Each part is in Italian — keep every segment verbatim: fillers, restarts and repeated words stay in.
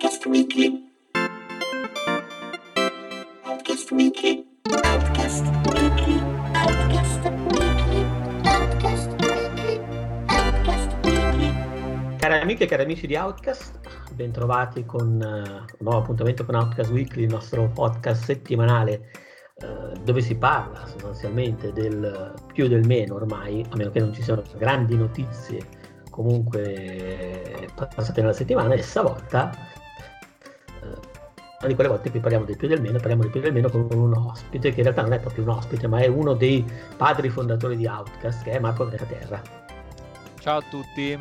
Outcast Weekly. Outcast Weekly. Outcast Weekly. Outcast Weekly. Outcast Weekly. Outcast Weekly. Cari amiche e cari amici di Outcast, bentrovati con uh, un nuovo appuntamento con Outcast Weekly, il nostro podcast settimanale uh, dove si parla sostanzialmente del più e del meno ormai, a meno che non ci siano grandi notizie comunque passate nella settimana, e stavolta uh, una di quelle volte in cui parliamo del più e del meno, parliamo del più e del meno con un ospite che in realtà non è proprio un ospite, ma è uno dei padri fondatori di Outcast, che è Marco Cacaterra. Ciao a tutti.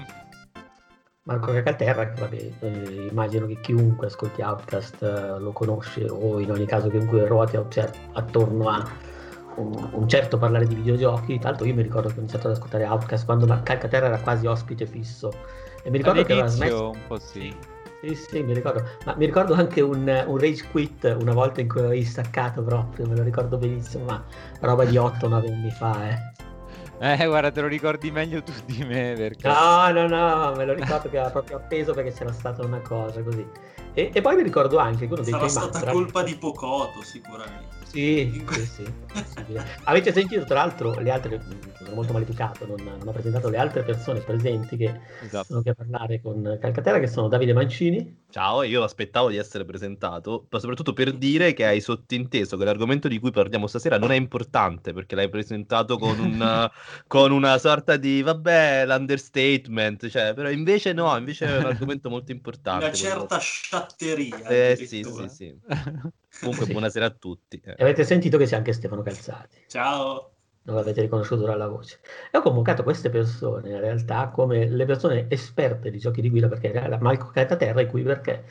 Marco Cacaterra, che vabbè, eh, immagino che chiunque ascolti Outcast eh, lo conosce, o in ogni caso chiunque ruoti attorno a un, un certo parlare di videogiochi. Tanto io mi ricordo che ho iniziato ad ascoltare Outcast quando Cacaterra era quasi ospite fisso, e mi ricordo che aveva smesso un po' sì. Sì, sì, mi ricordo, ma mi ricordo anche un, un rage quit una volta in cui avevi staccato proprio, me lo ricordo benissimo, ma roba di otto nove anni fa, eh. Eh, guarda, te lo ricordi meglio tu di me, perché... No, no, no, me lo ricordo che era proprio appeso perché c'era stata una cosa così. E, e poi mi ricordo anche che uno dei Sarà tuoi stata mantra... colpa di Pocotto, sicuramente. Sì, sì, sì, possibile. Avete sentito tra l'altro le altre, sono molto maleducato, non, non ho presentato le altre persone presenti che Esatto. sono qui a parlare con Calcaterra, che sono Davide Mancini. Ciao, io aspettavo di essere presentato, ma soprattutto per dire che hai sottinteso che l'argomento di cui parliamo stasera non è importante, perché l'hai presentato con una, con una sorta di, vabbè, l'understatement, cioè, però invece no, invece è un argomento molto importante. Una certa sciatteria. Eh sì, sì, sì. Comunque Sì. buonasera a tutti. Eh. E avete sentito che c'è anche Stefano Calzati. Ciao. Non l'avete riconosciuto dalla voce. E ho convocato queste persone in realtà come le persone esperte di giochi di guida, perché era Marco Cacaterra è qui perché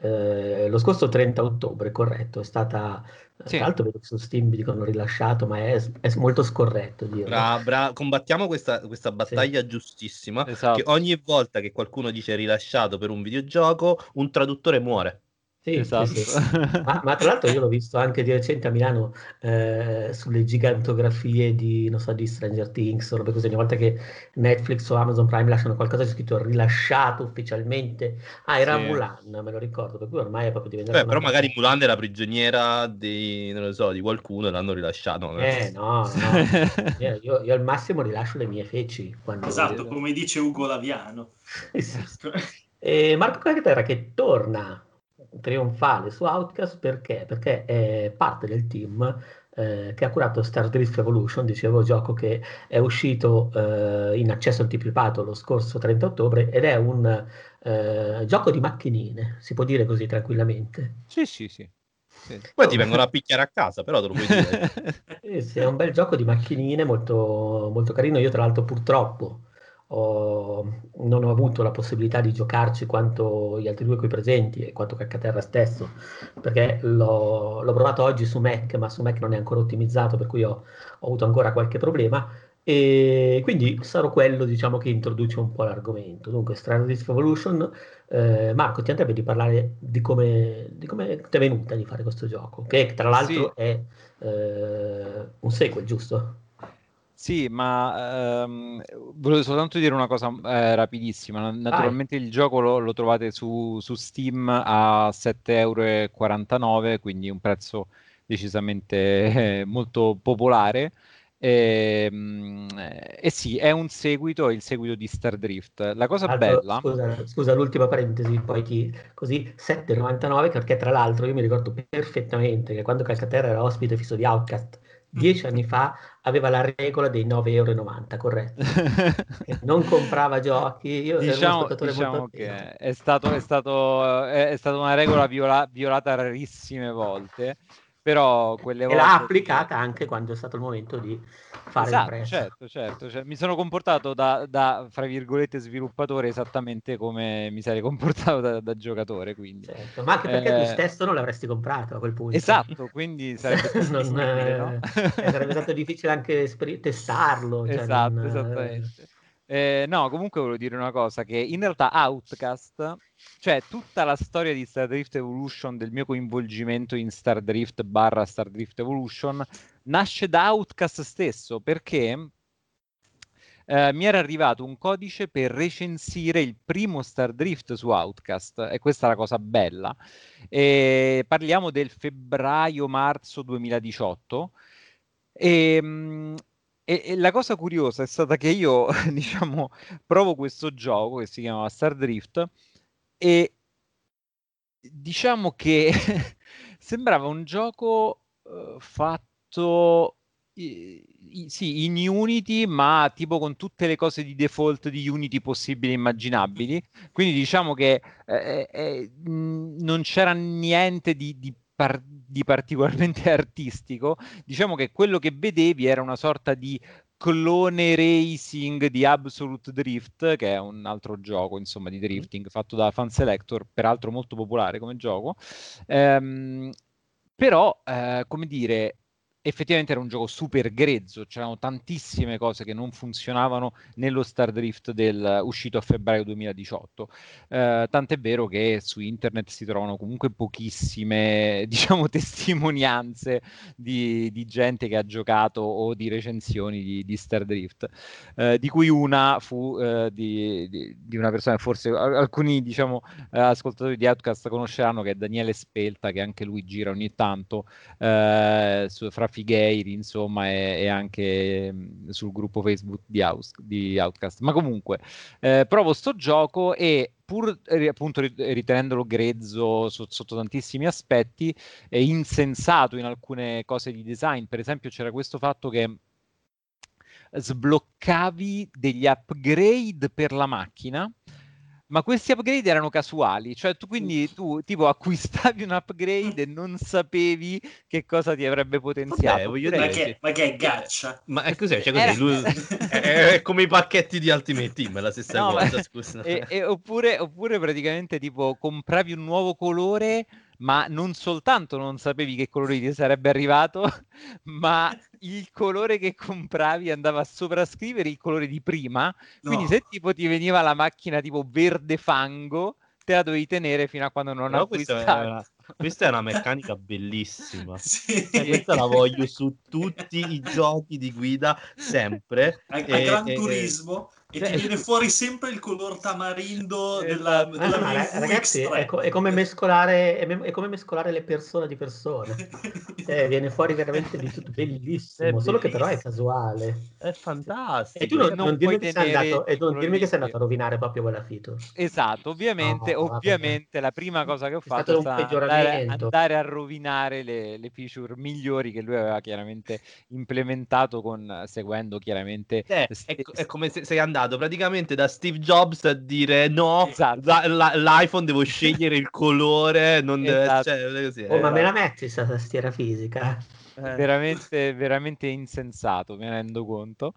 eh, lo scorso trenta ottobre, corretto, è stata, Sì. tra l'altro vedo che su Steam vi dicono rilasciato, ma è, è molto scorretto dirlo. Bra, bra, combattiamo questa, questa battaglia sì. giustissima, Esatto. che ogni volta che qualcuno dice rilasciato per un videogioco, un traduttore muore. Sì, Esatto. sì, sì. Ma, ma tra l'altro io l'ho visto anche di recente a Milano eh, sulle gigantografie di, non so, di Stranger Things o robe così. Ogni volta che Netflix o Amazon Prime lasciano qualcosa c'è scritto rilasciato ufficialmente. Ah, era Sì. Mulan, me lo ricordo, per cui ormai è proprio diventato Beh, una però cosa... magari Mulan era prigioniera di, non lo so, di qualcuno e l'hanno rilasciato. No? Eh, no, no. io, io, io al massimo rilascio le mie feci. Quando... Esatto, come dice Ugo Laviano. E Marco Cacaterra che torna trionfale su Outcast perché? Perché è parte del team eh, che ha curato Star Drift Evolution, dicevo, gioco che è uscito eh, in accesso anticipato lo scorso trenta ottobre ed è un eh, gioco di macchinine, si può dire così tranquillamente. Sì, sì, sì. sì. Poi ti vengono a picchiare a casa, però te lo puoi dire. Eh, sì, è un bel gioco di macchinine molto, molto carino. Io tra l'altro purtroppo ho, non ho avuto la possibilità di giocarci quanto gli altri due qui presenti e quanto Cacaterra stesso, perché l'ho, l'ho provato oggi su Mac, ma su Mac non è ancora ottimizzato, per cui ho, ho avuto ancora qualche problema, e quindi sarò quello, diciamo, che introduce un po' l'argomento. Dunque, Star Drift Evolution, eh, Marco, ti andrebbe di parlare di come, di come ti è venuta di fare questo gioco, che tra l'altro Sì. è eh, un sequel, giusto? Sì, ma ehm, volevo soltanto dire una cosa eh, rapidissima. Naturalmente il gioco lo, lo trovate su, su Steam a sette e quarantanove euro, quindi un prezzo decisamente eh, molto popolare. E, e sì, è un seguito, è il seguito di Star Drift. La cosa Altro, bella... scusa, scusa, l'ultima parentesi, poi ti così sette e novantanove, perché tra l'altro io mi ricordo perfettamente che quando Calcaterra era ospite fisso di Outcast dieci anni fa aveva la regola dei nove e novanta euro, corretto? Che non comprava giochi, io ero un Diciamo, ascoltatore diciamo molto che attento. è stato, è stato, è, è stata una regola viola, violata rarissime volte, però quelle E l'ha volte... applicata anche quando è stato il momento di fare il Esatto, prezzo. certo, certo, cioè, mi sono comportato da, da, fra virgolette, sviluppatore esattamente come mi sarei comportato da, da giocatore, quindi... Certo, ma anche perché tu Eh, stesso non l'avresti comprato a quel punto. esatto, quindi sarebbe più Non, difficile, no? eh, sarebbe stato difficile anche esper- testarlo. Cioè non, Esatto, eh, esattamente. Eh, no, comunque volevo dire una cosa, che in realtà Outcast, cioè tutta la storia di Star Drift Evolution, del mio coinvolgimento in Star Drift barra Star Drift Evolution, nasce da Outcast stesso, perché eh, mi era arrivato un codice per recensire il primo Star Drift su Outcast, e questa è la cosa bella. E parliamo del febbraio-marzo duemiladiciotto. E, mh, e, e la cosa curiosa è stata che io, diciamo, provo questo gioco che si chiama Star Drift e diciamo che sembrava un gioco uh, fatto i, i, sì, in Unity, ma tipo con tutte le cose di default di Unity possibili e immaginabili. Quindi diciamo che eh, eh, mh, non c'era niente di, di, par- di particolarmente artistico. Diciamo che quello che vedevi era una sorta di clone racing di Absolute Drift, che è un altro gioco, insomma, di drifting fatto da Fan Selector, peraltro molto popolare come gioco. Ehm, però, eh, come dire, effettivamente era un gioco super grezzo, c'erano tantissime cose che non funzionavano nello Star Drift del, uscito a febbraio duemiladiciotto. Eh, tant'è vero che su internet si trovano comunque pochissime, diciamo, testimonianze di, di gente che ha giocato o di recensioni di, di Star Drift, eh, di cui una fu eh, di, di, di una persona che forse alcuni, diciamo, eh, ascoltatori di Outcast conosceranno, che è Daniele Spelta, che anche lui gira ogni tanto eh, su, fra Figheiri, insomma, e, e anche mh, sul gruppo Facebook di, Aus, di Outcast. Ma comunque, eh, provo sto gioco e pur eh, appunto ritenendolo grezzo so, sotto tantissimi aspetti, è insensato in alcune cose di design. Per esempio c'era questo fatto che sbloccavi degli upgrade per la macchina, ma questi upgrade erano casuali, cioè tu quindi tu tipo acquistavi un upgrade e non sapevi che cosa ti avrebbe potenziato. Vabbè, voglio Ma dire, che, ma che è gaccia? ma è cos'è? Cioè, Era- così, lui- è, è come i pacchetti di Ultimate Team, è la stessa No, cosa, ma- scusa. e- e oppure, oppure praticamente tipo compravi un nuovo colore, ma non soltanto non sapevi che colore ti sarebbe arrivato, ma il colore che compravi andava a sovrascrivere il colore di prima. Quindi No. se tipo ti veniva la macchina tipo verde fango, te la dovevi tenere fino a quando non Però questa è acquistavi. una, questa è una meccanica bellissima. Sì. Cioè, questa la voglio su tutti i giochi di guida, sempre. A, a E- Gran e- Turismo e cioè, ti viene scu- fuori sempre il color tamarindo della, Esatto. Ma, della ma, B ra- M W ragazzi, è, X tre. co- è come mescolare, è, me- è come mescolare le persone di persone. Cioè, viene fuori veramente di tutto, è bellissimo, solo che però è bellissimo, casuale. è E tu fantastico. non, Cioè, Non non puoi dirmi che sei tenere andato, e il non colore dirmi di che sei prima. andato a rovinare proprio quella feature. Esatto, ovviamente, No, vabbè. ovviamente la prima cosa che ho È fatto è stato un stata andare, peggioramento. andare a rovinare le, le feature migliori che lui aveva chiaramente implementato con, seguendo chiaramente cioè, è, ste- è come se sei andato praticamente da Steve Jobs a dire no, Esatto. la- la- l'iPhone devo scegliere il colore, non deve Esatto. cioè, così, Oh, ma me eh. la metti sta tastiera fisica? Eh. Veramente, veramente insensato, me ne rendo conto.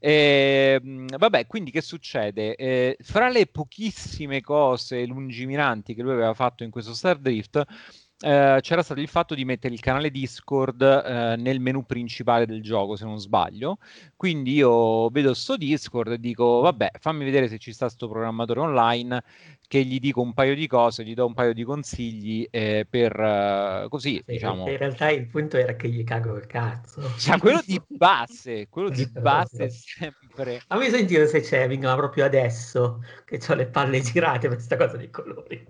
E, mh, vabbè, quindi che succede? Eh, fra le pochissime cose lungimiranti che lui aveva fatto in questo Star Drift, eh, c'era stato il fatto di mettere il canale Discord eh, nel menu principale del gioco, se non sbaglio. Quindi io vedo sto Discord e dico, vabbè, fammi vedere se ci sta sto programmatore online, che gli dico un paio di cose, gli do un paio di consigli eh, per eh, così, Sì, diciamo. in realtà il punto era che gli cago il cazzo. Cioè, quello di base, quello di base sempre. Fammi sentire se c'è, vinca proprio adesso, che ho le palle girate per questa cosa dei colori.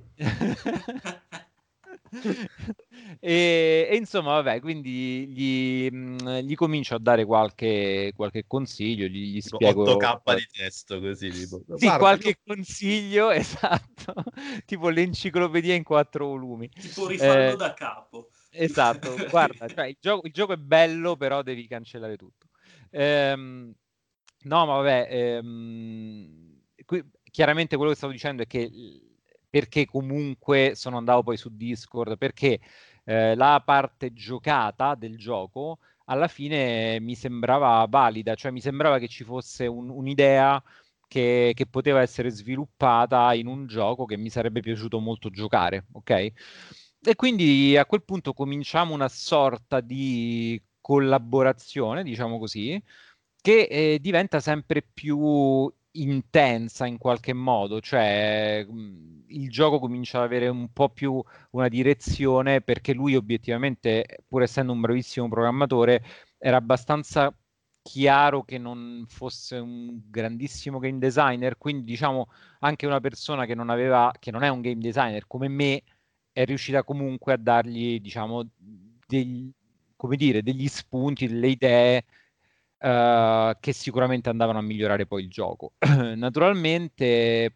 e, e insomma, vabbè, quindi gli, mh, gli comincio a dare qualche, qualche consiglio, gli, gli Tipo spiego. otto K di testo così tipo. Sì, Guarda, qualche consiglio, esatto, tipo l'enciclopedia in quattro volumi. Tipo rifarlo Eh, da capo. Esatto, guarda, cioè, il gioco, il gioco è bello, però devi cancellare tutto. Ehm, no, ma vabbè, ehm, qui, chiaramente quello che stavo dicendo è che perché comunque sono andato poi su Discord, perché eh, la parte giocata del gioco alla fine mi sembrava valida, cioè mi sembrava che ci fosse un, un'idea che, che poteva essere sviluppata in un gioco che mi sarebbe piaciuto molto giocare, ok? E quindi a quel punto cominciamo una sorta di collaborazione, diciamo così, che eh, diventa sempre più intensa in qualche modo, cioè mh, il gioco comincia ad avere un po' più una direzione, perché lui obiettivamente, pur essendo un bravissimo programmatore, era abbastanza chiaro che non fosse un grandissimo game designer, quindi diciamo anche una persona che non aveva, che non è un game designer come me, è riuscita comunque a dargli, diciamo, degli, come dire, degli spunti, delle idee uh, che sicuramente andavano a migliorare poi il gioco. Naturalmente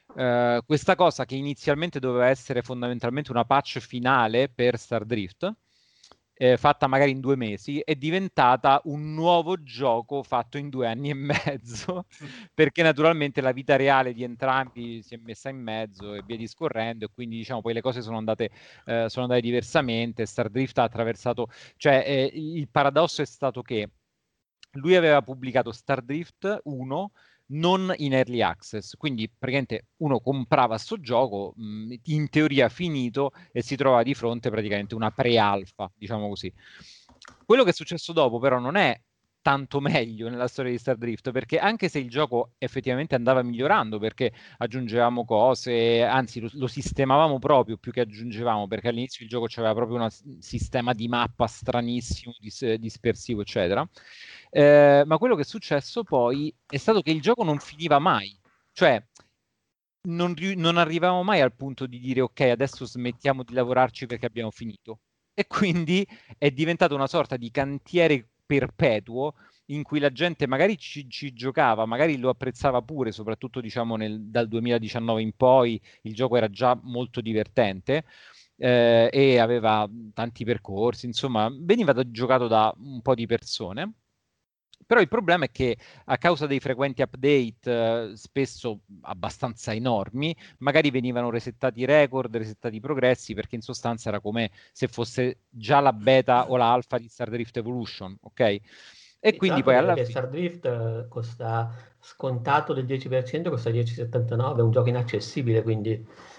uh, questa cosa che inizialmente doveva essere fondamentalmente una patch finale per Stardrift, Eh, fatta magari in due mesi, è diventata un nuovo gioco fatto in due anni e mezzo, perché naturalmente la vita reale di entrambi si è messa in mezzo e via discorrendo, e quindi diciamo poi le cose sono andate, eh, sono andate diversamente. Stardrift ha attraversato, cioè eh, il paradosso è stato che lui aveva pubblicato Stardrift uno non in early access, quindi praticamente uno comprava sto gioco mh, in teoria finito e si trova di fronte praticamente una pre-alfa, diciamo così. Quello che è successo dopo però non è tanto meglio nella storia di Stardrift, perché anche se il gioco effettivamente andava migliorando, perché aggiungevamo cose, anzi lo, lo sistemavamo proprio più che aggiungevamo, perché all'inizio il gioco c'aveva proprio un sistema di mappa stranissimo, dis- dispersivo, eccetera. Eh, ma quello che è successo poi è stato che il gioco non finiva mai, cioè non, ri- non arrivavamo mai al punto di dire ok, adesso smettiamo di lavorarci perché abbiamo finito. E quindi è diventato una sorta di cantiere perpetuo in cui la gente magari ci, ci giocava, magari lo apprezzava pure, soprattutto diciamo nel, dal duemiladiciannove in poi il gioco era già molto divertente. Eh, e aveva tanti percorsi, insomma, veniva da- giocato da un po' di persone. Però il problema è che a causa dei frequenti update, eh, spesso abbastanza enormi, magari venivano resettati i record, resettati i progressi, perché in sostanza era come se fosse già la beta o l'alfa di Stardrift Evolution, ok? E E quindi tra l'altro poi vedo alla che fine... Stardrift eh, costa scontato del dieci per cento, costa dieci virgola settantanove, è un gioco inaccessibile, quindi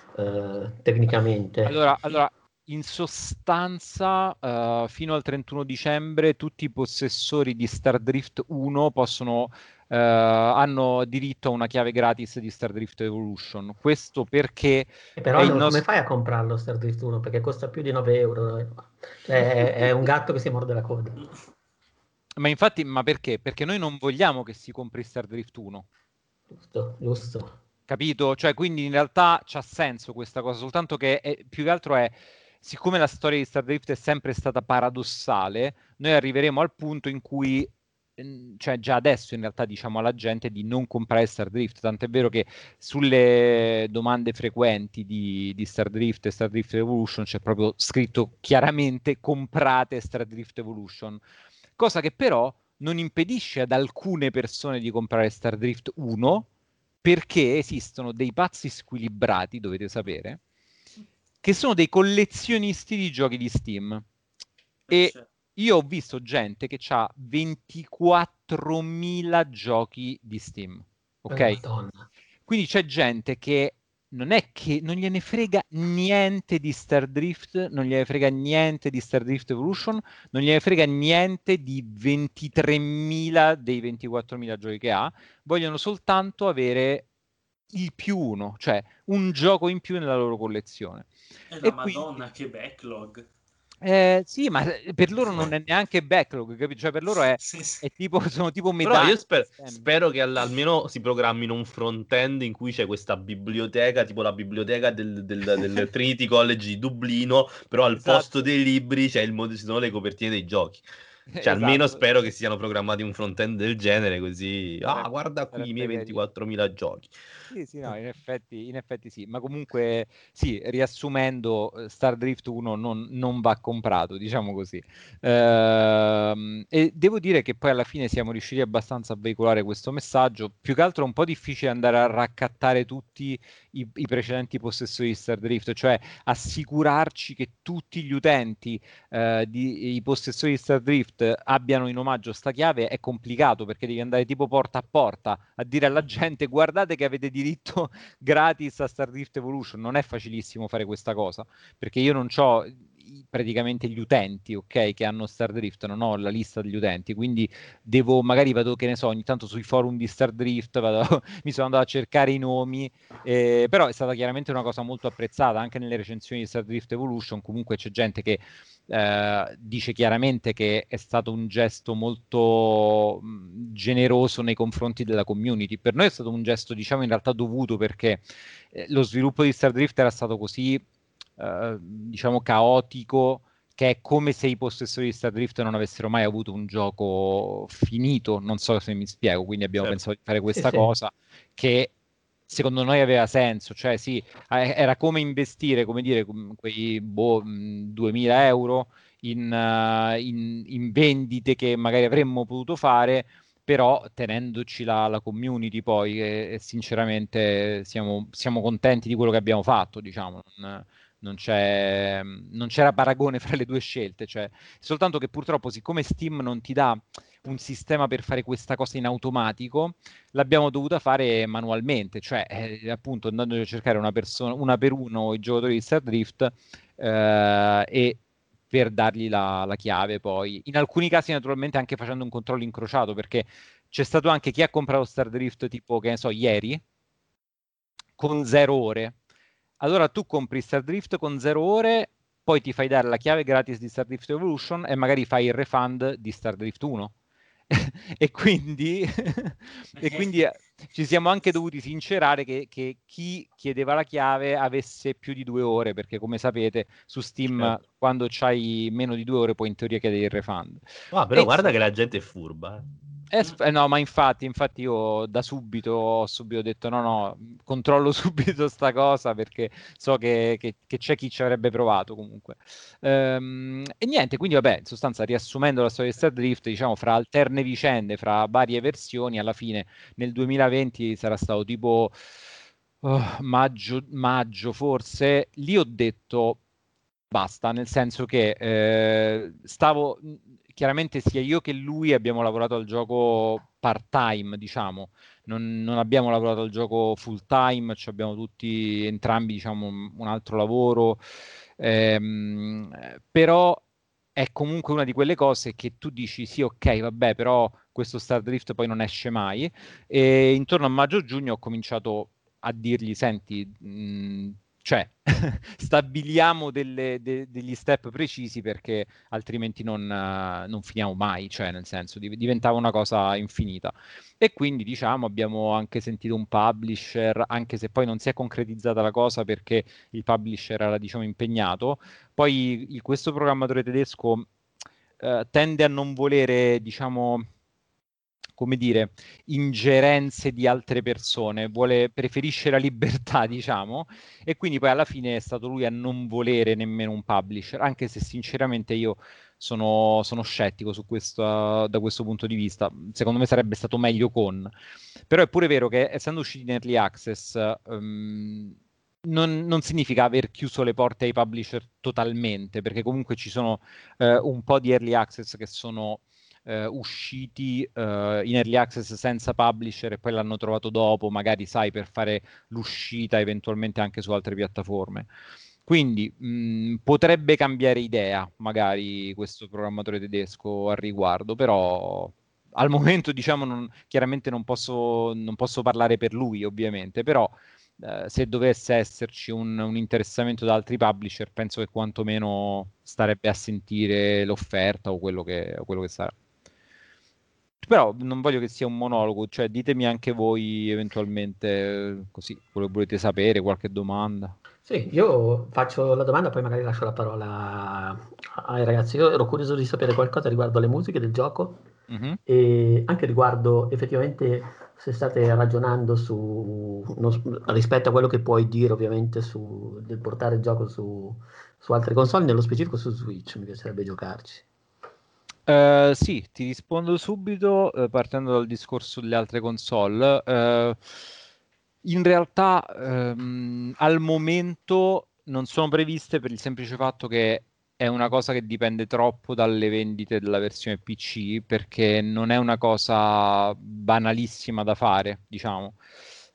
eh, tecnicamente. Allora, allora, in sostanza, eh, fino al trentuno dicembre, tutti i possessori di Stardrift uno possono, eh, hanno diritto a una chiave gratis di Stardrift Evolution. Questo perché E è però il no, come nostro... fai a comprarlo Stardrift uno? Perché costa più di nove euro. Cioè, è, è un gatto che si morde la coda. Ma infatti, ma perché? Perché noi non vogliamo che si compri Stardrift uno. Giusto, giusto. Capito? Cioè, quindi in realtà c'ha senso questa cosa, soltanto che è, più che altro è, siccome la storia di Stardrift è sempre stata paradossale, noi arriveremo al punto in cui, ehm, cioè già adesso in realtà diciamo alla gente di non comprare Stardrift, tant'è vero che sulle domande frequenti di, di Stardrift e Stardrift Evolution c'è proprio scritto chiaramente comprate Stardrift Evolution, cosa che però non impedisce ad alcune persone di comprare Stardrift uno, perché esistono dei pazzi squilibrati, dovete sapere, che sono dei collezionisti di giochi di Steam. E io ho visto gente che ha ventiquattromila giochi di Steam, Oh, ok? Madonna. Quindi c'è gente che non è che non gliene frega niente di Stardrift, non gliene frega niente di Stardrift Evolution, non gliene frega niente di ventitremila dei ventiquattromila giochi che ha, vogliono soltanto avere il più uno, cioè un gioco in più nella loro collezione. E la E quindi Madonna, che backlog. eh, sì, ma per loro non è neanche backlog, capito? Cioè per loro è, Sì, sì. è tipo, sono tipo Però io medaglie. sper- spero che all- almeno si programmino un front-end in cui c'è questa biblioteca, tipo la biblioteca del, del- del Trinity College di Dublino, però al Esatto. posto dei libri c'è il mod- ci sono le copertine dei giochi. Cioè, almeno Esatto. spero che siano programmati un front-end del genere, così... Ah, Sarebbe, guarda qui i miei sarebbe carino. ventiquattromila giochi. Sì, sì, no, in effetti, in effetti sì, ma comunque sì, riassumendo, eh, Stardrift uno non, non va comprato, diciamo così. Ehm, e devo dire che poi alla fine siamo riusciti abbastanza a veicolare questo messaggio, più che altro è un po' difficile andare a raccattare tutti i, i precedenti possessori di Stardrift, cioè assicurarci che tutti gli utenti, eh, di, i possessori di Stardrift abbiano in omaggio sta chiave è complicato, perché devi andare tipo porta a porta a dire alla gente guardate che avete diritto gratis a Stardrift Evolution. Non è facilissimo fare questa cosa, perché io non ho i- praticamente gli utenti, ok, che hanno Stardrift, non ho la lista degli utenti, quindi devo, magari vado, che ne so, ogni tanto sui forum di Stardrift, vado, mi sono andato a cercare i nomi, eh, però è stata chiaramente una cosa molto apprezzata, anche nelle recensioni di Stardrift Evolution, comunque c'è gente che eh, dice chiaramente che è stato un gesto molto mh, generoso nei confronti della community. Per noi è stato un gesto, diciamo, in realtà dovuto, perché eh, lo sviluppo di Stardrift era stato così, eh, diciamo, caotico, che è come se i possessori di Stardrift non avessero mai avuto un gioco finito, non so se mi spiego, quindi abbiamo Certo. pensato di fare Sì, questa sì. cosa che secondo noi aveva senso, cioè sì, eh, era come investire, come dire, com- quei boh, mh, duemila euro in, eh, in- in vendite che magari avremmo potuto fare, però tenendoci la, la community poi, e, e sinceramente siamo, siamo contenti di quello che abbiamo fatto, diciamo, non, non c'è, non c'era paragone fra le due scelte, cioè, soltanto che purtroppo, siccome Steam non ti dà un sistema per fare questa cosa in automatico, l'abbiamo dovuta fare manualmente, cioè eh, appunto andando a cercare una persona, una per uno, i giocatori di Stardrift, eh, e per dargli la, la chiave poi. In alcuni casi naturalmente anche facendo un controllo incrociato, perché c'è stato anche chi ha comprato Stardrift tipo, che ne so, ieri, con zero ore. Allora tu compri Stardrift con zero ore, poi ti fai dare la chiave gratis di Stardrift Evolution e magari fai il refund di Stardrift uno. E quindi, e quindi eh, ci siamo anche dovuti sincerare che, che chi chiedeva la chiave avesse più di due ore, perché come sapete su Steam Certo. quando c'hai meno di due ore puoi in teoria chiedere il refund. Ah, però E guarda che la gente è furba. eh. eh, sp- eh, no, ma infatti, infatti io da subito ho subito detto no, no, controllo subito sta cosa perché so che, che- che c'è chi ci avrebbe provato comunque. Ehm, e niente, quindi vabbè, in sostanza riassumendo la storia di Star Drift, diciamo fra alterne vicende, fra varie versioni, alla fine nel duemilaventi sarà stato tipo oh, maggio, maggio forse, lì ho detto basta, nel senso che eh, stavo chiaramente sia io che lui abbiamo lavorato al gioco part-time, diciamo, non, non abbiamo lavorato al gioco full-time, cioè abbiamo tutti entrambi, diciamo, un un altro lavoro, ehm, però è comunque una di quelle cose che tu dici sì, ok, vabbè, però questo Star Drift poi non esce mai, e intorno a maggio-giugno ho cominciato a dirgli, senti, mh, cioè, stabiliamo delle- de- degli step precisi perché altrimenti non, eh, non finiamo mai, cioè, nel senso, div- diventava una cosa infinita. E quindi, diciamo, abbiamo anche sentito un publisher, anche se poi non si è concretizzata la cosa perché il publisher era, diciamo, impegnato. Poi il- questo programmatore tedesco eh, tende a non volere, diciamo, come dire, ingerenze di altre persone, vuole, preferisce la libertà, diciamo, e quindi poi alla fine è stato lui a non volere nemmeno un publisher, anche se sinceramente io sono, sono scettico su questo, da questo punto di vista. Secondo me sarebbe stato meglio con. Però è pure vero che essendo usciti in early access, ehm, non, non significa aver chiuso le porte ai publisher totalmente, perché comunque ci sono eh, un po' di early access che sono eh, usciti eh, in early access senza publisher e poi l'hanno trovato dopo, magari sai, per fare l'uscita eventualmente anche su altre piattaforme. Quindi mh, potrebbe cambiare idea, magari questo programmatore tedesco al riguardo, però al momento, diciamo, non- chiaramente non posso, non posso parlare per lui, ovviamente, però eh, se dovesse esserci un, un interessamento da altri publisher, penso che quantomeno starebbe a sentire l'offerta o quello che, o quello che sarà. Però non voglio che sia un monologo, cioè ditemi anche voi eventualmente eh, così, quello che volete sapere, qualche domanda. Sì, io faccio la domanda, poi magari lascio la parola ai ragazzi. Io ero curioso di sapere qualcosa riguardo alle musiche del gioco Mhm. e anche riguardo effettivamente se state ragionando su, non s- rispetto a quello che puoi dire ovviamente su, del portare il gioco su, su altre console, nello specifico su Switch, mi piacerebbe giocarci. Eh, sì, ti rispondo subito eh, partendo dal discorso delle altre console. Eh, in realtà ehm, al momento non sono previste per il semplice fatto che è una cosa che dipende troppo dalle vendite della versione P C, perché non è una cosa banalissima da fare, diciamo.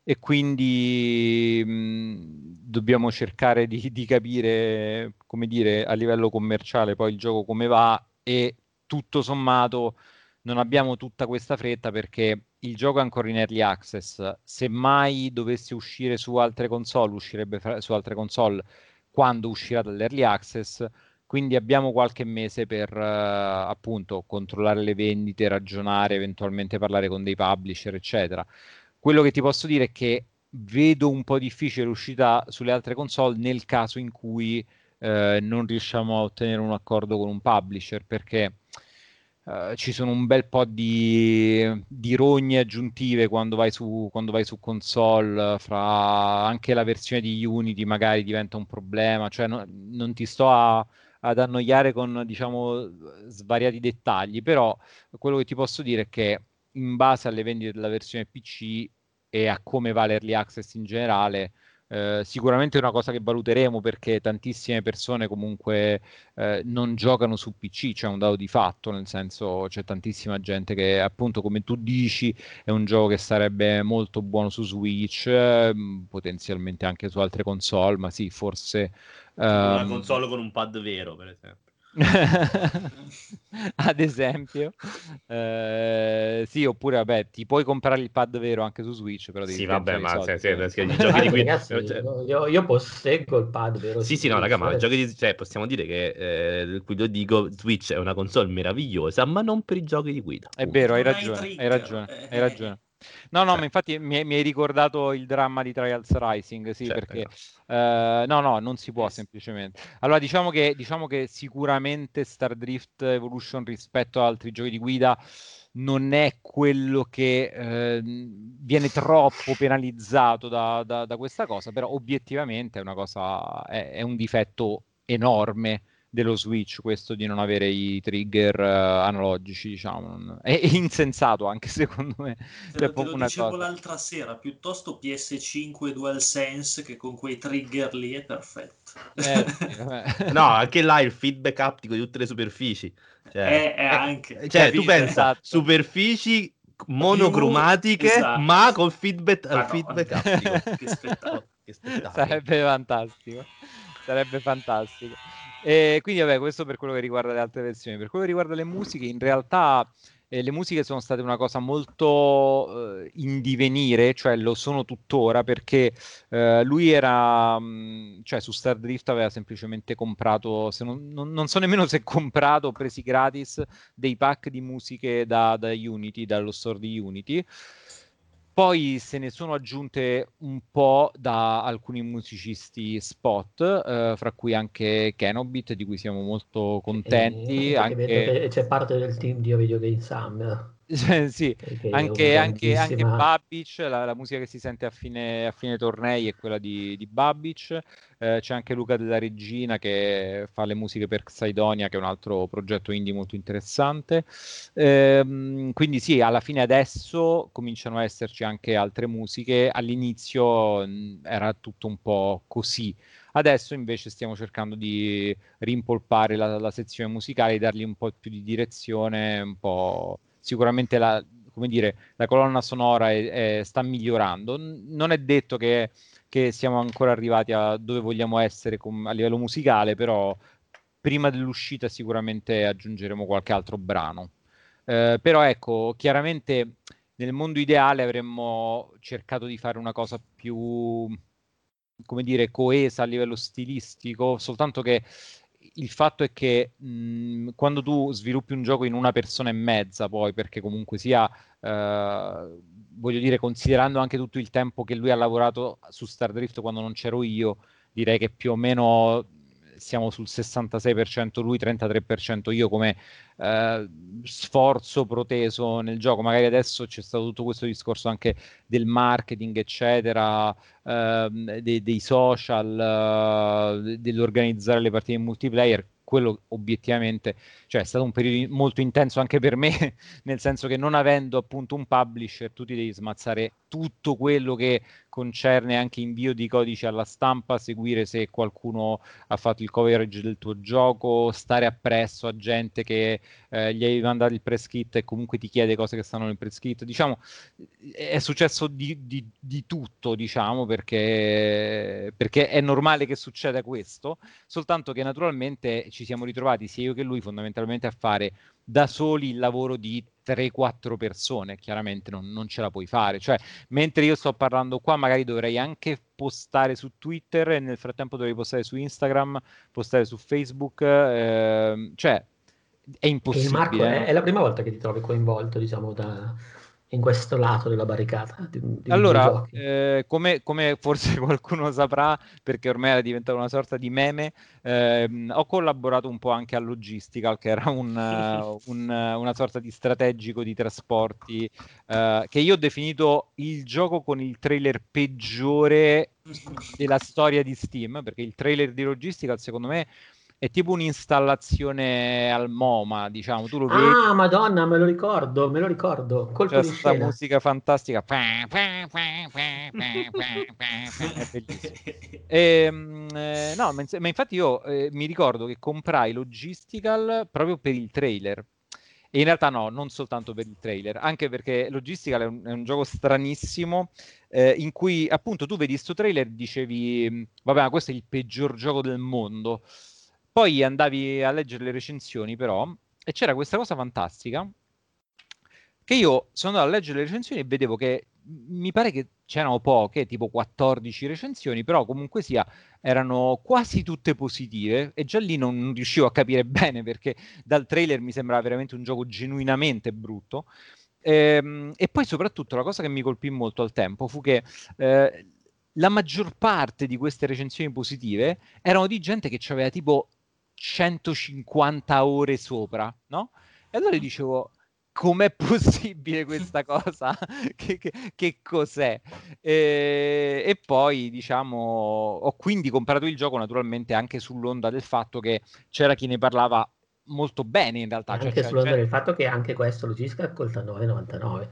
e quindi mh, dobbiamo cercare di, di capire, come dire, a livello commerciale poi il gioco come va, e tutto sommato non abbiamo tutta questa fretta perché il gioco è ancora in early access. Se mai dovesse uscire su altre console, uscirebbe fra- su altre console quando uscirà dall'early access, quindi abbiamo qualche mese per eh, appunto controllare le vendite, ragionare, eventualmente parlare con dei publisher, eccetera. Quello che ti posso dire è che vedo un po' difficile l'uscita sulle altre console nel caso in cui eh, non riusciamo a ottenere un accordo con un publisher, perché eh, ci sono un bel po' di, di rogne aggiuntive quando vai su, quando vai su console, fra anche la versione di Unity magari diventa un problema, cioè no- non ti sto a- ad annoiare con, diciamo, svariati dettagli, però quello che ti posso dire è che in base alle vendite della versione P C e a come va l'early access in generale, eh, sicuramente è una cosa che valuteremo, perché tantissime persone comunque eh, non giocano su P C, c'è un dato di fatto, nel senso c'è tantissima gente che appunto, come tu dici, è un gioco che sarebbe molto buono su Switch, eh, potenzialmente anche su altre console, ma sì, forse Tipo una ehm, console con un pad vero, per esempio. ad esempio, eh, sì, oppure vabbè, ti puoi comprare il pad vero anche su Switch, però devi Sì, vabbè, spendere i ma se, soldi, se, ovviamente. se i Ma giochi di infatti, cui... ragazzi, cioè- io, io posseggo il pad vero Sì, su sì, no, raga, ma Switch, eh. giochi di... cioè, possiamo dire che, eh, qui lo dico, Switch è una console meravigliosa, ma non per i giochi di guida, È punto. vero, hai Non hai ragione, hai trigger. ragione, eh, hai eh, ragione. No, no, Cioè, ma infatti mi, mi hai ricordato il dramma di Trials Rising, sì, cioè, perché esatto. eh, no, no, non si può eh, semplicemente. Allora, diciamo che, diciamo che sicuramente Star Drift Evolution rispetto ad altri giochi di guida non è quello che eh, viene troppo penalizzato da, da- da questa cosa, però obiettivamente è una cosa, è, è un difetto enorme dello Switch, questo di non avere i trigger eh, analogici, diciamo. Non- È, è insensato anche secondo me, Te cioè è lo, te lo proprio una dicevo cosa. l'altra sera, piuttosto P S cinque DualSense che con quei trigger lì è perfetto. Eh sì, vabbè. No, anche là il feedback aptico di tutte le superfici. Cioè, È, è eh, anche, cioè, tu capito? pensa, Esatto. superfici Più, monocromatiche, esatto. ma con feedback, feedback Madonna, aptico. che spettacolo. Oh, che spettacolo. Sarebbe fantastico, sarebbe fantastico. E quindi, vabbè, questo per quello che riguarda le altre versioni. Per quello che riguarda le musiche, in realtà eh, le musiche sono state una cosa molto eh, in divenire, cioè lo sono tuttora, perché eh, lui era, mh, cioè su Star Drift aveva semplicemente comprato, se non, non- non so nemmeno se comprato o presi gratis dei pack di musiche da, da Unity, dallo store di Unity. Poi se ne sono aggiunte un po' da alcuni musicisti spot, eh, fra cui anche Kenobit, di cui siamo molto E contenti, anche che vedo anche che c'è parte del team di Video Game Summer, sì, che che è una anche, anche, anche grandissima... Babic, la, la musica che si sente a fine, a fine tornei è quella di, di Babic. Eh, c'è anche Luca della Regina che fa le musiche per Xidonia, che è un altro progetto indie molto interessante. Ehm, quindi sì, alla fine adesso cominciano a esserci anche altre musiche. All'inizio mh, era tutto un po' così. Adesso invece stiamo cercando di rimpolpare la, la sezione musicale, dargli un po' più di direzione, un po' sicuramente la, come dire, la colonna sonora è- è- sta migliorando. N- Non è detto che, che siamo ancora arrivati a dove vogliamo essere com- a livello musicale, però prima dell'uscita sicuramente aggiungeremo qualche altro brano. Eh, però ecco, chiaramente nel mondo ideale avremmo cercato di fare una cosa più, come dire, coesa a livello stilistico, soltanto che il fatto è che mh, quando tu sviluppi un gioco in una persona e mezza, poi, perché comunque sia, eh, voglio dire, considerando anche tutto il tempo che lui ha lavorato su Star Drift quando non c'ero io, direi che più o meno siamo sul sessantasei per cento lui, trentatré per cento io come eh, sforzo proteso nel gioco. Magari adesso c'è stato tutto questo discorso anche del marketing, eccetera, ehm, dei, dei social, eh, dell'organizzare le partite in multiplayer. Quello obiettivamente, cioè, è stato un periodo molto intenso anche per me, nel senso che non avendo appunto un publisher, tu ti devi smazzare tutto quello che concerne anche invio di codici alla stampa, seguire se qualcuno ha fatto il coverage del tuo gioco, stare appresso a gente che eh, gli hai mandato il press kit e comunque ti chiede cose che stanno nel press kit. Diciamo, è successo di, di, di tutto, diciamo, perché, perché è normale che succeda questo, soltanto che naturalmente ci siamo ritrovati, sia io che lui, fondamentalmente a fare da soli il lavoro di tre quattro persone. Chiaramente non, non ce la puoi fare, cioè mentre io sto parlando qua magari dovrei anche postare su Twitter e nel frattempo dovrei postare su Instagram, postare su Facebook, eh, cioè è impossibile. E Marco, è, no? è la prima volta che ti trovi coinvolto, diciamo, da, in questo lato della barricata di, di Allora, videogiochi. eh, come, come forse qualcuno saprà, perché ormai era diventato una sorta di meme, ehm, ho collaborato un po' anche a Logistical, che era un, uh, un, uh, una sorta di strategico di trasporti, uh, che io ho definito il gioco con il trailer peggiore della storia di Steam, perché il trailer di Logistical, secondo me, è tipo un'installazione al MoMA, diciamo, tu lo vedi. Ah, Madonna, me lo ricordo, me lo ricordo, colpo C'è di questa scena. musica fantastica, è bellissimo. E, eh, no, ma, ma infatti io eh, mi ricordo che comprai Logistical proprio per il trailer. E in realtà no, non soltanto per il trailer, anche perché Logistical è un, è un gioco stranissimo, eh, in cui appunto tu vedi sto trailer e dicevi, vabbè, ma questo è il peggior gioco del mondo. Poi andavi a leggere le recensioni però, e c'era questa cosa fantastica, che io sono andato a leggere le recensioni e vedevo che mi pare che c'erano poche, tipo quattordici recensioni, però comunque sia erano quasi tutte positive, e già lì non riuscivo a capire bene, perché dal trailer mi sembrava veramente un gioco genuinamente brutto. Ehm, e poi soprattutto la cosa che mi colpì molto al tempo fu che eh, la maggior parte di queste recensioni positive erano di gente che aveva tipo centocinquanta ore sopra, no? E allora io dicevo, com'è possibile questa cosa? che, che, che cos'è? E, e poi, diciamo, ho quindi comprato il gioco naturalmente anche sull'onda del fatto che c'era chi ne parlava molto bene in realtà. Anche Cioè, sull'onda cioè... del fatto che anche questo Logistical costa nove e novantanove.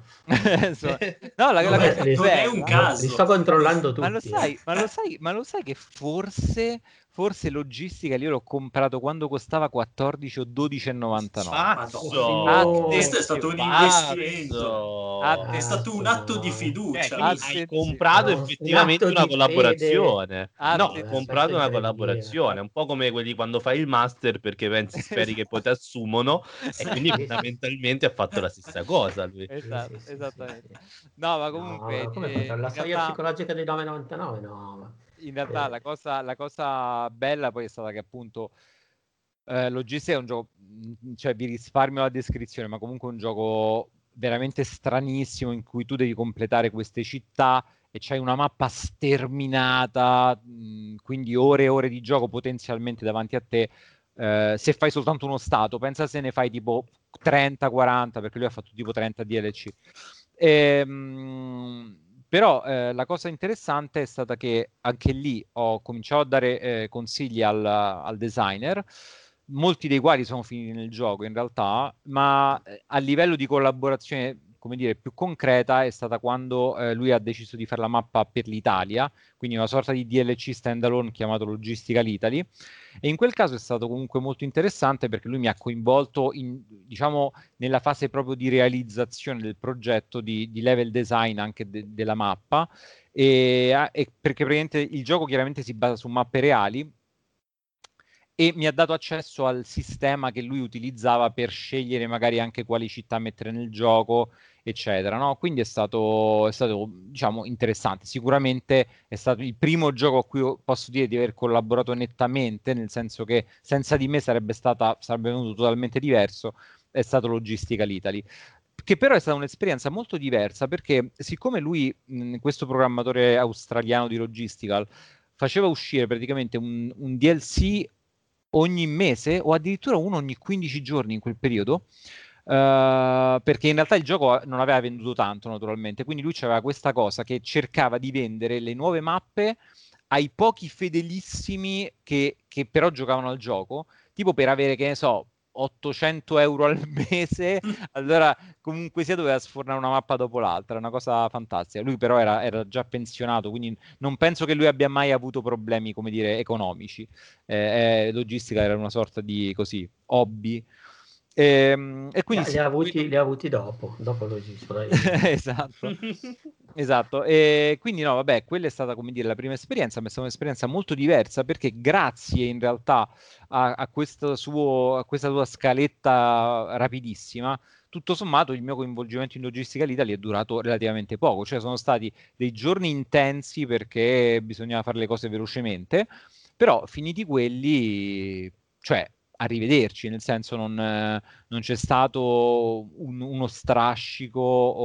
No, la, la cosa non bella, è un caso. Li sto controllando tutti. ma lo sai, eh. ma lo sai, ma lo sai che forse, forse Logistical io l'ho comprato quando costava quattordici o dodici e novantanove. Pazzo! Attenzione. Questo è stato un Pazzo! investimento. Attenzione. È stato un atto di Eh, fiducia. quindi Attenzione. hai comprato No, effettivamente un atto una di collaborazione. fede. No, Attenzione. hai comprato una Aspetta, collaborazione, un po' come quelli quando fai il master perché pensi, speri che poi ti assumono, e quindi Sì, sì. fondamentalmente ha fatto la stessa cosa lui. Esatto, Sì, sì, sì, esattamente. sì, sì. No, ma No, comunque, ma come eh, quattro? La in soglia realtà, psicologica dei nove e novantanove? No, ma... in realtà eh, la cosa, la cosa bella poi è stata che appunto eh, Logistica è un gioco, mh, cioè vi risparmio la descrizione, ma comunque è un gioco veramente stranissimo in cui tu devi completare queste città e c'hai una mappa sterminata, mh, quindi ore e ore di gioco potenzialmente davanti a te. Eh, se fai soltanto uno stato, pensa se ne fai tipo trenta quaranta, perché lui ha fatto tipo trenta D L C. E, mh, però eh, la cosa interessante è stata che anche lì ho cominciato a dare eh, consigli al, al designer, molti dei quali sono finiti nel gioco in realtà, ma eh, a livello di collaborazione, come dire, più concreta è stata quando eh, lui ha deciso di fare la mappa per l'Italia, quindi una sorta di D L C standalone chiamato Logistical Italy, e in quel caso è stato comunque molto interessante perché lui mi ha coinvolto in, diciamo, nella fase proprio di realizzazione del progetto, di, di level design anche de- della mappa, e, e perché praticamente il gioco chiaramente si basa su mappe reali, e mi ha dato accesso al sistema che lui utilizzava per scegliere magari anche quali città mettere nel gioco, eccetera, no? Quindi è stato, è stato, diciamo, interessante. Sicuramente è stato il primo gioco a cui io posso dire di aver collaborato nettamente, nel senso che senza di me sarebbe stata, sarebbe venuto totalmente diverso, è stato Logistical Italy. Che però è stata un'esperienza molto diversa perché siccome lui, mh, questo programmatore australiano di Logistical, faceva uscire praticamente un, un D L C ogni mese o addirittura uno ogni quindici giorni in quel periodo, uh, perché in realtà il gioco non aveva venduto tanto naturalmente, quindi lui aveva questa cosa che cercava di vendere le nuove mappe ai pochi fedelissimi che, che però giocavano al gioco, tipo per avere, che ne so, ottocento euro al mese, allora comunque sia doveva sfornare una mappa dopo l'altra, è una cosa fantastica. Lui però era, era già pensionato, quindi non penso che lui abbia mai avuto problemi, come dire, economici. Eh, eh, logistica era una sorta di così hobby. E, e quindi li, sì, ha avuti, quindi... li ha avuti dopo, dopo logistica. esatto, esatto. E quindi no, vabbè, quella è stata, come dire, la prima esperienza, ma è stata un'esperienza molto diversa perché grazie in realtà a, a, questo suo, a questa sua scaletta rapidissima, tutto sommato il mio coinvolgimento in Logistica Italy è durato relativamente poco, cioè sono stati dei giorni intensi perché bisognava fare le cose velocemente, però finiti quelli, cioè arrivederci, nel senso non, eh, non c'è stato un, uno strascico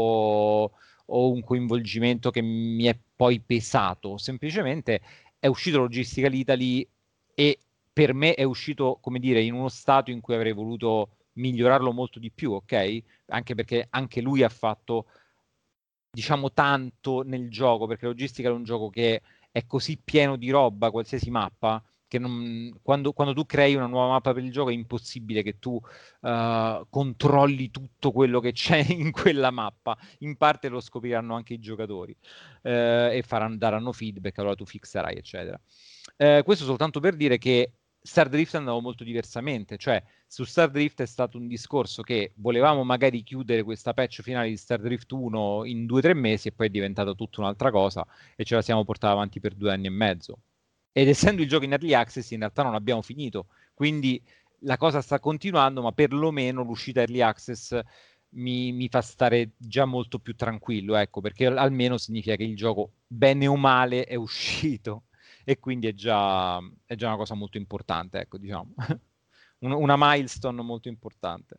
o, o un coinvolgimento che mi è poi pesato, semplicemente è uscito Logistica Italy e per me è uscito, come dire, in uno stato in cui avrei voluto migliorarlo molto di più, ok? Anche perché anche lui ha fatto, diciamo, tanto nel gioco, perché Logistica è un gioco che è così pieno di roba, qualsiasi mappa, che non, quando, quando tu crei una nuova mappa per il gioco è impossibile che tu uh, controlli tutto quello che c'è in quella mappa. In parte lo scopriranno anche i giocatori uh, e faranno, daranno feedback, allora tu fixerai, eccetera. Uh, questo soltanto per dire che Star Drift andava molto diversamente, cioè su Star Drift è stato un discorso che volevamo magari chiudere questa patch finale di Star Drift uno in due o tre mesi e poi è diventata tutta un'altra cosa e ce la siamo portata avanti per due anni e mezzo. Ed essendo il gioco in early access in realtà non abbiamo finito, quindi la cosa sta continuando, ma perlomeno l'uscita early access mi, mi fa stare già molto più tranquillo, ecco, perché almeno significa che il gioco bene o male è uscito e quindi è già, è già una cosa molto importante, ecco, diciamo. Una milestone molto importante.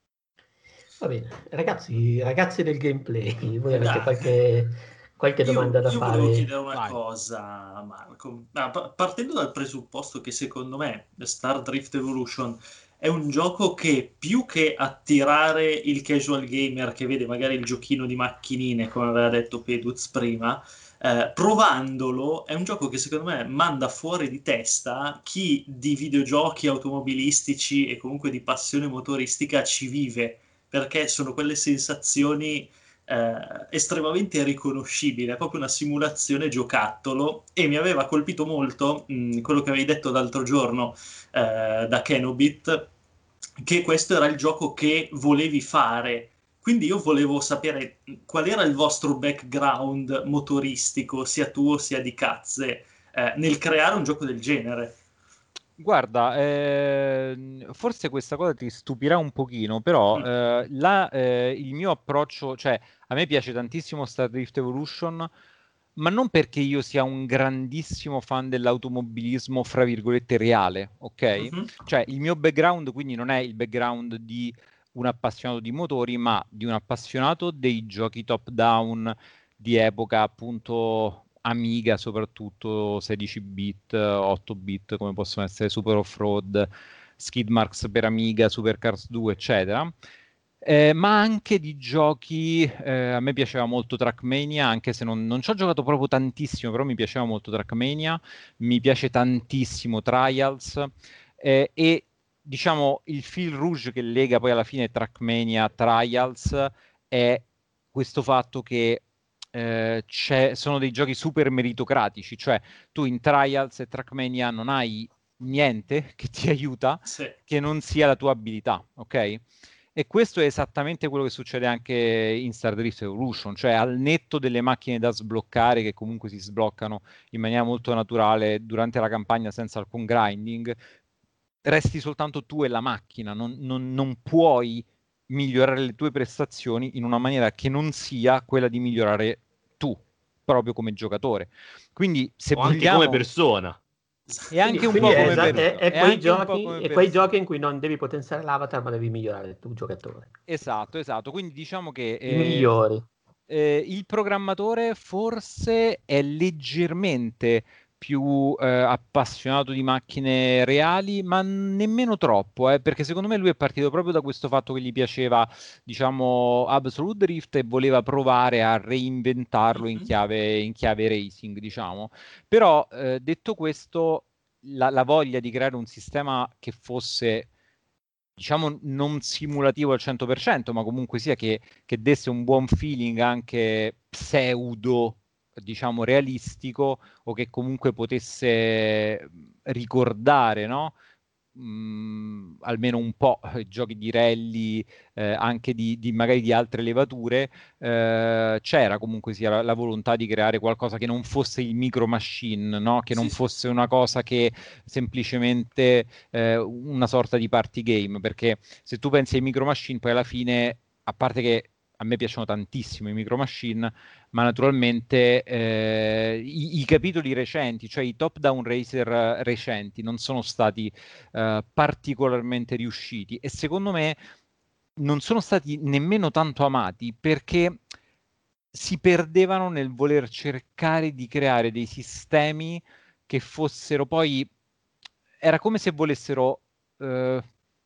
Va bene, ragazzi, ragazzi del gameplay, voi avete qualche, qualche domanda io, da io fare? volevo chiedere una Vai. cosa, Marco. Ah, pa- partendo dal presupposto che secondo me Star Drift Evolution è un gioco che più che attirare il casual gamer che vede magari il giochino di macchinine, come aveva detto Peduz prima, eh, provandolo è un gioco che secondo me manda fuori di testa chi di videogiochi automobilistici e comunque di passione motoristica ci vive, perché sono quelle sensazioni eh, estremamente riconoscibili, è proprio una simulazione giocattolo e mi aveva colpito molto mh, quello che avevi detto l'altro giorno eh, da Kenobit, che questo era il gioco che volevi fare. Quindi io volevo sapere qual era il vostro background motoristico, sia tuo sia di Cazze, eh, nel creare un gioco del genere. Guarda, eh, forse questa cosa ti stupirà un pochino, però Mm. eh, la, eh, il mio approccio, cioè a me piace tantissimo Star Drift Evolution, ma non perché io sia un grandissimo fan dell'automobilismo, fra virgolette, reale, ok? Mm-hmm. Cioè il mio background quindi non è il background di un appassionato di motori, ma di un appassionato dei giochi top-down di epoca, appunto Amiga, soprattutto sedici bit, otto bit, come possono essere Super Off-Road, Skidmarks per Amiga, Supercars due, eccetera. Eh, ma anche di giochi, eh, a me piaceva molto Trackmania, anche se non, non ci ho giocato proprio tantissimo, però mi piaceva molto Trackmania, mi piace tantissimo Trials, eh, e diciamo il fil rouge che lega poi alla fine Trackmania Trials è questo fatto che eh, c'è, sono dei giochi super meritocratici, cioè tu in Trials e Trackmania non hai niente che ti aiuta Sì. che non sia la tua abilità, ok? E questo è esattamente quello che succede anche in Star Drift Evolution, cioè al netto delle macchine da sbloccare che comunque si sbloccano in maniera molto naturale durante la campagna senza alcun grinding, resti soltanto tu e la macchina, non, non, non puoi migliorare le tue prestazioni in una maniera che non sia quella di migliorare tu, proprio come giocatore. Quindi se O anche vogliamo... come persona. È anche Quindi, un po' quindi è, come esa- persona. è- è È quei anche un po' giochi, come è quei persona. giochi in cui non devi potenziare l'avatar, ma devi migliorare tu, giocatore. Esatto, esatto. Quindi diciamo che I eh, migliori. eh, il programmatore forse è leggermente più eh, appassionato di macchine reali, ma nemmeno troppo, eh, perché secondo me lui è partito proprio da questo fatto che gli piaceva, diciamo, Absolute Drift e voleva provare a reinventarlo in Mm-hmm. chiave, in chiave racing, diciamo. Però, eh, detto questo, la, la voglia di creare un sistema che fosse diciamo non simulativo al cento per cento, ma comunque sia che, che desse un buon feeling anche pseudo, diciamo realistico, o che comunque potesse ricordare, no? Mm, almeno un po' eh, giochi di rally, eh, anche di, di magari di altre levature, eh, c'era comunque sia la, la volontà di creare qualcosa che non fosse il Micro Machine, no? Che non Sì, sì. fosse una cosa che semplicemente eh, una sorta di party game, perché se tu pensi ai Micro Machine, poi alla fine, a parte che a me piacciono tantissimo i Micro Machine, ma naturalmente eh, i, i capitoli recenti, cioè i top-down racer recenti, non sono stati eh, particolarmente riusciti, e secondo me non sono stati nemmeno tanto amati perché si perdevano nel voler cercare di creare dei sistemi che fossero poi... Era come se volessero... Eh,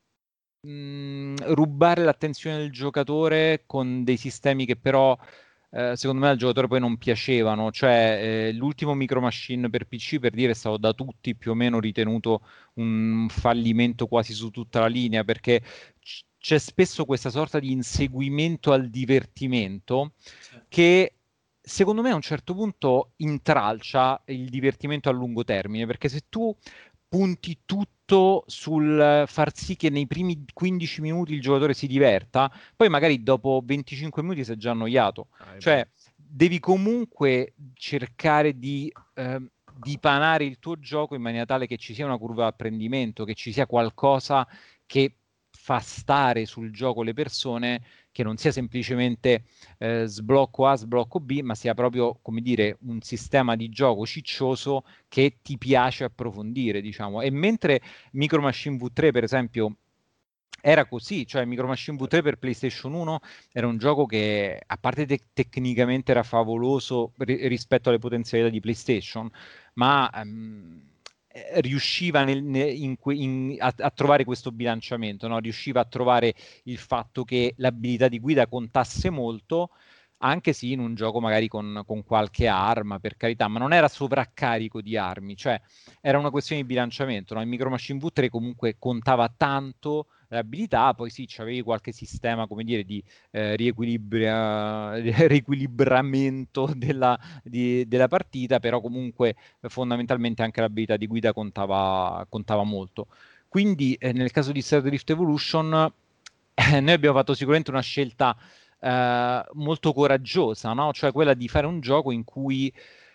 mh, rubare l'attenzione del giocatore con dei sistemi che però eh, secondo me al giocatore poi non piacevano. Cioè eh, l'ultimo Micro Machine per P C, per dire, è stato da tutti più o meno ritenuto un fallimento quasi su tutta la linea, perché c- c'è spesso questa sorta di inseguimento al divertimento Sì. che secondo me a un certo punto intralcia il divertimento a lungo termine, perché se tu punti tutto sul far sì che nei primi quindici minuti il giocatore si diverta, poi magari dopo venticinque minuti si è già annoiato. Ah, è Cioè, vero. devi comunque cercare di ehm, dipanare il tuo gioco in maniera tale che ci sia una curva di apprendimento, che ci sia qualcosa che fa stare sul gioco le persone, che non sia semplicemente eh, sblocco A, sblocco B, ma sia proprio, come dire, un sistema di gioco ciccioso che ti piace approfondire, diciamo. E mentre Micro Machine V tre, per esempio, era così, cioè Micro Machine V tre per PlayStation uno era un gioco che, a parte te- tecnicamente era favoloso ri- rispetto alle potenzialità di PlayStation, ma ehm, eh, riusciva nel- ne- in que- in- a, a trovare questo bilanciamento, no? Riusciva a trovare il fatto che l'abilità di guida contasse molto, anche sì in un gioco magari con, con qualche arma, per carità, ma non era sovraccarico di armi, cioè era una questione di bilanciamento, no? Il Micro Machine V tre comunque contava tanto l'abilità, poi sì, c'avevi qualche sistema, come dire, di eh, riequilibra- riequilibramento della, di- della partita, però comunque eh, fondamentalmente anche l'abilità di guida contava, contava molto. Quindi eh, nel caso di Star Drift Evolution eh, noi abbiamo fatto sicuramente una scelta eh, molto coraggiosa, no? Cioè quella di fare un gioco in cui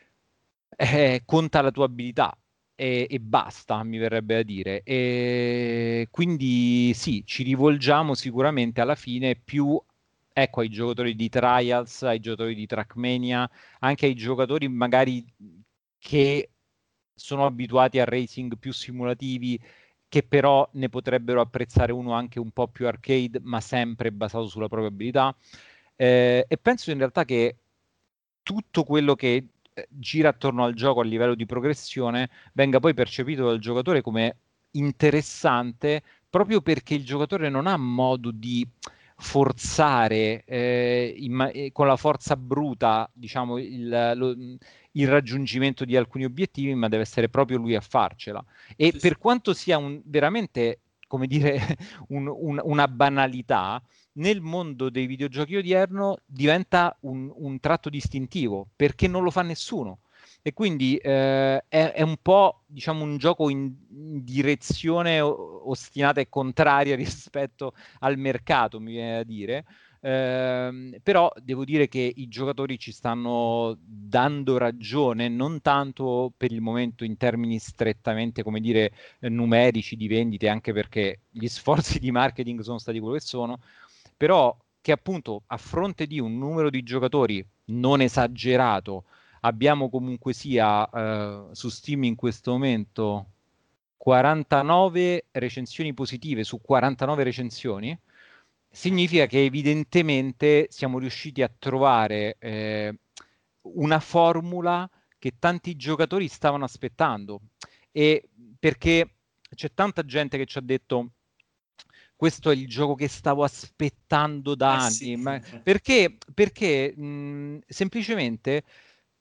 eh, conta la tua abilità e, e basta, mi verrebbe da dire. E quindi sì, ci rivolgiamo sicuramente alla fine più, ecco, ai giocatori di Trials, ai giocatori di Trackmania, anche ai giocatori magari che sono abituati a racing più simulativi, che però ne potrebbero apprezzare uno anche un po' più arcade, ma sempre basato sulla propria abilità. Eh, e penso in realtà che tutto quello che eh, gira attorno al gioco a livello di progressione venga poi percepito dal giocatore come interessante, proprio perché il giocatore non ha modo di forzare eh, in ma- eh, con la forza bruta, diciamo, il, lo- il raggiungimento di alcuni obiettivi, ma deve essere proprio lui a farcela. E Sì, sì. per quanto sia un, veramente, come dire, un- un- una banalità, nel mondo dei videogiochi odierno diventa un, un tratto distintivo perché non lo fa nessuno. E quindi eh, è, è un po', diciamo, un gioco in, in direzione o- ostinata e contraria rispetto al mercato, mi viene da dire. Ehm, però devo dire che i giocatori ci stanno dando ragione, non tanto per il momento in termini strettamente, come dire, eh, numerici di vendite, anche perché gli sforzi di marketing sono stati quello che sono, però che appunto a fronte di un numero di giocatori non esagerato, abbiamo comunque sia eh, su Steam in questo momento quarantanove recensioni positive su quarantanove recensioni, significa che evidentemente siamo riusciti a trovare eh, una formula che tanti giocatori stavano aspettando. E perché c'è tanta gente che ci ha detto questo è il gioco che stavo aspettando Eh da sì. anni, ma perché, perché mh, semplicemente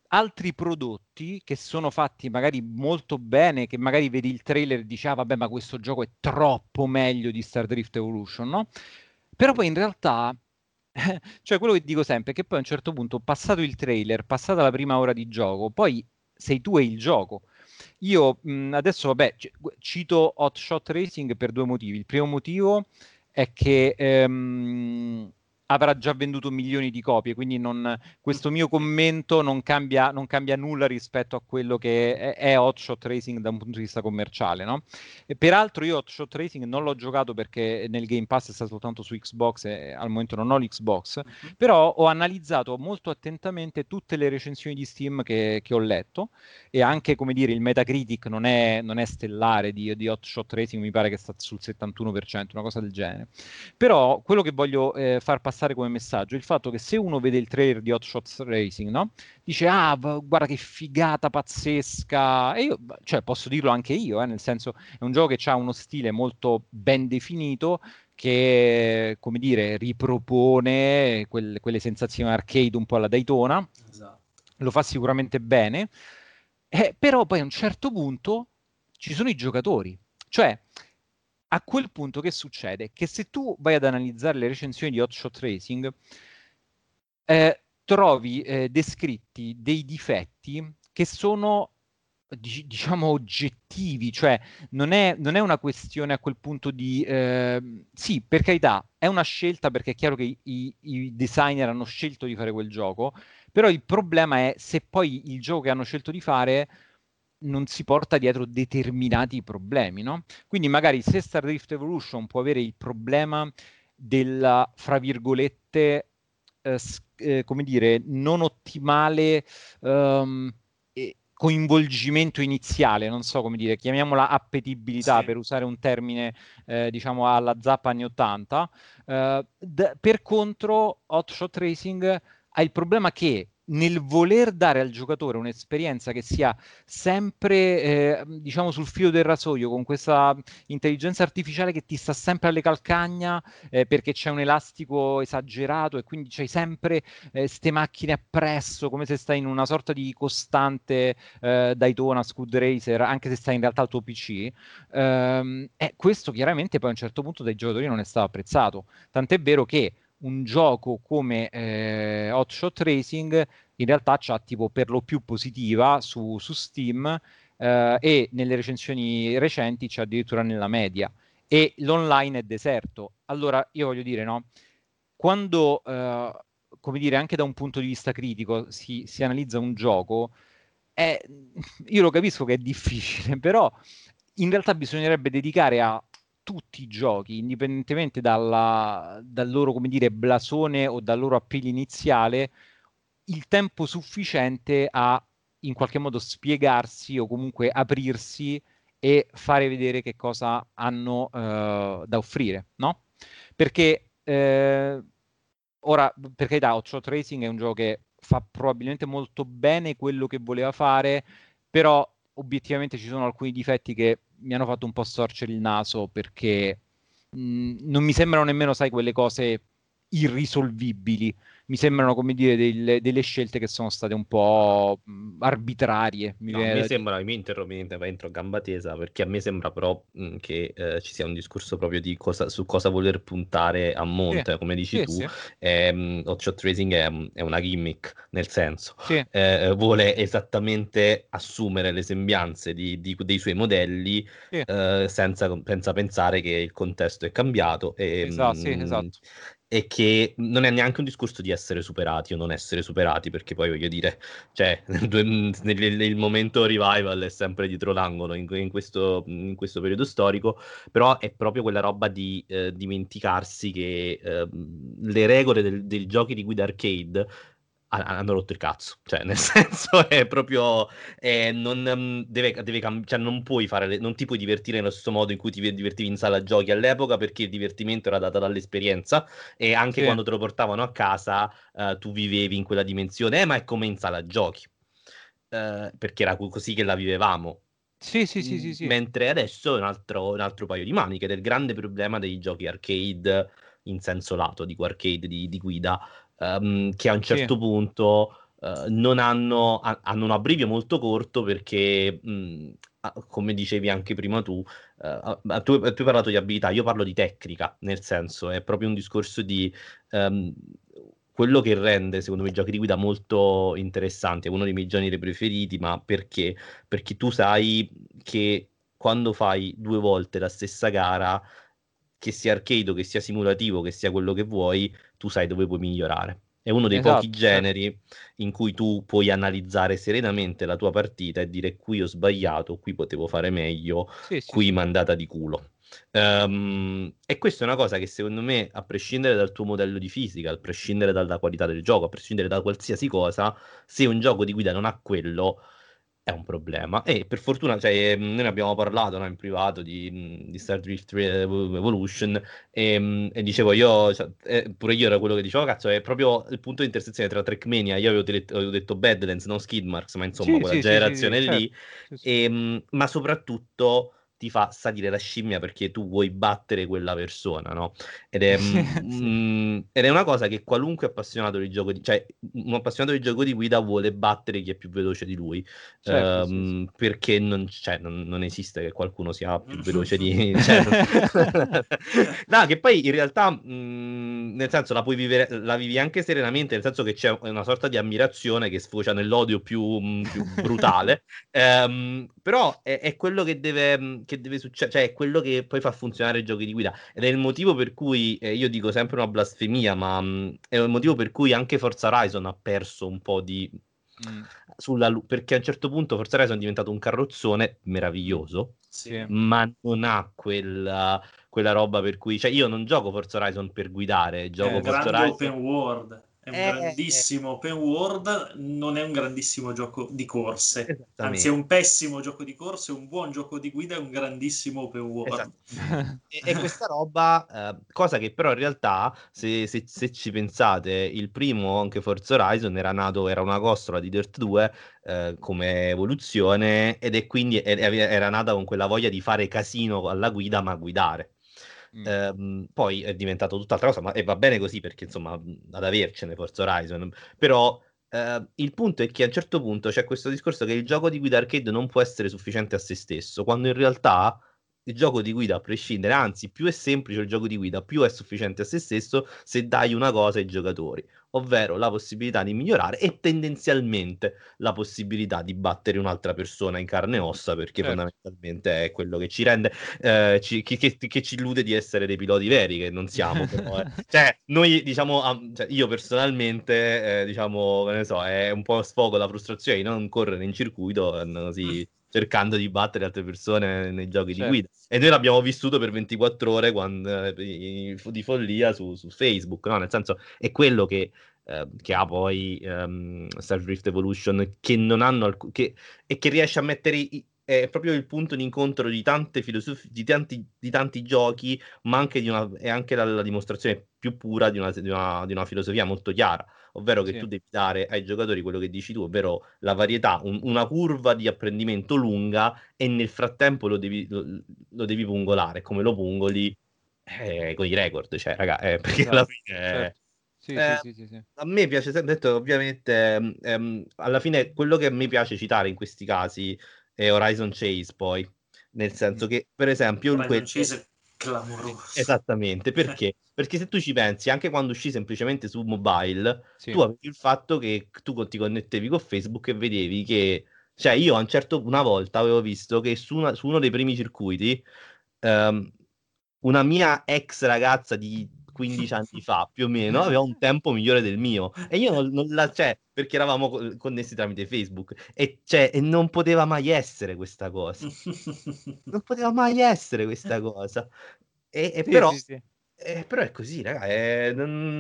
altri prodotti che sono fatti magari molto bene, che magari vedi il trailer e dici ah vabbè ma questo gioco è troppo meglio di Star Drift Evolution, no? Però poi in realtà, cioè quello che dico sempre è che poi a un certo punto, passato il trailer, passata la prima ora di gioco, poi sei tu e il gioco. Io mh, adesso vabbè c- cito Hot Shot Racing per due motivi. Il primo motivo è che ehm, avrà già venduto milioni di copie, quindi non, questo mio commento non cambia, non cambia nulla rispetto a quello che è, è Hot Shot Racing da un punto di vista commerciale, no? E peraltro io Hot Shot Racing non l'ho giocato perché nel Game Pass sta soltanto su Xbox e al momento non ho l'Xbox, uh-huh. Però ho analizzato molto attentamente tutte le recensioni di Steam che, che ho letto, e anche, come dire, il Metacritic non è, non è stellare di, di Hot Shot Racing, mi pare che sta sul settantuno per cento, una cosa del genere. Però quello che voglio eh, far passare come messaggio è il fatto che se uno vede il trailer di Hot Shot Racing, no? Dice ah guarda che figata pazzesca, e io cioè posso dirlo anche io, eh, nel senso è un gioco che ha uno stile molto ben definito, che come dire ripropone quel, quelle sensazioni arcade un po' alla Daytona. Esatto. Lo fa sicuramente bene, eh, però poi a un certo punto ci sono i giocatori, cioè a quel punto che succede? Che se tu vai ad analizzare le recensioni di Hot Shot Racing, eh, trovi eh, descritti dei difetti che sono, dic- diciamo, oggettivi, cioè non è, non è una questione a quel punto di... Eh, sì, per carità, è una scelta perché è chiaro che i, i designer hanno scelto di fare quel gioco, però il problema è se poi il gioco che hanno scelto di fare non si porta dietro determinati problemi, no? Quindi magari se Star Drift Evolution può avere il problema della, fra virgolette, eh, eh, come dire, non ottimale um, eh, coinvolgimento iniziale, non so come dire, chiamiamola appetibilità, sì, per usare un termine, eh, diciamo, alla zappa anni ottanta. Uh, d- per contro, Hot Shot Racing ha il problema che nel voler dare al giocatore un'esperienza che sia sempre, eh, diciamo, sul filo del rasoio, con questa intelligenza artificiale che ti sta sempre alle calcagna, eh, perché c'è un elastico esagerato e quindi c'hai sempre queste eh, macchine appresso, come se stai in una sorta di costante eh, Daytona, Scud Racer, anche se stai in realtà al tuo P C. Ehm, e questo chiaramente poi a un certo punto dai giocatori non è stato apprezzato. Tant'è vero che un gioco come eh, Hot Shot Racing in realtà c'ha tipo per lo più positiva su, su Steam, eh, e nelle recensioni recenti c'è addirittura nella media, e l'online è deserto. Allora io voglio dire, no, quando eh, come dire, anche da un punto di vista critico si, si analizza un gioco, è, io lo capisco che è difficile, però in realtà bisognerebbe dedicare a tutti i giochi, indipendentemente dalla, dal loro, come dire, blasone o dal loro appeal iniziale, il tempo sufficiente a in qualche modo spiegarsi o comunque aprirsi e fare vedere che cosa hanno uh, da offrire, no? Perché eh, ora, per carità, Hot Shot Racing è un gioco che fa probabilmente molto bene quello che voleva fare, però obiettivamente ci sono alcuni difetti che mi hanno fatto un po' storcere il naso, perché mh, non mi sembrano nemmeno, sai, quelle cose irrisolvibili. Mi sembrano, come dire, delle, delle scelte che sono state un po' mh, arbitrarie. Mi no, viene a me da sembra, dire. mi interrompo, entro a gamba tesa, perché a me sembra però mh, che eh, ci sia un discorso proprio di cosa, su cosa voler puntare a monte, sì, come dici sì, tu. sì. Ehm, Hot Shot Racing è, è una gimmick, nel senso, sì. eh, vuole esattamente assumere le sembianze di, di, dei suoi modelli, sì. eh, senza, senza pensare che il contesto è cambiato. E, esatto, sì, mh, esatto. E che non è neanche un discorso di essere superati o non essere superati, perché poi voglio dire, cioè, nel, il momento revival è sempre dietro l'angolo in, in, questo, in questo periodo storico, però è proprio quella roba di eh, dimenticarsi che eh, le regole del, dei giochi di guida arcade hanno rotto il cazzo, cioè nel senso è proprio eh, non deve, deve cam- cioè non puoi fare le, non ti puoi divertire nello stesso modo in cui ti divertivi in sala giochi all'epoca, perché il divertimento era dato dall'esperienza, e anche sì. quando te lo portavano a casa eh, tu vivevi in quella dimensione, eh, ma è come in sala giochi, eh, perché era così che la vivevamo. Sì, sì, sì, sì, sì. Mentre adesso è un altro, un altro paio di maniche, ed è il grande problema dei giochi arcade in senso lato, dico arcade di, di guida, um, che a un certo sì. punto uh, non hanno, ha, hanno un abbrivio molto corto perché, mh, come dicevi anche prima tu, uh, tu, tu hai parlato di abilità, io parlo di tecnica, nel senso è proprio un discorso di... Um, quello che rende, secondo me, i giochi di guida molto interessanti, è uno dei miei generi preferiti, ma perché? Perché tu sai che quando fai due volte la stessa gara, che sia arcade, che sia simulativo, che sia quello che vuoi, tu sai dove puoi migliorare. È uno dei Esatto, pochi generi in cui tu puoi analizzare serenamente la tua partita e dire qui ho sbagliato, qui potevo fare meglio, sì, sì, qui sì. mi è andata di culo. Um, e questa è una cosa che secondo me, a prescindere dal tuo modello di fisica, a prescindere dalla qualità del gioco, a prescindere da qualsiasi cosa, se un gioco di guida non ha quello, è un problema. E per fortuna, cioè, noi ne abbiamo parlato, no, in privato di, di Star Drift tre Evolution e, e dicevo io, cioè, eh, pure io ero quello che dicevo, cazzo, è proprio il punto di intersezione tra Trackmania, io avevo, detto, avevo detto Badlands, non Skidmarks, ma insomma Sì, quella sì, sì, sì, sì, generazione lì, certo. Sì, sì. e, ma soprattutto ti fa salire la scimmia perché tu vuoi battere quella persona, no? Ed è, Sì. mm, ed è una cosa che qualunque appassionato di gioco di... cioè un appassionato di gioco di guida vuole battere chi è più veloce di lui, Certo, sì, sì. ehm, perché non, cioè, non, non esiste che qualcuno sia più veloce di... cioè, no, che poi in realtà, mh, nel senso, la puoi vivere, la vivi anche serenamente, nel senso che c'è una sorta di ammirazione che sfocia nell'odio più, mh, più brutale, ehm, però è, è quello che deve, che deve succedere, cioè è quello che poi fa funzionare i giochi di guida, ed è il motivo per cui, eh, io dico sempre una blasfemia, ma mh, è il motivo per cui anche Forza Horizon ha perso un po' di... Mm, sulla lu- perché a un certo punto Forza Horizon è diventato un carrozzone meraviglioso, Sì. ma non ha quella, quella roba per cui, cioè io non gioco Forza Horizon per guidare, È gioco un Forza grande Horizon open world, è un eh, grandissimo open world, non è un grandissimo gioco di corse, anzi è esattamente, un pessimo gioco di corse, un buon gioco di guida è un grandissimo open world. esattamente. E, e questa roba, eh, cosa che però in realtà, se, se- se ci pensate, il primo, anche Forza Horizon, era nato, era una costola di Dirt due, eh, come evoluzione, ed è quindi e- e- era nata con quella voglia di fare casino alla guida, ma guidare. mm. Ehm, poi è diventato tutt'altra cosa, ma e va bene così perché insomma ad avercene Forza Horizon, però eh, il punto è che a un certo punto c'è questo discorso che il gioco di guida arcade non può essere sufficiente a se stesso, quando in realtà il gioco di guida, a prescindere, anzi, più è semplice il gioco di guida, più è sufficiente a se stesso se dai una cosa ai giocatori, ovvero la possibilità di migliorare e tendenzialmente la possibilità di battere un'altra persona in carne e ossa, perché Certo. fondamentalmente è quello che ci rende, eh, ci- che, che- che ci illude di essere dei piloti veri, che non siamo, però, eh. Cioè, noi, diciamo, am- cioè, io personalmente, eh, diciamo, che ne so, è un po' sfogo la frustrazione di non correre in circuito, eh, così cercando di battere altre persone nei giochi di Certo. guida. E noi l'abbiamo vissuto per ventiquattro ore quando, eh, di follia su, su Facebook, no? Nel senso, è quello che, eh, che ha poi um, Star Drift Evolution, che non hanno alc- che, e che riesce a mettere... I, è proprio il punto di incontro di tante filosofie, di tanti, di tanti giochi, ma anche di una, è anche la, la dimostrazione più pura di una, di una, di una filosofia molto chiara, ovvero che Sì. tu devi dare ai giocatori quello che dici tu, ovvero la varietà, un- una curva di apprendimento lunga, e nel frattempo lo devi, lo, lo devi pungolare. Come lo pungoli? Eh, con i record, cioè, raga, eh, perché alla Esatto, fine... certo. Sì, eh, sì, sì, sì, sì. a me piace sempre, detto, ovviamente, ehm, ehm, alla fine quello che a me piace citare in questi casi è Horizon Chase, poi, nel senso Mm, che, per esempio, in Horizon quello... Chase è sì, clamoroso. Esattamente, perché? Perché se tu ci pensi, anche quando uscì semplicemente su mobile, sì. tu avevi il fatto che tu ti connettevi con Facebook e vedevi che, cioè io a un certo una volta avevo visto che su, una- su uno dei primi circuiti, ehm, una mia ex ragazza di quindici anni fa, più o meno, aveva un tempo migliore del mio, e io non, non la, cioè, perché eravamo co- connessi tramite Facebook, e, cioè, e non poteva mai essere questa cosa. Non poteva mai essere questa cosa. E, e Sì, però, sì, sì. eh, però è così, raga. È-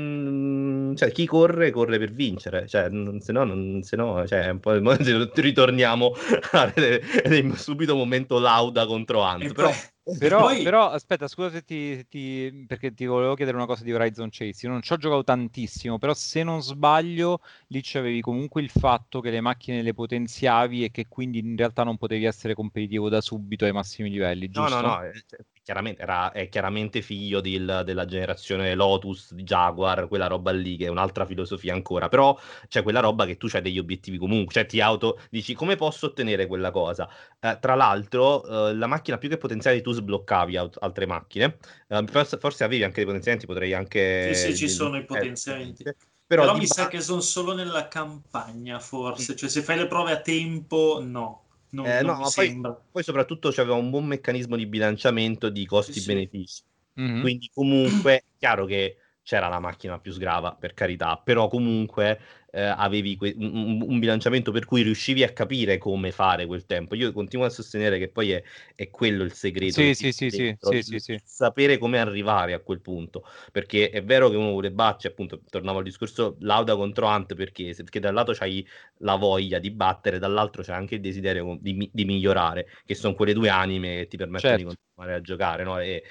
non- cioè, chi corre, corre per vincere. Cioè, non- se no, non- se no, cioè, un po' ritorniamo a- nel subito momento Lauda contro E Hunt. poi, Però, e Però, poi però, aspetta, scusa se ti, se ti- perché ti volevo chiedere una cosa di Horizon Chase. Io non ci ho giocato tantissimo, però se non sbaglio, lì c'avevi comunque il fatto che le macchine le potenziavi e che quindi in realtà non potevi essere competitivo da subito ai massimi livelli, no, no, giusto? no, è, cioè, chiaramente era, è chiaramente figlio del- della generazione Lotus, di Jaguar, quella roba lì che è un'altra filosofia ancora, però c'è quella roba che tu c'hai degli obiettivi comunque, cioè ti auto, dici come posso ottenere quella cosa? Eh, tra l'altro, eh, la macchina più che potenziale tu sbloccavi aut- altre macchine, eh, forse, forse avevi anche dei potenziamenti, potrei Sì, sì, anche... ci di- di- sono i eh, potenziamenti. però Però di mi sa base... che sono solo nella campagna, forse. Cioè, se fai le prove a tempo, no, non, Eh, non no, mi ma poi, sembra. poi soprattutto c'aveva un buon meccanismo di bilanciamento di Sì, sì. costi-benefici. Mhm. Quindi comunque è chiaro che c'era la macchina più sgrava, per carità, però comunque eh, avevi que- un, un- un bilanciamento per cui riuscivi a capire come fare quel tempo. Io continuo a sostenere che poi è, è quello il segreto che Sì, ti sì, sta sì, sì, dentro, sì, il, sì, sì. il sapere come arrivare a quel punto. Perché è vero che uno vuole battere, appunto, tornavo al discorso Lauda contro Hunt, perché, se- perché da un lato c'hai la voglia di battere, dall'altro c'è anche il desiderio di, mi- di migliorare, che sono quelle due anime che ti permettono di Certo. continuare a giocare, no? E,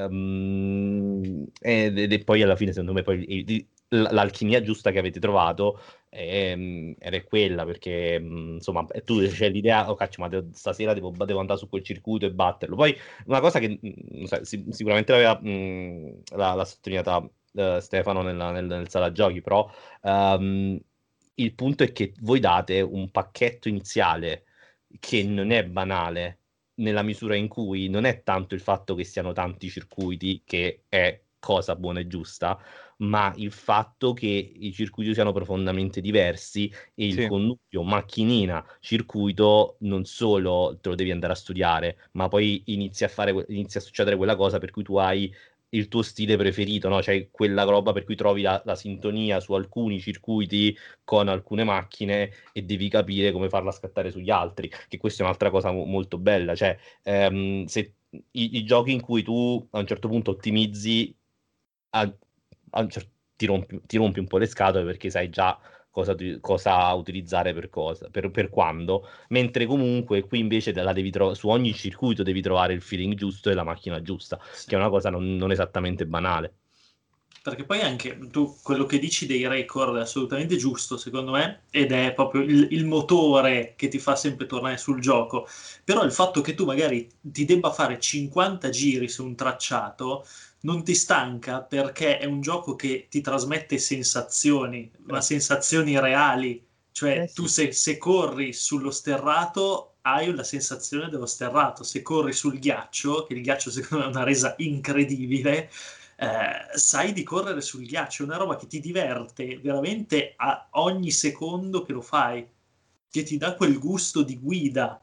ehm, ed, ed e poi alla fine, secondo me, poi il- il- l'alchimia giusta che avete trovato è, ed è quella, perché mh, insomma, tu c'è l'idea, oh cacchio, ma devo- stasera devo, devo andare su quel circuito e batterlo. Poi una cosa che mh, sai, si- sicuramente l'aveva, mh, l'ha, l'ha sottolineata eh, Stefano nella, nel, nel sala giochi, però ehm, il punto è che voi date un pacchetto iniziale che non è banale, nella misura in cui non è tanto il fatto che siano tanti circuiti, che è cosa buona e giusta, ma il fatto che i circuiti siano profondamente diversi e il Sì. connubio macchinina circuito non solo te lo devi andare a studiare, ma poi inizi a fare, que- inizia a succedere quella cosa per cui tu hai il tuo stile preferito, no? Cioè quella roba per cui trovi la, la sintonia su alcuni circuiti con alcune macchine e devi capire come farla scattare sugli altri, che questa è un'altra cosa mo- molto bella, cioè ehm, se i, i giochi in cui tu a un certo punto ottimizzi a- a un cer- ti rompi, ti rompi un po' le scatole perché sai già cosa, ti- cosa utilizzare per cosa, per, per quando, mentre comunque qui invece te la devi trovare su ogni circuito devi trovare il feeling giusto e la macchina giusta, Sì. che è una cosa non, non esattamente banale. Perché poi anche tu quello che dici dei record è assolutamente giusto, secondo me, ed è proprio il, il motore che ti fa sempre tornare sul gioco. Però il fatto che tu magari ti debba fare cinquanta giri su un tracciato non ti stanca, perché è un gioco che ti trasmette sensazioni, ma sensazioni reali. Eh Cioè, tu sì. se, se corri sullo sterrato hai la sensazione dello sterrato, se corri sul ghiaccio, che il ghiaccio secondo me è una resa incredibile, eh, sai di correre sul ghiaccio, è una roba che ti diverte veramente a ogni secondo che lo fai, che ti dà quel gusto di guida.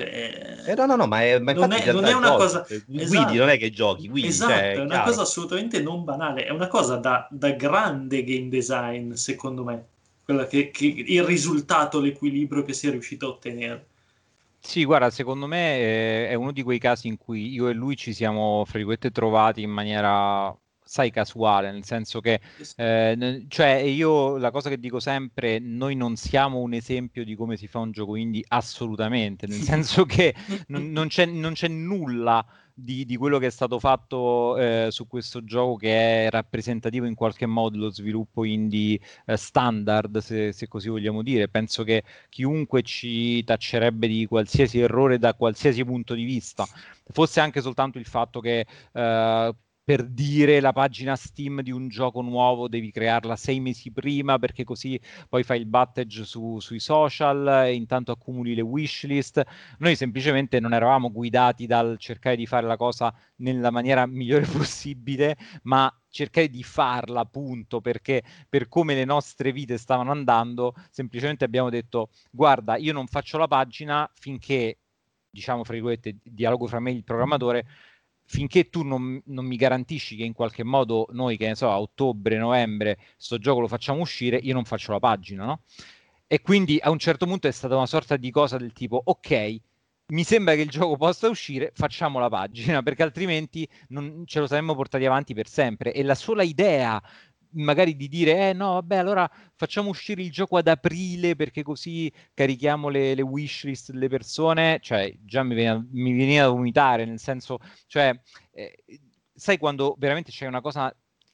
Eh, Eh, no, no, no, ma, è- ma non infatti è, già, non è già una giochi, cosa, eh, guidi, non esatto, è che giochi, guidi, cioè, esatto, è è una cosa chiaro. assolutamente non banale, è una cosa da, da grande game design, secondo me, quella che, che il risultato, l'equilibrio che si è riuscito a ottenere. Sì, guarda, secondo me eh, è uno di quei casi in cui io e lui ci siamo, fra virgolette, trovati in maniera, sai, casuale, nel senso che, Sì, sì. eh, n- cioè, io la cosa che dico sempre, noi non siamo un esempio di come si fa un gioco indie, assolutamente, nel senso che non, non c'è non c'è nulla di, di quello che è stato fatto eh, su questo gioco che è rappresentativo in qualche modo dello sviluppo indie eh, standard, se, se così vogliamo dire. Penso che chiunque ci taccerebbe di qualsiasi errore da qualsiasi punto di vista, fosse anche soltanto il fatto che eh, per dire la pagina Steam di un gioco nuovo devi crearla sei mesi prima perché così poi fai il battage su, sui social e intanto accumuli le wishlist. Noi semplicemente non eravamo guidati dal cercare di fare la cosa nella maniera migliore possibile, ma cercare di farla, appunto, perché per come le nostre vite stavano andando, semplicemente abbiamo detto: guarda, io non faccio la pagina finché, diciamo, fra virgolette, dialogo fra me e il programmatore, finché tu non, non mi garantisci che in qualche modo noi, che ne so, a ottobre, novembre, sto gioco lo facciamo uscire, io non faccio la pagina, no? E quindi a un certo punto è stata una sorta di cosa del tipo: ok, mi sembra che il gioco possa uscire, facciamo la pagina, perché altrimenti non ce lo saremmo portati avanti per sempre. E la sola idea magari di dire, eh no, vabbè, allora facciamo uscire il gioco ad aprile perché così carichiamo le, le wishlist delle persone, cioè già mi veniva, mi veniva da vomitare, nel senso, cioè, eh, sai quando veramente c'è una cosa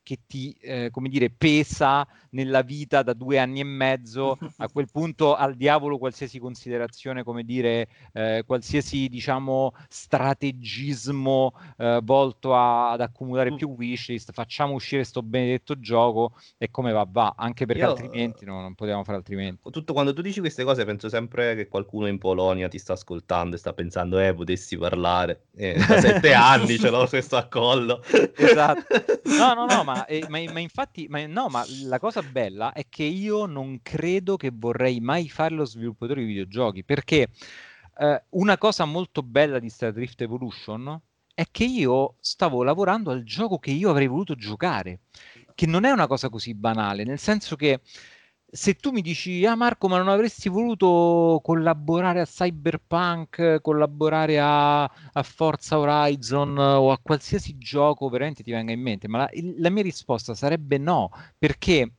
che ti, eh, come dire, pesa nella vita da due anni e mezzo, a quel punto al diavolo qualsiasi considerazione, come dire, eh, qualsiasi, diciamo, strategismo eh, volto a, ad accumulare più wishlist, facciamo uscire sto benedetto gioco e come va va, anche perché Io, altrimenti no, non potevamo fare altrimenti. Tutto quando tu dici queste cose penso sempre che qualcuno in Polonia ti sta ascoltando e sta pensando eh potessi parlare, eh, da sette anni ce l'ho questo a collo. Esatto. No, no, no, ma, eh, ma, ma infatti, ma, no, ma la cosa bella è che io non credo che vorrei mai fare lo sviluppatore di videogiochi, perché eh, una cosa molto bella di Star Drift Evolution è che io stavo lavorando al gioco che io avrei voluto giocare, che non è una cosa così banale, nel senso che se tu mi dici, ah Marco, ma non avresti voluto collaborare a Cyberpunk, collaborare a, a Forza Horizon o a qualsiasi gioco veramente ti venga in mente, ma la, il- la mia risposta sarebbe no, perché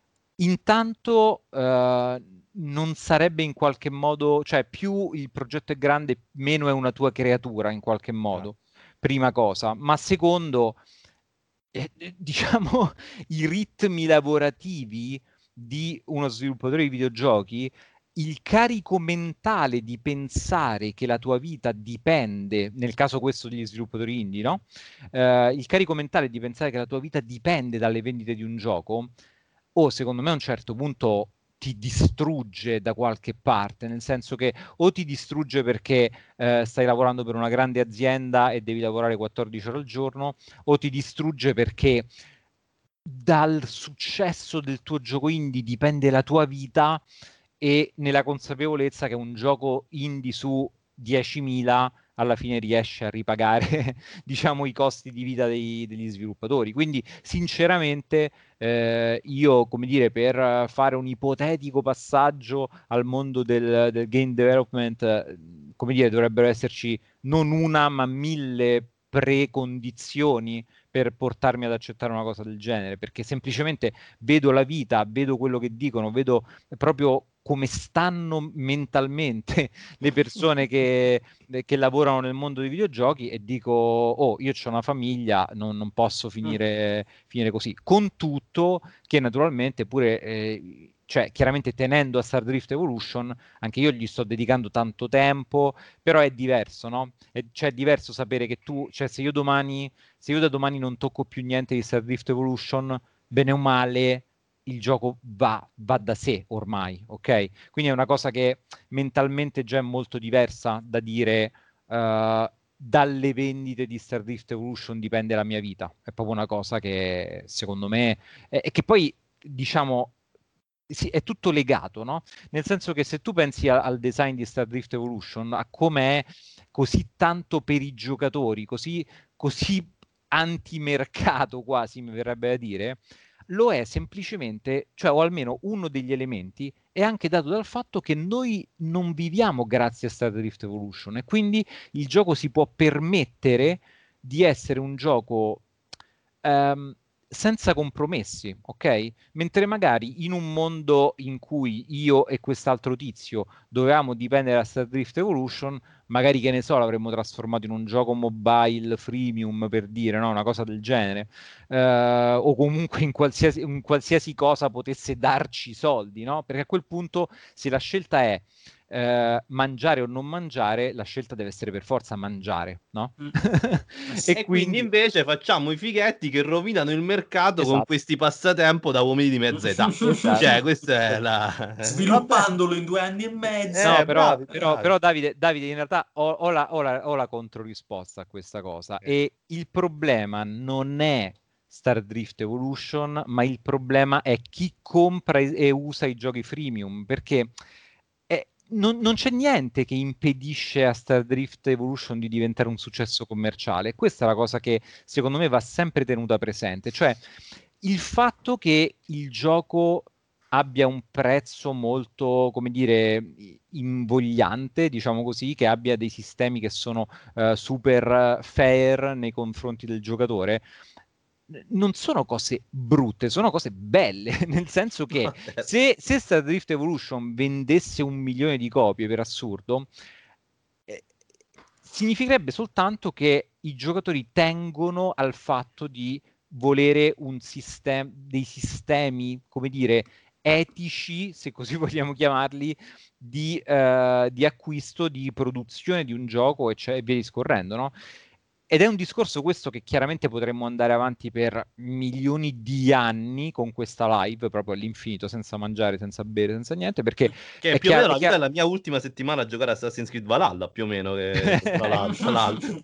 intanto eh, non sarebbe in qualche modo, cioè più il progetto è grande, meno è una tua creatura in qualche modo, prima cosa, ma secondo, eh, eh, diciamo, i ritmi lavorativi di uno sviluppatore di videogiochi, il carico mentale di pensare che la tua vita dipende, nel caso questo degli sviluppatori indie, no? Eh, il carico mentale di pensare che la tua vita dipende dalle vendite di un gioco, o secondo me a un certo punto ti distrugge da qualche parte, nel senso che o ti distrugge perché eh, stai lavorando per una grande azienda e devi lavorare quattordici ore al giorno, o ti distrugge perché dal successo del tuo gioco indie dipende la tua vita e nella consapevolezza che un gioco indie su diecimila alla fine riesce a ripagare diciamo i costi di vita dei, degli sviluppatori. Quindi sinceramente eh, io, come dire, per fare un ipotetico passaggio al mondo del, del game development, eh, come dire, dovrebbero esserci non una ma mille precondizioni per portarmi ad accettare una cosa del genere, perché semplicemente vedo la vita, vedo quello che dicono, vedo proprio come stanno mentalmente le persone che, che lavorano nel mondo dei videogiochi e dico, oh, io ho una famiglia, non, non posso finire, finire così. Con tutto che naturalmente pure... Eh, cioè, chiaramente tenendo a Star Drift Evolution, anche io gli sto dedicando tanto tempo, però è diverso, no? È, cioè, è diverso sapere che tu, cioè, se io domani, se io da domani non tocco più niente di Star Drift Evolution, bene o male, il gioco va, va da sé ormai, ok? Quindi è una cosa che mentalmente già è molto diversa da dire uh, dalle vendite di Star Drift Evolution dipende la mia vita. È proprio una cosa che secondo me... E che poi, diciamo... Sì, è tutto legato, no? Nel senso che se tu pensi a, al design di Star Drift Evolution, a come è così tanto per i giocatori, così, così antimercato quasi, mi verrebbe da dire, lo è semplicemente, cioè, o almeno uno degli elementi è anche dato dal fatto che noi non viviamo grazie a Star Drift Evolution e quindi il gioco si può permettere di essere un gioco ehm, senza compromessi, ok? Mentre magari in un mondo in cui io e quest'altro tizio dovevamo dipendere da Star Drift Evolution, magari che ne so, l'avremmo trasformato in un gioco mobile freemium per dire, no? Una cosa del genere, eh, o comunque in qualsiasi, in qualsiasi cosa potesse darci soldi, no? Perché a quel punto, se la scelta è eh, mangiare o non mangiare, la scelta deve essere per forza mangiare, no? Mm. e, E quindi quindi invece facciamo i fighetti che rovinano il mercato con Esatto. questi passatempo da uomini di mezza età. Esatto. Cioè, questa è la... Sviluppandolo in due anni e mezzo. No, Eh, però, bravi, però, bravi. però Davide, Davide, in realtà ho, ho la, ho la- ho la controrisposta a questa cosa. Eh. E il problema non è Star Drift Evolution, ma il problema è chi compra e, e usa i giochi freemium, perché eh, non, non c'è niente che impedisce a Star Drift Evolution di diventare un successo commerciale. Questa è la cosa che secondo me va sempre tenuta presente, cioè il fatto che il gioco abbia un prezzo molto, come dire, invogliante, diciamo così, che abbia dei sistemi che sono eh, super fair nei confronti del giocatore, non sono cose brutte, sono cose belle, nel senso che se, se Star Drift Evolution vendesse un milione di copie, per assurdo, eh, significherebbe soltanto che i giocatori tengono al fatto di volere un sistema, dei sistemi, come dire, etici, se così vogliamo chiamarli, di, eh, di acquisto, di produzione di un gioco e, cioè, e via discorrendo, no? Ed è un discorso questo che chiaramente potremmo andare avanti per milioni di anni con questa live, proprio all'infinito, senza mangiare, senza bere, senza niente, perché che è, è più o meno chiaro, la è vita chiaro... della mia ultima settimana a giocare a Assassin's Creed Valhalla, più o meno, che tra l'altro. Tra l'altro.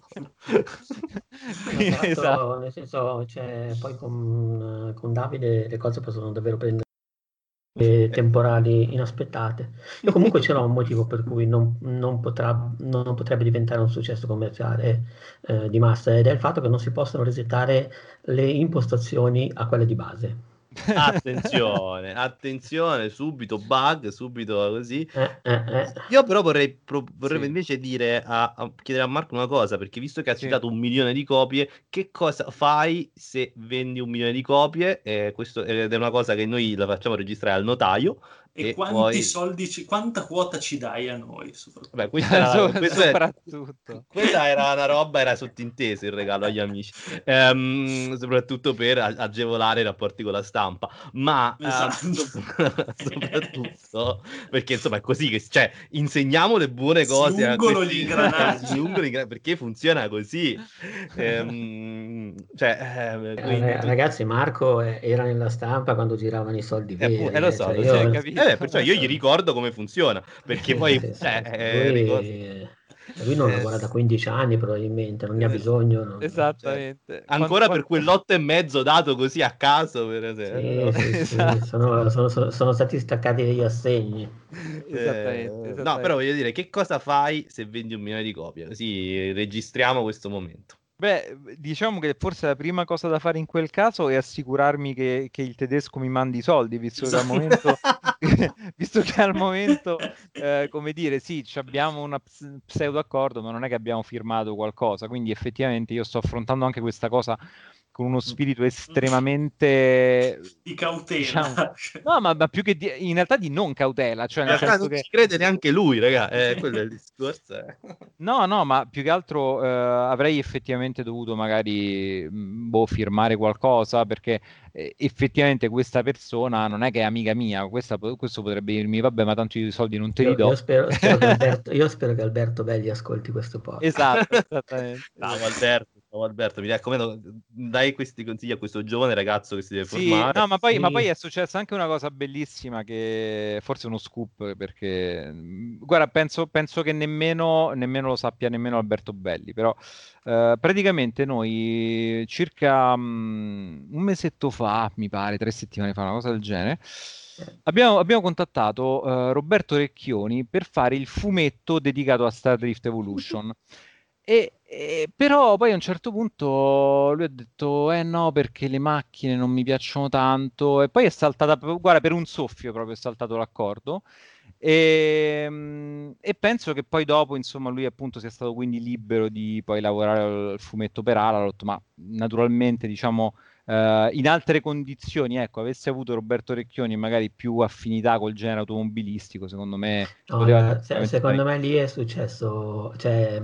No, tra l'altro, Esatto. nel senso, cioè, poi con, con Davide le cose possono davvero prendere eh, temporali inaspettate. Io comunque ce l'ho un motivo per cui non, non potrà, non potrebbe diventare un successo commerciale eh, di massa, ed è il fatto che non si possono resettare le impostazioni a quelle di base. Attenzione, attenzione, subito bug, subito così. Eh, eh, eh. Io però vorrei, pro- vorrei Sì. invece dire a, a- chiedere a Marco una cosa, perché visto che ha Sì. citato un milione di copie, che cosa fai se vendi un milione di copie? Eh, questo, ed è una cosa che noi la facciamo registrare al notaio. E E quanti poi... soldi, ci, quanta quota ci dai a noi? Vabbè, questa era, So- questo è- soprattutto. questa era una roba, era sottinteso il regalo agli amici, Ehm, soprattutto per a- agevolare i rapporti con la stampa, ma ehm, Esatto. sop- soprattutto perché insomma è così che, cioè, insegniamo le buone Si cose a ungono questi- gli ingranaggi. si ungono gli ingranaggi, perché funziona così. Ehm, cioè, eh, quindi Eh, tu- Ragazzi, Marco eh, era nella stampa quando giravano i soldi eh, veri. pu- eh, lo so, cioè lo io- so. Cioè, Eh, capito? beh, perciò io gli ricordo come funziona, perché poi Sì, sì, cioè, sì. eh, ricordo- Lui, lui non eh, lavora da quindici anni probabilmente, non ne ha eh, bisogno. non- Esattamente. ancora Quando- per quell'otto e mezzo dato così a caso, per Sì, esempio. sì, sì, Esatto. sono, sono- sono- sono stati staccati degli assegni. Esattamente, Eh, no, esattamente. però voglio dire, che cosa fai se vendi un milione di copie? Così registriamo questo momento. Beh, diciamo che forse la prima cosa da fare in quel caso è assicurarmi che, che il tedesco mi mandi i soldi, visto che al momento, visto che al momento eh, come dire, sì, ci abbiamo una ps- pseudo accordo, ma non è che abbiamo firmato qualcosa, quindi effettivamente io sto affrontando anche questa cosa con uno spirito estremamente, Di cautela. diciamo, no, ma, ma più che di, in realtà di non cautela, cioè In nel realtà senso non che ci crede neanche lui, raga. Eh, quello è il discorso. eh. no, no, ma più che altro eh, avrei effettivamente dovuto magari mh, boh, firmare qualcosa perché eh, effettivamente questa persona non è che è amica mia, questa po- questo potrebbe dirmi vabbè, ma tanto io i soldi non te li Io, do. io spero, spero che Alberto, io spero che Alberto Belli ascolti questo podcast. Esatto, esattamente. Ciao Alberto, ciao Alberto, mi raccomando, dai questi consigli a questo giovane ragazzo che si deve Sì, formare. no, ma poi, ma Sì. poi è successa anche una cosa bellissima che forse è uno scoop perché mh, guarda, penso, penso che nemmeno, nemmeno lo sappia nemmeno Alberto Belli, però eh, praticamente noi circa mh, un mesetto fa, mi pare, tre settimane fa, una cosa del genere, abbiamo, abbiamo contattato eh, Roberto Recchioni per fare il fumetto dedicato a Star Drift Evolution. E, e- però poi a un certo punto lui ha detto eh no perché le macchine non mi piacciono tanto e poi è saltata proprio- guarda per un soffio proprio è saltato l'accordo e, mm, e penso che poi dopo insomma lui appunto sia stato quindi libero di poi lavorare al al fumetto per Alalot, ma naturalmente diciamo eh, in altre condizioni, ecco, avesse avuto Roberto Recchioni magari più affinità col genere automobilistico, secondo me No, poteva allora, se- tranquillamente fare. secondo me lì è successo, cioè,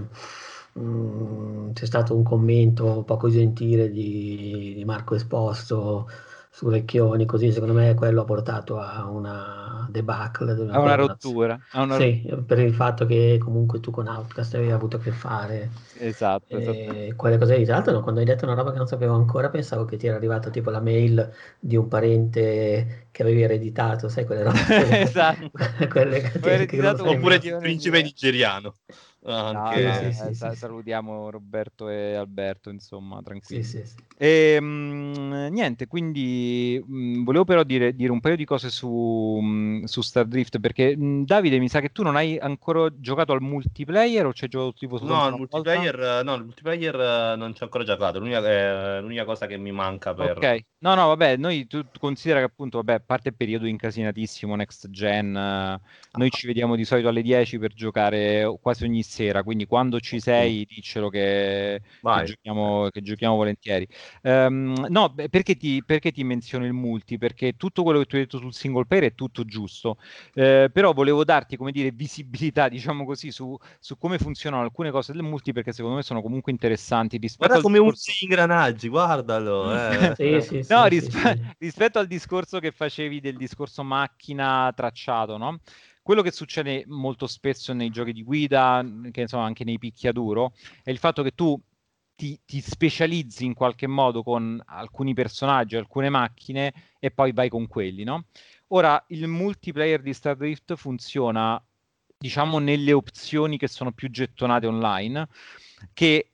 mh, c'è stato un commento poco gentile di, di Marco Esposto su Recchioni, così secondo me quello ha portato a una debacle, di una Ha una collaborazione. rottura, ha una Sì, per il fatto che comunque tu con Outcast avevi avuto a che fare, Esatto, esatto. e quelle cose lì. Tra l'altro, no, quando hai detto una roba che non sapevo ancora, pensavo che ti era arrivata tipo la mail di un parente che avevi ereditato, sai, quelle robe, quelle, Esatto. quelle che, Ho ti- che non ereditato sai un Oppure mai. il milione principe di- nigeriano. No, Anche... no, Sì, sì, eh, sì, sa- sì. salutiamo Roberto e Alberto, insomma, Sì, tranquilli. sì, sì. E, mh, niente, quindi mh, volevo però dire, dire un paio di cose su, mh, su Star Drift, perché mh, Davide, mi sa che tu non hai ancora giocato al multiplayer o ci hai giocato tipo soltanto No, il una volta? multiplayer, no, il multiplayer eh, non ci ho ancora giocato. L'unica, è l'unica cosa che mi manca per... Ok, no, no, vabbè, noi tu, tu considera che appunto, vabbè, a parte il periodo incasinatissimo next gen, eh, noi ci vediamo di solito alle dieci per giocare quasi ogni sera, quindi quando ci sei diccelo che, che Vai. giochiamo, che giochiamo volentieri. Ehm, no, beh, perché ti, perché ti menziono il multi? Perché tutto quello che tu hai detto sul single player è tutto giusto. giusto. Eh, però volevo darti, come dire, visibilità, diciamo così, su, su come funzionano alcune cose del multi, perché secondo me sono comunque interessanti rispetto Guarda al come discorso... usi gli ingranaggi, guardalo. Eh. Sì, sì, sì, No, sì, rispe- sì. rispetto al discorso che facevi del discorso macchina tracciato, no? Quello che succede molto spesso nei giochi di guida, che insomma anche nei picchiaduro, è il fatto che tu ti, ti specializzi in qualche modo con alcuni personaggi, alcune macchine e poi vai con quelli, no? Ora, il multiplayer di Star Drift funziona, diciamo, nelle opzioni che sono più gettonate online, che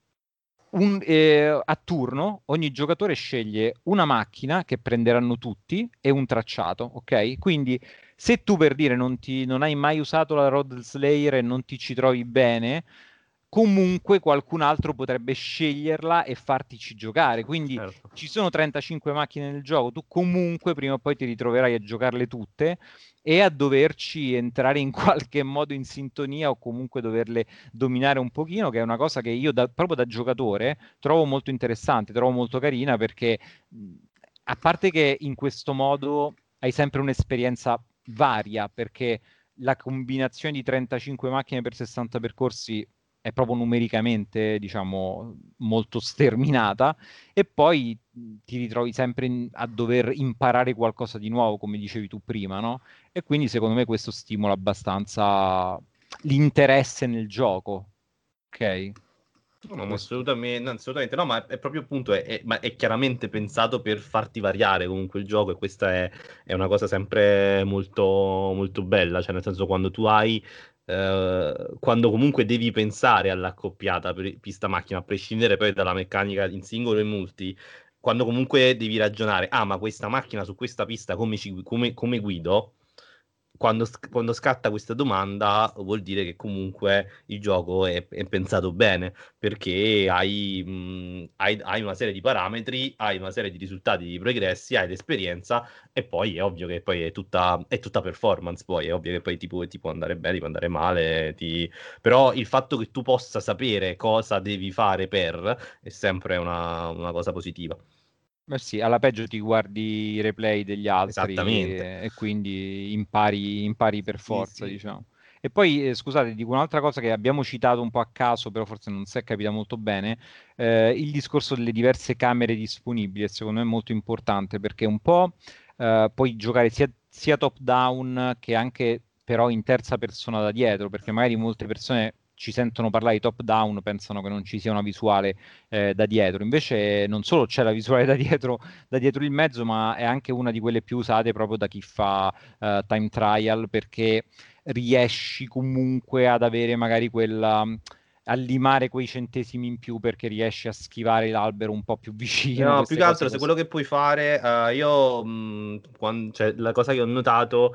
un, eh, a turno ogni giocatore sceglie una macchina che prenderanno tutti e un tracciato, ok? Quindi se tu per dire non, ti, non hai mai usato la Road Slayer e non ti ci trovi bene, comunque qualcun altro potrebbe sceglierla e fartici giocare. Quindi Certo. ci sono trentacinque macchine nel gioco, tu comunque prima o poi ti ritroverai a giocarle tutte e a doverci entrare in qualche modo in sintonia o comunque doverle dominare un pochino, che è una cosa che io da, proprio da giocatore trovo molto interessante, trovo molto carina, perché a parte che in questo modo hai sempre un'esperienza varia, perché la combinazione di trentacinque macchine per sessanta percorsi è proprio numericamente, diciamo, molto sterminata, e poi ti ritrovi sempre in, a dover imparare qualcosa di nuovo, come dicevi tu prima, no? E quindi secondo me questo stimola abbastanza l'interesse nel gioco, ok? No, no, ma assolutamente, no, assolutamente no, ma è proprio appunto, è, è, ma è chiaramente pensato per farti variare comunque il gioco, e questa è, è una cosa sempre molto, molto bella, cioè nel senso quando tu hai, eh, quando comunque devi pensare all'accoppiata per pista macchina, a prescindere poi dalla meccanica in singolo e multi, quando comunque devi ragionare, ah ma questa macchina su questa pista come, ci, come, come guido? Quando, quando scatta questa domanda vuol dire che comunque il gioco è, è pensato bene, perché hai, mh, hai, hai una serie di parametri, hai una serie di risultati di progressi, hai l'esperienza, e poi è ovvio che poi è tutta, è tutta performance, poi è ovvio che poi ti può, ti può andare bene, ti può andare male, ti... però il fatto che tu possa sapere cosa devi fare per è sempre una, una cosa positiva. Beh sì, alla peggio ti guardi i replay degli altri Esattamente. e, e quindi impari, impari per Sì, forza, sì. diciamo. E poi, eh, scusate, dico un'altra cosa che abbiamo citato un po' a caso, però forse non si è capita molto bene, eh, il discorso delle diverse camere disponibili, e secondo me è molto importante, perché un po' eh, puoi giocare sia, sia top-down che anche però in terza persona da dietro, perché magari molte persone ci sentono parlare di top-down, pensano che non ci sia una visuale eh, da dietro. Invece non solo c'è la visuale da dietro, da dietro il mezzo, ma è anche una di quelle più usate proprio da chi fa uh, time trial, perché riesci comunque ad avere magari quella, a limare quei centesimi in più, perché riesci a schivare l'albero un po' più vicino. No, più Queste che cose altro, se così. quello che puoi fare, eh, io, mh, quan- cioè, la cosa che ho notato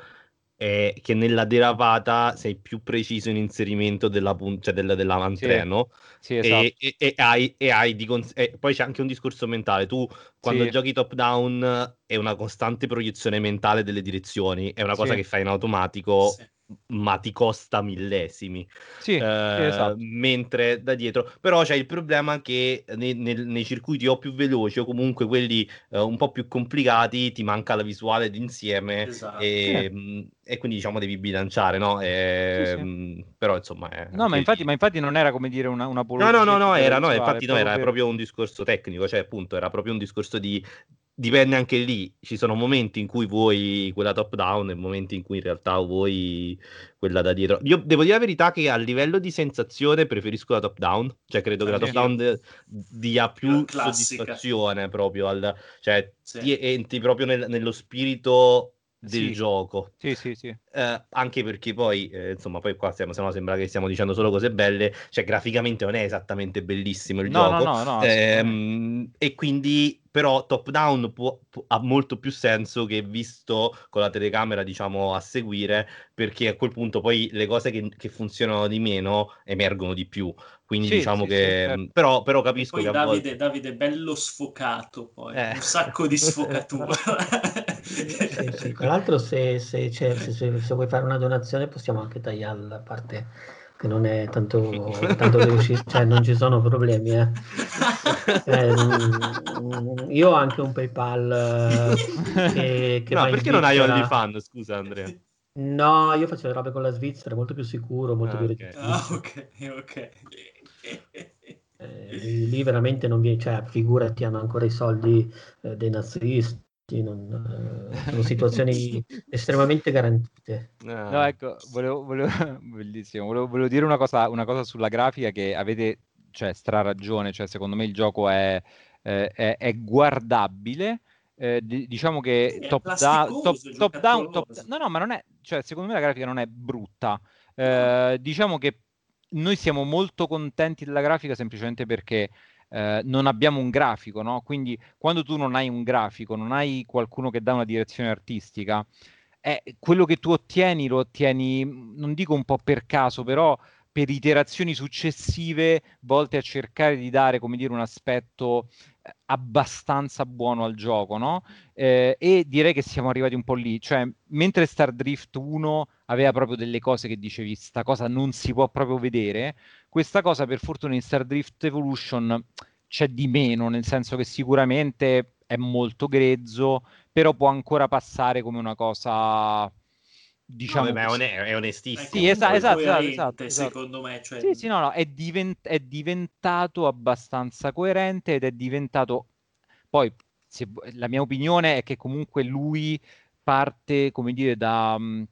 è che nella derapata sei più preciso in inserimento della pun- cioè del- Sì, dell'avantreno, sì, e, esatto. e- e hai, e hai di cons- e poi c'è anche un discorso mentale. Tu, quando Sì, giochi top-down, è una costante proiezione mentale delle direzioni, è una cosa sì, che fai in automatico, Sì. ma ti costa millesimi. sì, sì, Eh, esatto. mentre da dietro, però c'è il problema che nei, nel- nei circuiti o più veloci o comunque quelli eh, un po' più complicati ti manca la visuale d'insieme, Esatto. Sì, e, mh, e quindi diciamo devi bilanciare, no? sì, E, sì. mh, però insomma è No, ma anche infatti, lì. ma infatti non era come dire una, No, no, no, un'apologia no, della era, no, visuale, infatti no, proprio era per... proprio un discorso tecnico, cioè appunto era proprio un discorso di... Dipende anche lì, ci sono momenti in cui vuoi quella top down e momenti in cui in realtà vuoi quella da dietro. Io devo dire la verità che a livello di sensazione preferisco la top down, cioè credo che la top Sì, Anch'io. down de- dia Più più classica. soddisfazione proprio al... cioè Sì. ti entri proprio nel- nello spirito del sì, gioco. sì, sì, sì. Eh, anche perché poi, eh, insomma, poi qua stiamo, se no sembra che stiamo dicendo solo cose belle, cioè graficamente non è esattamente bellissimo il No, no, gioco, no, no, assolutamente. ehm, e quindi però top down può- può- ha molto più senso che visto con la telecamera, diciamo, a seguire, perché a quel punto poi le cose che, che funzionano di meno emergono di più, quindi Sì, diciamo sì, sì, che, certo. mh, però, però E capisco che poi a Davide, volte... Davide bello sfocato, poi Eh. un sacco di sfocatura. Sì, sì. Tra l'altro se, se, c'è- se- se- se vuoi fare una donazione possiamo anche tagliare la parte che non è tanto, tanto velocissima, cioè non ci sono problemi. Eh. Eh, mm, io ho anche un PayPal eh, che, che No, va in perché non hai Svizzera. OnlyFans? Scusa, Andrea. No, io faccio le robe con la Svizzera, molto più sicuro, molto Ah, più ok. redditizio. Ah, ok, ok. Eh, lì, lì veramente non vi, cioè, figurati, hanno ancora i soldi eh, dei nazisti, non, eh, sono situazioni estremamente garantite. No, Ah. ecco, volevo, volevo, bellissimo, volevo, volevo dire una cosa, una cosa sulla grafica che avete, cioè, stra ragione, cioè, secondo me il gioco è, eh, è, è guardabile, eh, di- diciamo che Sì, è top down, top, plasticoso, è top down, top, giocattoloso. no, no, ma non è, cioè, secondo me la grafica non è brutta. Eh, diciamo che noi siamo molto contenti della grafica semplicemente perché eh, non abbiamo un grafico, no? Quindi quando tu non hai un grafico, non hai qualcuno che dà una direzione artistica, eh, quello che tu ottieni lo ottieni, non dico un po' per caso, però per iterazioni successive volte a cercare di dare, come dire, un aspetto eh, abbastanza buono al gioco, no? Eh, e direi che siamo arrivati un po' lì, cioè mentre Star Drift uno aveva proprio delle cose che dicevi, sta cosa non si può proprio vedere, questa cosa per fortuna in Star Drift Evolution c'è di meno, nel senso che sicuramente è molto grezzo, però può ancora passare come una cosa, No, beh, diciamo ma è, così. one- è È onestissimo Sì, come esa- comunque cosa. esatto, esatto, esatto, coerente, esatto. secondo me. Cioè, Sì, sì, no, no, è, divent- è diventato abbastanza coerente ed è diventato... Poi, se vu- la mia opinione è che comunque lui parte, come dire, da... mh,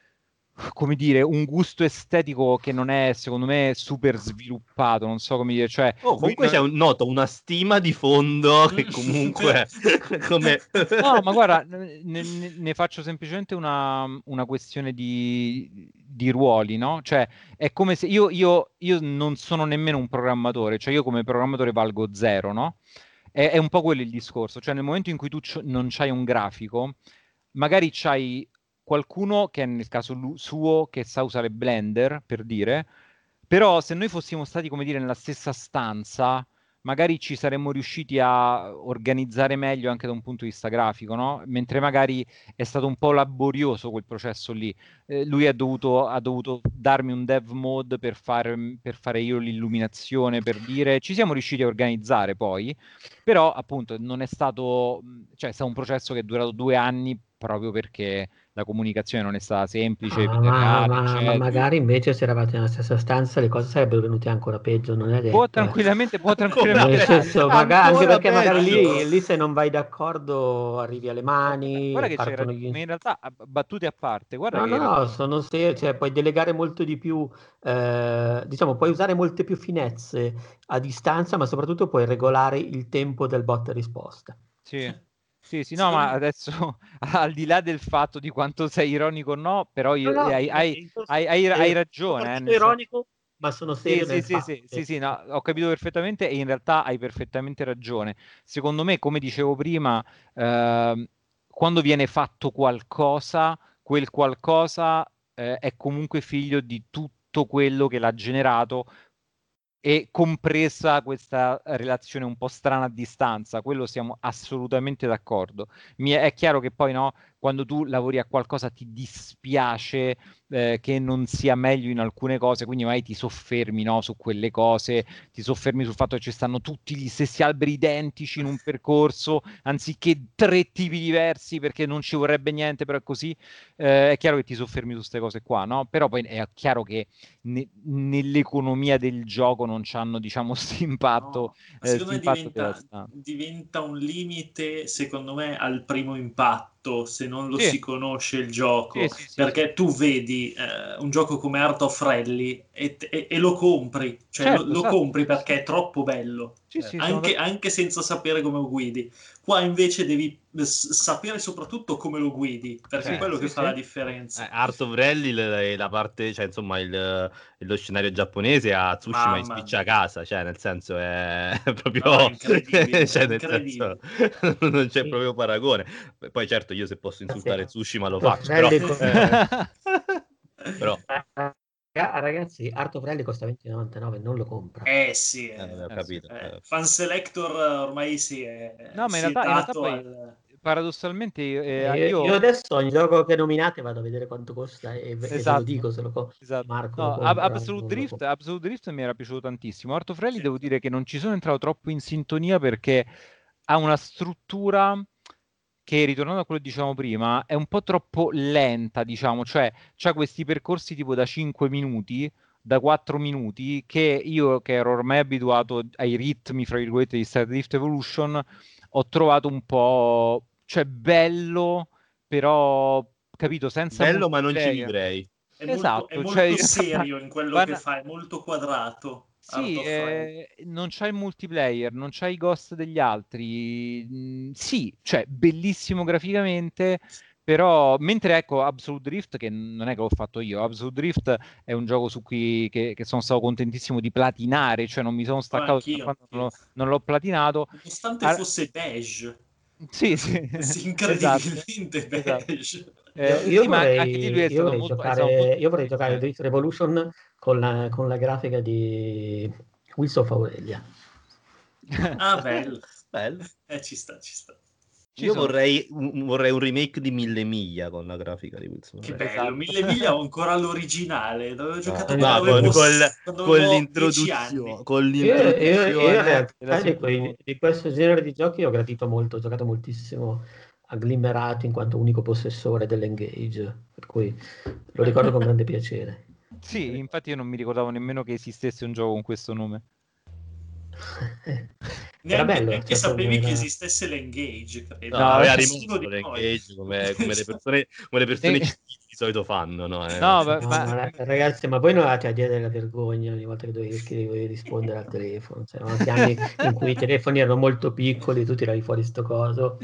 come dire, un gusto estetico che non è, secondo me, super sviluppato, non so come dire, cioè, Oh, lui... comunque no- c'è un, noto una stima di fondo che per- comunque come No, ma guarda, ne, ne- ne faccio semplicemente una, una questione di, di ruoli, no? Cioè, è come se io, io- io non sono nemmeno un programmatore, cioè io come programmatore valgo zero, no? È, è un po' quello il discorso, cioè nel momento in cui tu c- non c'hai un grafico, magari c'hai qualcuno che è nel caso lu- suo che sa usare Blender, per dire, però se noi fossimo stati, come dire, nella stessa stanza magari ci saremmo riusciti a organizzare meglio anche da un punto di vista grafico, no? Mentre magari è stato un po' laborioso quel processo lì. Eh, lui ha dovuto, ha dovuto darmi un dev mode per, far- per fare io l'illuminazione, per dire, ci siamo riusciti a organizzare poi, però appunto non è stato, cioè è stato un processo che è durato due anni proprio perché la comunicazione non è stata semplice, Ah, vita ma, reale, ma- ma eccetera. magari invece se eravate nella stessa stanza le cose sarebbero venute ancora peggio, non è Può detto, eh. tranquillamente, può ancora, tranquillamente Nel pe- darsi. senso, maga- anche ancora perché magari peggio. lì, lì se non vai d'accordo arrivi alle Ma gu- mani guarda e che c'è partono ragione, gli... ma in realtà, a- battute a parte, guarda No, che no, hai no, ragione. sono serie, cioè puoi delegare molto di più, eh, diciamo, puoi usare molte più finezze a distanza, ma soprattutto puoi regolare il tempo del botta e risposta. Sì, sì, sì, no, secondo ma me, adesso al di là del fatto di quanto sei ironico o no, però No, io, no, eh, hai, eh, hai- in questo- hai- hai- hai eh, sono ragione, eh, partito nel senso... ironico, ma sono Sì, serio sì, nel sì, fatto sì, sì, che... sì, no, ho capito perfettamente e in realtà hai perfettamente ragione. Secondo me, come dicevo prima, ehm, quando viene fatto qualcosa, quel qualcosa, eh, è comunque figlio di tutto quello che l'ha generato e compresa questa relazione un po' strana a distanza, quello siamo assolutamente d'accordo. Mi è, è chiaro che poi no, quando tu lavori a qualcosa ti dispiace eh, che non sia meglio in alcune cose, quindi magari ti soffermi no, su quelle cose, ti soffermi sul fatto che ci stanno tutti gli stessi alberi identici in un percorso, anziché tre tipi diversi perché non ci vorrebbe niente, però è così. Eh, è chiaro che ti soffermi su queste cose qua, no? Però poi è chiaro che ne- nell'economia del gioco non c'hanno, diciamo, questo impatto, no, ma eh, secondo sto me impatto diventa, devastante. diventa un limite, secondo me, al primo impatto, se non lo Sì, si conosce il sì, gioco, sì, sì, sì. perché tu vedi eh, un gioco come Art of Rally e, e- e lo compri, cioè lo, Certo, lo esatto. compri Sì, sì, perché è troppo bello, sì, sì, sono anche, d'accordo. anche senza sapere come lo guidi. Qua invece devi s- sapere soprattutto come lo guidi, perché è Sì, Eh, quello che sì, fa sì. la eh, differenza. Art of Rally, le- la parte, cioè insomma il, lo scenario giapponese a Tsushima in Mamma spiccia mia, casa, cioè nel senso è no, è proprio, incredibile, è cioè nel senso incredibile. non c'è Sì. proprio paragone. Poi certo io se posso insultare Grazie. Tsushima lo faccio, però... Raffaele co- eh, però Raga- Ragazzi, Art of Rally costa venti e novantanove, non lo compra. Eh sì, eh, vabbè, eh, ho Eh, sì. capito. eh, eh. Fan Selector eh, ormai si è, No, ma in si è realtà, in realtà dato poi, al... paradossalmente, Eh, eh, Io, io io... adesso ogni gioco che nominate vado a vedere quanto costa e, ve e ve lo Esatto, dico se lo co- esatto. Marco lo No, Ab- compra o Absolute non lo Drift, compra. Absolute Drift mi era piaciuto tantissimo. Art of Rally Sì. devo dire che non ci sono entrato troppo in sintonia perché ha una struttura che, ritornando a quello che dicevamo prima, è un po' troppo lenta, diciamo, cioè c'ha questi percorsi tipo da cinque minuti, da quattro minuti, che io, che ero ormai abituato ai ritmi, fra virgolette, di Star Drift Evolution, ho trovato un po', cioè bello, però, capito, senza Bello, ma non ci multiplayer. vivrei. È molto, Esatto, è molto cioè, in realtà, serio in quello van- che fa, è molto quadrato. Art Sì, of Fighting. eh, non c'è il multiplayer, non c'è i ghost degli altri. Mm, sì, cioè bellissimo graficamente, però mentre ecco Absolute Drift, che non è che l'ho fatto io, Absolute Drift è un gioco su cui che, che sono stato contentissimo di platinare, cioè non mi sono Oh, staccato fino a anch'io, quando non anch'io. l'ho, non l'ho platinato. Nonostante Ar- fosse beige, Sì, sì, Sì, esatto, incredibilmente esatto. beige. Io, Eh, io sì, ma anche di lui vorrei, è io stato vorrei molto, è stato molto giocare, io vorrei giocare eh. Drift Revolution con la, con la grafica di Wheels of Aurelia. Ah, bello. Bello. Eh, ci sta, ci sta. Ci Io sono- vorrei un, vorrei un remake di Mille Miglia con la grafica di Wilson. Che Aurelia. bello, Esatto. Mille Miglia ho ancora l'originale, dove ho giocato Eh, quando No, con, avevo, col- quando con avevo dieci anni. l'introduzione, con Io, io- io in l'introduzione. realtà Della di, Super quei- Bowl. di questo genere di giochi ho gradito molto, ho giocato moltissimo a Glimmerato in quanto unico possessore dell'Engage, per cui lo ricordo con grande piacere. Sì, infatti io non mi ricordavo nemmeno che esistesse un gioco con questo nome. Era Neanche, bello, neanche cioè, sapevi era- che esistesse l'Engage, credo. No, No, aveva Nessuno rimosso di noi. l'engage come, come le persone, come le persone civili di solito fanno, no? Eh, No, ma, No, ma- ma ragazzi, ma voi non avete idea della vergogna ogni volta che dovevi, che dovevi rispondere al telefono. Cioè, erano anche anni in cui i telefoni erano molto piccoli, tu tiravi fuori sto coso.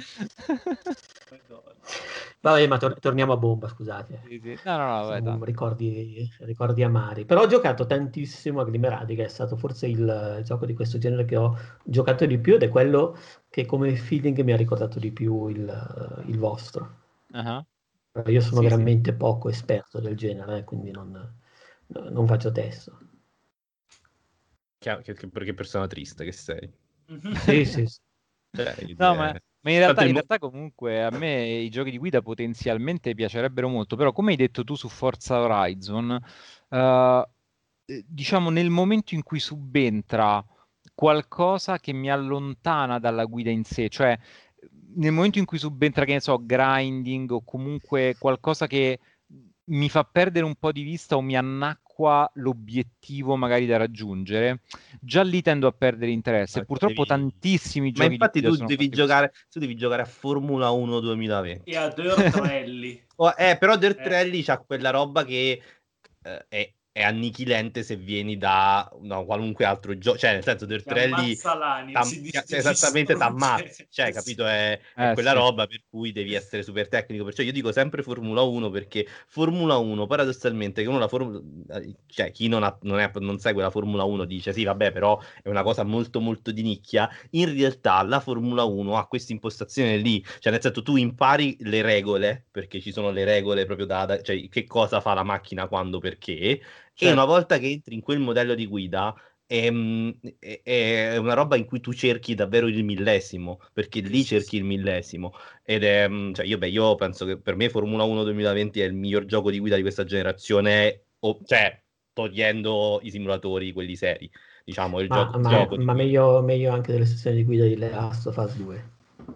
Vabbè, ma tor- torniamo a bomba, scusate. Sì, sì. No, no, no, vabbè, Sono tanto. ricordi, ricordi amari. Però ho giocato tantissimo a Glimerati, che è stato forse il gioco di questo genere che ho giocato di più ed è quello che come feeling mi ha ricordato di più il, il vostro. Ah, Io sono sì, sì. veramente poco esperto del genere, eh, quindi non, no- non faccio testo. Che, che, che, che persona triste che sei. Sì, sì, sì. Cioè, No, eh, ma, ma in realtà, tanto il in mo- realtà comunque a me i giochi di guida potenzialmente piacerebbero molto, però come hai detto tu su Forza Horizon, eh, eh, diciamo nel momento in cui subentra qualcosa che mi allontana dalla guida in sé, cioè nel momento in cui subentra, che ne so, grinding o comunque qualcosa che mi fa perdere un po' di vista o mi annacqua l'obiettivo magari da raggiungere, già lì tendo a perdere interesse. Ma Purtroppo devi- tantissimi Ma giochi di infatti guida tu sono devi fatti così. giocare, tu devi giocare a Formula uno duemilaventi. E a Dirt Rally. Oh, eh, però Dirt Eh. Rally c'ha quella roba che eh, è, è annichilente se vieni da no, qualunque altro gioco. Cioè, nel senso, Dirt Ti Rally ammazza l'anima, t'am- si di- cioè, ti esattamente distrugge. t'ammazza. Cioè, capito? È, è Eh, quella sì. roba per cui devi essere super tecnico. Perciò io dico sempre Formula uno perché Formula uno, paradossalmente, che uno la Formula... cioè, chi non, ha, non, è, non segue la Formula uno dice sì, vabbè, però è una cosa molto molto di nicchia. In realtà la Formula uno ha questa impostazione lì, cioè nel senso tu impari le regole, perché ci sono le regole proprio da, da cioè che cosa fa la macchina quando, perché, e una Certo. volta che entri in quel modello di guida è, è- è una roba in cui tu cerchi davvero il millesimo, perché lì Sì, cerchi sì. il millesimo. Ed è, cioè io, beh, io penso che per me Formula uno duemilaventi è il miglior gioco di guida di questa generazione, o, cioè togliendo i simulatori, quelli seri, diciamo, il Ma, gioco, il ma- gioco di ma guida. meglio, meglio anche delle sessioni di guida di Last of Us due.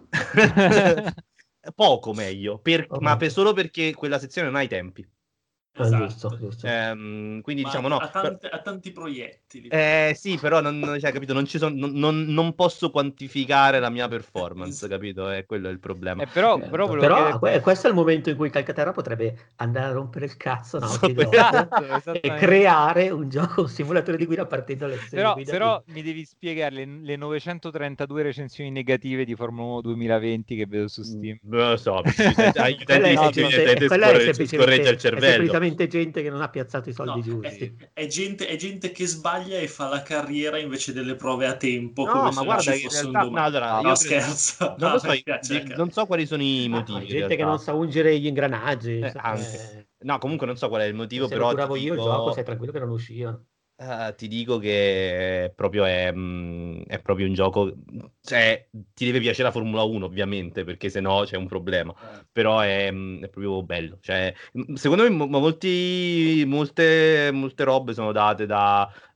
Poco meglio, per- Oh, ma per- ecco. solo perché quella sezione non ha i tempi. Ah, giusto, Esatto. giusto. Ehm, quindi Ma diciamo ha, no. ha tante- ha tanti proiettili. Eh, sì, però non, non- cioè, capito, non, ci son- non, non- non posso quantificare la mia performance, capito? E quello è il problema. Eh, però, Certo. però volevo Però chiederti... que- questo è il momento in cui Calcaterra potrebbe andare a rompere il cazzo a Naughty Dog Esatto, e esattamente. creare un gioco, un simulatore di guida partendo dalle sessioni di Però, guida. però di- mi devi spiegare le, le novecentotrentadue recensioni negative di Formula uno duemilaventi che vedo su Steam. Non lo so, perché agli utenti Quella di è, No, Steam semplice- evidentemente quella è scorre- semplicemente, scorreggia il è cervello. semplicemente gente che non ha piazzato i soldi No, giusti. è, è gente, è gente che sbaglia e fa la carriera invece delle prove a tempo, No, come ma se non guarda ci che in fosse un realtà, no, domani. allora, No, io credo- scherzo. non No, lo so, mi piace la di- carriera. non so quali sono i Ah, motivi in gente realtà. che non sa ungere gli ingranaggi. Eh, cioè, anche. No, comunque non so qual è il motivo, se lo però ti curavo io il gioco, dico, sei tranquillo che non uscivano. eh, ti dico che è proprio, è, mh, è proprio un gioco, cioè, ti deve piacere la Formula uno ovviamente, perché se no c'è un problema, però è, mh, è proprio bello, cioè, mh, secondo me mo- molti, molte, molte robe sono date da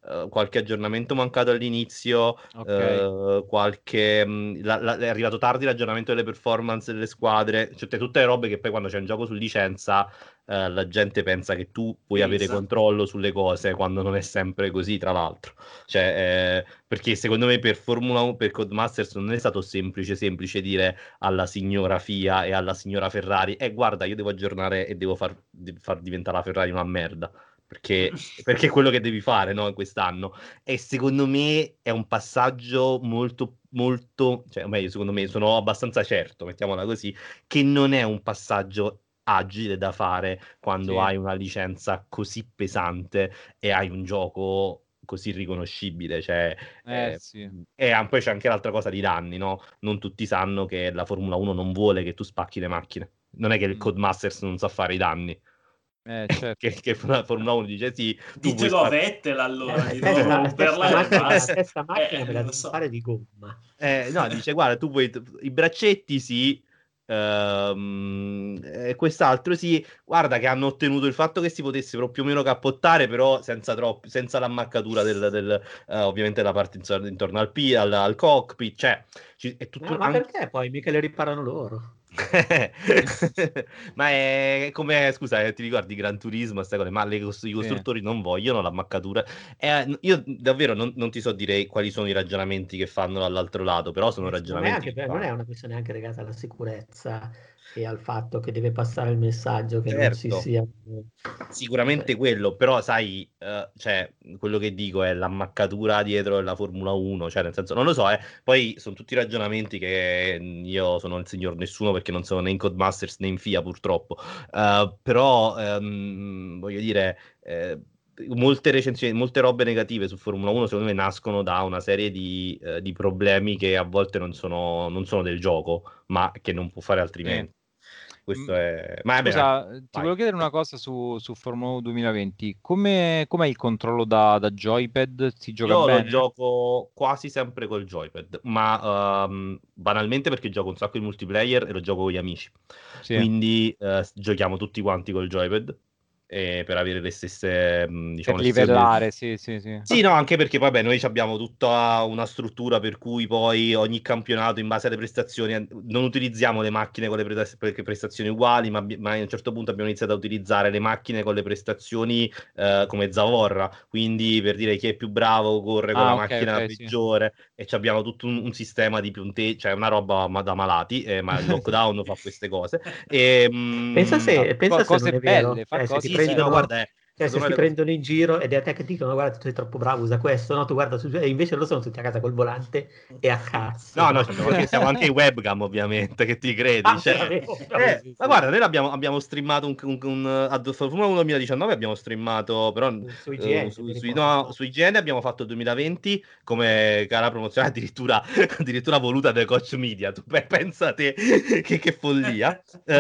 uh, qualche aggiornamento mancato all'inizio, Ok. uh, qualche mh, la, la, è arrivato tardi l'aggiornamento delle performance delle squadre, cioè tutte le robe che poi quando c'è un gioco su licenza uh, la gente pensa che tu puoi avere Esatto. controllo sulle cose quando non è sempre così, tra l'altro. Cioè, eh, perché secondo me per Formula uno, per Codemasters non è stato semplice semplice dire alla signora FIA e alla signora Ferrari e eh, guarda, io devo aggiornare e devo far, de- far diventare la Ferrari una merda. Perché, perché è quello che devi fare, no, quest'anno. E secondo me è un passaggio molto, molto, cioè, o meglio, secondo me sono abbastanza certo, mettiamola così, che non è un passaggio agile da fare quando Sì. hai una licenza così pesante e hai un gioco così riconoscibile, cioè, Eh eh, sì. e poi c'è anche l'altra cosa di danni, no? Non tutti sanno che la Formula uno non vuole che tu spacchi le macchine. Non è che il Mm. Codemasters non sa fare i danni. Eh, certo. che, che la Formula uno dice sì, tu puoi Ditelo a spar- Vettel allora Eh, di non testa, romperla testa e macchina, basta. testa macchina Eh, me la lo devi so. fare di gomma. Eh, no, dice guarda, tu puoi i braccetti sì, ehm, e quest'altro sì, guarda che hanno ottenuto il fatto che si potessero più o meno cappottare, però senza troppo, senza l'ammaccatura del, del eh, ovviamente la parte intorno intorno al, P, al, al cockpit, cioè ci- è tutto No, ma anche perché poi mica le riparano loro? ma è come, scusa, eh, ti ricordi Gran Turismo, queste cose, ma le costru- i Sì. costruttori non vogliono l'ammaccatura. Eh, io davvero non, non ti so dire quali sono i ragionamenti che fanno dall'altro lato, però sono Eh, non è, ragionamenti anche, che non è fanno. una questione anche legata alla sicurezza e al fatto che deve passare il messaggio che non ci Certo, sia. sicuramente Cioè, quello, però sai, eh, cioè, quello che dico è l'ammaccatura dietro la Formula uno, cioè nel senso, non lo so, eh, poi sono tutti ragionamenti che io sono il signor nessuno perché non sono né in Codemasters né in FIA purtroppo. Eh, però ehm, voglio dire, eh, molte recensioni, molte robe negative su Formula uno secondo me nascono da una serie di, eh, di problemi che a volte non sono, non sono del gioco, ma che non può fare Sì. altrimenti. Questo Mm, è... Ma vabbè, anche- Scusa, ti vai. volevo chiedere una cosa su, su Formula uno duemilaventi. Come, com'è il controllo da, da joypad? Si gioca Io lo bene? gioco quasi sempre col joypad, ma ehm, banalmente perché gioco un sacco di multiplayer e lo gioco con gli amici. Sì. Quindi eh, giochiamo tutti quanti col joypad e per avere le stesse, mh, Per diciamo, le stesse livellare, sì, sì, sì. sì, no, anche perché vabbè, noi ci abbiamo tutta una struttura per cui poi ogni campionato in base alle prestazioni eh, non utilizziamo le macchine con le pre- pre- prestazioni uguali, ma, abbi- ma a un certo punto abbiamo iniziato a utilizzare le macchine con le prestazioni eh, come Zavorra, quindi per dire chi è più bravo corre con la Ah, ok, macchina ok, sì. peggiore e ci abbiamo tutto un, un sistema di punteggio, cioè una roba ma da malati, eh, ma il lockdown fa queste cose. E, pensa mm, No, se, co- pensa se non cose è vero, belle, fa cioè se ti cose sì, sì, no, belle. prendono, guarda, è cioè, se secondo me ti le cose... prendono in giro ed è a te che dicono guarda tu sei troppo bravo, usa questo, no, tu guarda su, e invece loro sono tutti a casa col volante e a cazzo, No, no, no? abbiamo anche, siamo anche in webcam, ovviamente, che ti credi? Ah, Cioè, veramente? Sì, eh, sì, ma sì. guarda, noi l'abbiamo, abbiamo streamato un, un, un, ad Formula uno duemiladiciannove, abbiamo streamato, però Su, su eh, I G N su, mi sui, no, ricordo. su I G N abbiamo fatto il duemilaventi come gara promozione addirittura, addirittura voluta da Coach Media. Tu pe- pensa te che, che follia.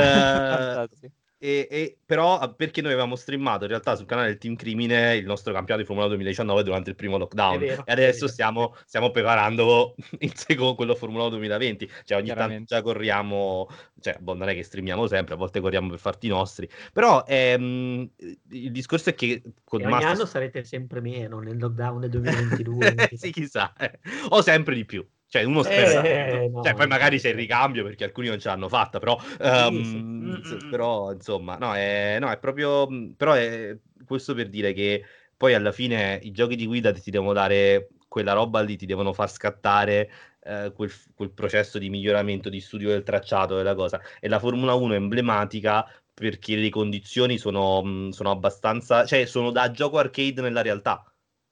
Eh, Fantastico. e, e- però ah, perché noi avevamo streamato in realtà sul canale del Team Crimine il nostro campionato di Formula duemiladiciannove durante il primo È lockdown vero, e è adesso vero. stiamo, stiamo preparando il secondo, quello Formula duemilaventi, cioè ogni tanto Chiaramente. già corriamo, cioè boh, non è che streamiamo sempre, a volte corriamo per farti i nostri, però ehm, il discorso è che E ogni anno Codemasters sarete sempre meno nel lockdown del duemilaventidue. sì, chissà, eh. O sempre di più. Cioè, uno spera di Esatto. più. Eh, Cioè, no, poi non magari c'è il credo. ricambio perché alcuni non ce l'hanno fatta, però, Sì, sì. ehm, s- Mm-mm. però insomma, no, è, no, è proprio, però è questo per dire che poi alla fine i giochi di guida ti devono dare quella roba lì, ti devono far scattare eh, quel, quel processo di miglioramento, di studio del tracciato della cosa. E la Formula uno è emblematica perché le condizioni sono, mh, sono abbastanza, cioè sono da gioco arcade nella realtà.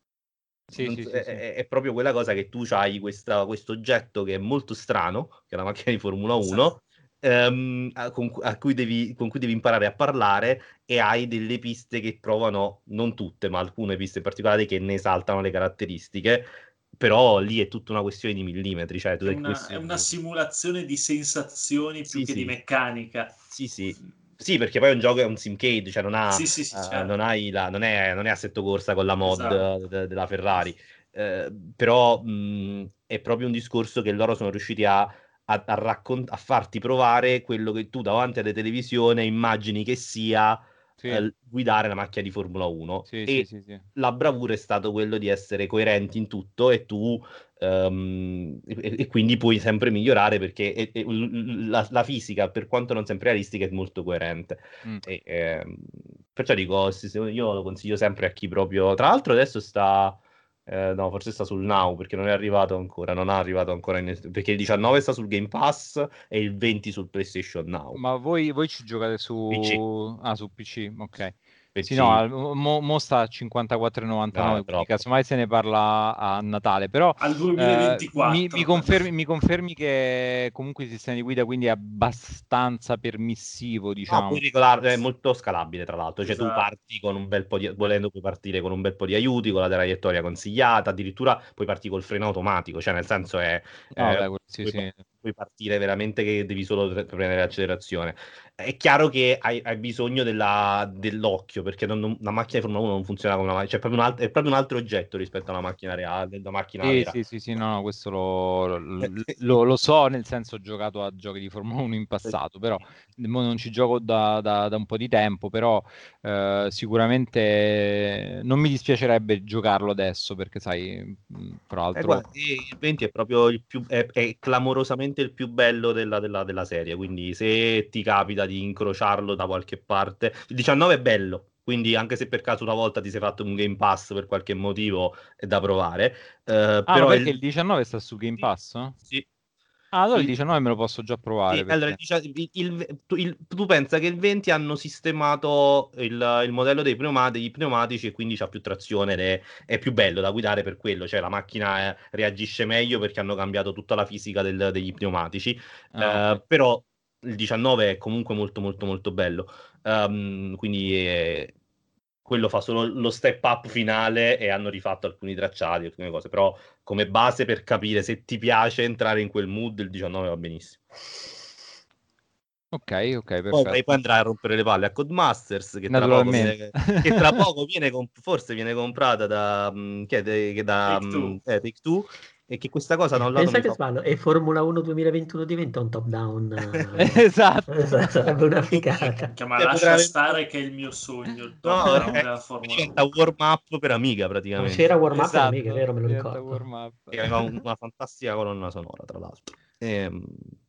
Sì, Non sì, so- sì, è, sì. è- è proprio quella cosa che tu hai questo oggetto che è molto strano, che è la macchina di Formula Esatto. uno, ehm, a, con, a cui devi, con cui devi imparare a parlare e hai delle piste che provano, non tutte, ma alcune piste in particolare che ne esaltano le caratteristiche, però lì è tutta una questione di millimetri, cioè tu È hai una, è una questi... simulazione di sensazioni più Sì, che di sì, meccanica. sì, sì. Sì, perché poi è un gioco, è un simcade, cioè non ha, Sì, sì, sì, eh, non certo. hai la, non è, non è assetto corsa con la mod Esatto. eh, de- della Ferrari. Eh, però mh, è proprio un discorso che loro sono riusciti a, a, a raccont- a farti provare quello che tu davanti alla televisione immagini che sia sì. eh, guidare la macchina di Formula uno, Sì, e sì, sì, sì. la bravura è stato quello di essere coerenti in tutto, e tu um, e, e quindi puoi sempre migliorare, perché e, e, la, la fisica, per quanto non sempre realistica, è molto coerente. Mm. E, ehm, perciò dico, sì, sì, io lo consiglio sempre a chi proprio... Tra l'altro adesso sta... Eh, no, forse sta sul Now, perché non è arrivato ancora, non ha arrivato ancora in... perché il diciannove sta sul Game Pass e il venti sul PlayStation Now. Ma voi, voi ci giocate P C. su... Ah, su P C, ok. Sì, P C. no, al- mo, mo sta a cinquantaquattro e No, novantanove, è quindi troppo. casomai se ne parla a Natale, però Al eh, duemilaventiquattro. mi, mi confermi, mi confermi che comunque il sistema di guida quindi è abbastanza permissivo, No, diciamo. puoi regolarlo, è molto scalabile, tra l'altro. Cioè, tu Esatto. parti con un bel po' di, volendo, puoi partire con un bel po' di aiuti, con la traiettoria consigliata, addirittura puoi partire col freno automatico, cioè nel senso è, No, eh, vabbè, quello- sì, puoi, sì. puoi partire veramente che devi solo pre- prendere l'accelerazione. È chiaro che hai, hai bisogno della- dell'occhio, perché non- non- la macchina di Formula uno non funziona come una macchina, cioè è proprio un, alt- è proprio un altro oggetto rispetto alla macchina reale, alla macchina Sì, vera. sì, sì, sì, no, no, questo lo, lo- lo- lo so, nel senso ho giocato a giochi di Formula uno in passato, però mo non ci gioco da, da- da un po' di tempo, però eh, sicuramente non mi dispiacerebbe giocarlo adesso, perché sai, mh, tra Eh, l'altro... guarda, e il venti è proprio il più, è, è clamorosamente il più bello della, della- della serie, quindi se ti capita di incrociarlo da qualche parte, il diciannove è bello, quindi anche se per caso una volta ti sei fatto un Game Pass per qualche motivo, è da provare, eh, Ah, ma però perché il... il diciannove sta su Game Sì, Pass? Ah, sì. allora il Il- diciannove me lo posso già sì, provare, allora perché... dicia- il- il- tu, il- tu pensa che il venti hanno sistemato il, il modello dei, pneuma- dei pneumatici, e quindi c'ha più trazione, ed è, è più bello da guidare per quello, cioè la macchina eh, reagisce meglio perché hanno cambiato tutta la fisica del- degli pneumatici. Ah, ok. Eh, però il diciannove è comunque molto molto molto bello. Ehm, quindi eh, quello fa solo lo step up finale, e hanno rifatto alcuni tracciati, alcune cose, però come base per capire se ti piace entrare in quel mood, il diciannove va benissimo. Ok, ok, Poi, poi perfetto. andrai a rompere le palle a Codemasters, che tra poco Naturalmente. viene, che tra poco viene comp- forse viene comprata da, mh, che è de- che da mh, Take-Two. eh, Take-Two, e che questa cosa da un lato Pensa mi che fa... sballo, e Formula uno duemilaventuno diventa un top down. Esatto. Sarebbe una Potrebbe, figata. Ma cioè, lascia potrebbe- stare che è il mio sogno, il no, top down eh, della Formula diventa uno. warm-up per Amiga Ma praticamente, c'era Warm Up per Amiga, è Esatto, vero, me lo diventa ricordo. warm up. che aveva un- una fantastica colonna sonora, tra l'altro. Ehm,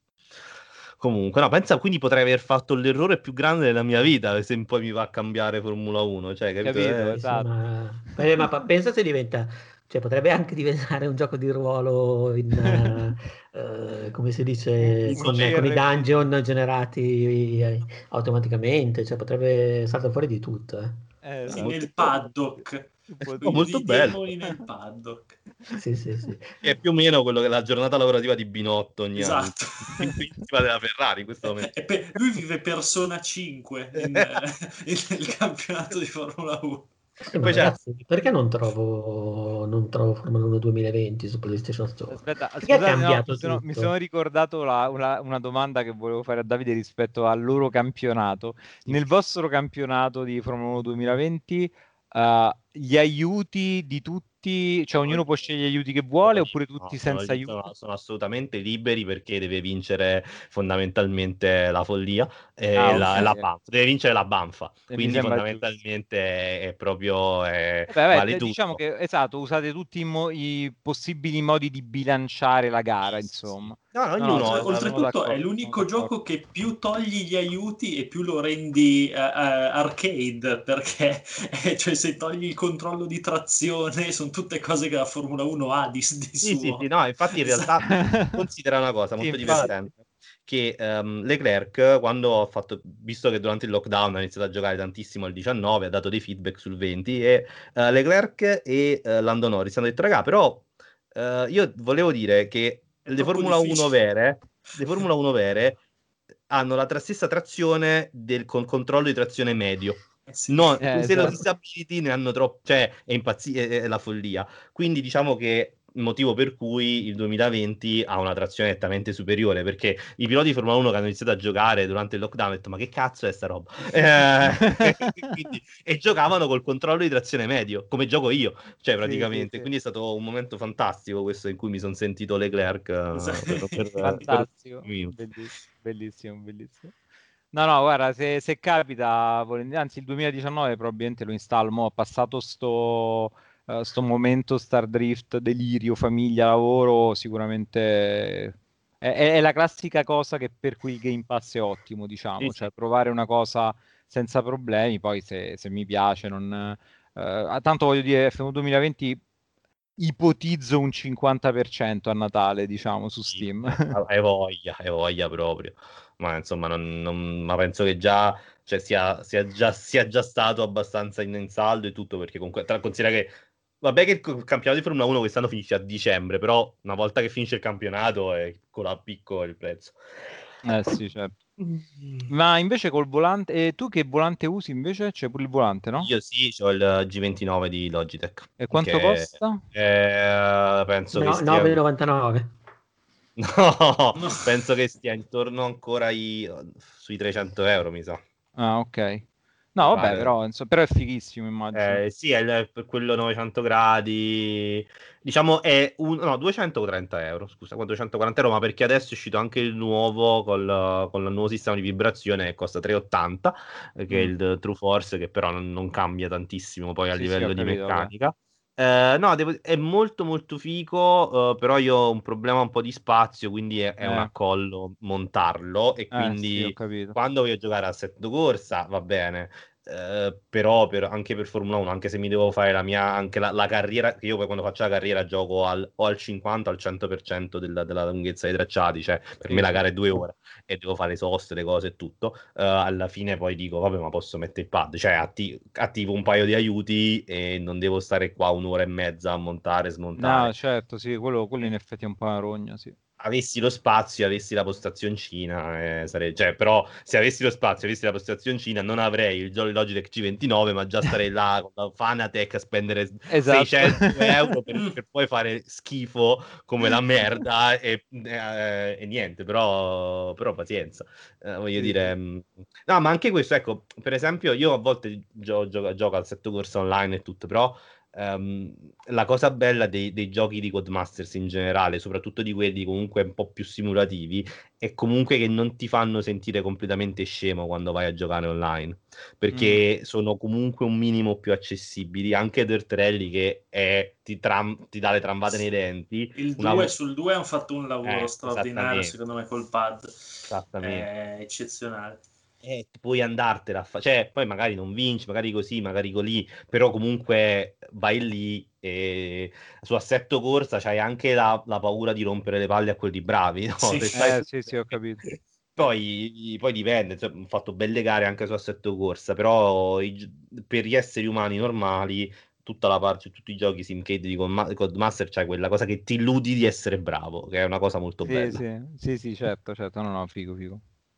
Comunque, no, pensa, quindi potrei aver fatto l'errore più grande della mia vita se poi mi va a cambiare Formula uno, cioè, capito? Capito? Eh, Sì, sì, Esatto. ma, eh, ma pa- pensa se diventa, cioè potrebbe anche diventare un gioco di ruolo in, eh, eh, come si Un, dice, un con, con i C R P G. dungeon generati eh, automaticamente, cioè potrebbe saltare fuori di tutto. eh. Eh, no, Sì, esatto. molto nel bello. paddock. Un po' No, di... molto I bello. demoni nel paddock. Sì, sì, sì. È più o meno quello che è la giornata lavorativa di Binotto ogni anno, Esatto. intensità della Ferrari in questo momento. E pe- lui vive Persona cinque in, in- nel campionato di Formula uno. Sì, E ma poi c'è... ragazzi, perché non trovo, non trovo Formula uno duemilaventi su PlayStation Store? Aspetta, Perché è scusate, no, mi cambiato sono, mi sono tutto? ricordato la- una, una domanda che volevo fare a Davide rispetto al loro campionato. Nel vostro campionato di Formula uno duemilaventi, eh, gli aiuti di tutti, cioè ognuno può scegliere gli aiuti che vuole, Sono, oppure no, tutti sono- senza aiuti? sono- sono assolutamente liberi, perché deve vincere fondamentalmente la follia e Ah, ok. la, la banfa. Deve vincere la banfa, E mi quindi sembra giusto. fondamentalmente è, è proprio è- Vabbè, vabbè, vale d- diciamo tutto. che esatto, usate tutti i, mo- i possibili modi di bilanciare la gara, Sì, sì, sì. insomma. No, no, No, no, ognuno Oltre- sono, ha- sono oltretutto è d'accordo, sono l'unico d'accordo. gioco che più togli gli aiuti e più lo rendi eh, eh, arcade, perché eh, cioè, se togli il controllo di trazione sono tutte cose che la Formula uno ha di, di Sì, sì, sì, suo. no, infatti in realtà considera una cosa Sì, molto infatti. divertente, che ehm, Leclerc, quando ho fatto, visto che durante il lockdown ha iniziato a giocare tantissimo al diciannove, ha dato dei feedback sul venti, e eh, Leclerc e eh, Lando Norris hanno detto, raga, però eh, io volevo dire che È le troppo Formula uno difficile. vere, le Formula uno vere hanno la tra- stessa trazione del con controllo di trazione medio. Eh sì. No, Eh, queste esatto. disability ne hanno troppo, cioè è impazzi- è, è la follia. Quindi diciamo che il motivo per cui il duemilaventi ha una trazione nettamente superiore, perché i piloti di Formula uno che hanno iniziato a giocare durante il lockdown hanno detto, ma che cazzo è sta roba? Eh, quindi- e giocavano col controllo di trazione medio, come gioco io, cioè Sì, sì, praticamente. sì. Quindi è stato un momento fantastico questo, in cui mi sono sentito Leclerc eh, Esatto. per, per, per Fantastico, un minuto. bellissimo, bellissimo, bellissimo. No, no, guarda, se, se capita, volentieri- anzi il duemiladiciannove probabilmente lo installo, mo ho passato sto, eh, sto momento Star Drift, delirio, famiglia, lavoro, sicuramente è, è- è la classica cosa che per cui il Game Pass è ottimo, Sì, diciamo, sì. cioè provare una cosa senza problemi, poi se, se mi piace, non... eh, tanto voglio dire, F uno duemilaventi ipotizzo un cinquanta per cento a Natale, diciamo, su Sì, Steam. eh, hai voglia, hai voglia proprio. Ma insomma, non, non- ma penso che già, cioè, sia, sia già, sia già stato abbastanza in, in saldo e tutto, perché comunque, tra, considera che, vabbè che il co- campionato di Formula uno quest'anno finisce a dicembre, però una volta che finisce il campionato è con a picco il prezzo. Eh sì, certo. Ma invece col volante, e tu che volante usi invece? C'è pure il volante, no? Io sì, ho il G ventinove di Logitech, E quanto che costa? eh, penso che No, stia... nove e novantanove. No, No. penso che stia intorno ancora ai, sui trecento euro, mi sa. Ah, ok. Mi No, vabbè, pare. però, insomma, però è fighissimo, immagino. Eh, sì, è il- per quello novecento gradi, diciamo è un, no, duecentotrenta euro, scusa, duecentoquaranta euro, ma perché adesso è uscito anche il nuovo col, con il nuovo sistema di vibrazione che costa trecentottanta, eh, che è Mm. il True Force, che però non, non cambia tantissimo poi a Sì, sì, ho livello di capito, vabbè. meccanica. Eh, no, devo- è molto molto figo, eh, però io ho un problema un po' di spazio, quindi è, è un Eh, accollo montarlo e eh, sì, ho quindi capito. quando voglio giocare a assetto corsa va bene. Eh, però per- anche per Formula uno, anche se mi devo fare la mia, anche la, la carriera, che io poi quando faccio la carriera gioco al, o al cinquanta o al cento per cento della, della lunghezza dei tracciati, cioè per Sì, me la sì. gara è due ore e devo fare le soste, le cose e tutto, eh, alla fine poi dico, vabbè, ma posso mettere il pad, cioè atti- attivo un paio di aiuti e non devo stare qua un'ora e mezza a montare, No, smontare. certo, sì, quello, quello in effetti è un po' una rogna, sì. Avessi lo spazio, avessi la postazioncina, eh, sare- cioè, però se avessi lo spazio, avessi la postazioncina, non avrei il Jolly Logitech G ventinove, ma già starei là con la Fanatec a spendere Esatto. seicento euro per, per poi fare schifo come la merda e, eh, e niente, però, però pazienza. Eh, voglio Sì, dire, sì. mh, no, ma anche questo, ecco, per esempio, io a volte gio- gio- gioco al setto corsa online e tutto, però ehm, la cosa bella dei, dei giochi di Codemasters in generale, soprattutto di quelli comunque un po' più simulativi, è comunque che non ti fanno sentire completamente scemo quando vai a giocare online, Mm. perché sono comunque un minimo più accessibili. Anche Dirt Rally che è, ti, tram- ti dà le trambate nei denti, Il una due vo- sul due hanno fatto un lavoro eh, straordinario, esattamente, secondo me, col pad. esattamente. È eccezionale. Eh, puoi andartela a fare, cioè poi magari non vinci, magari così, magari così, però comunque vai lì e su assetto corsa c'hai anche la, la paura di rompere le palle a quelli bravi, no? Sì. Se stai Eh, su... sì, sì, ho capito. Poi, poi dipende, cioè, ho fatto belle gare anche su assetto corsa, però i gi- per gli esseri umani normali, tutta la parte, tutti i giochi Simcade di Codema- Codemaster c'è quella cosa che ti illudi di essere bravo, che è una cosa molto Sì, bella. sì, sì, sì, certo, certo, no, no, figo, figo.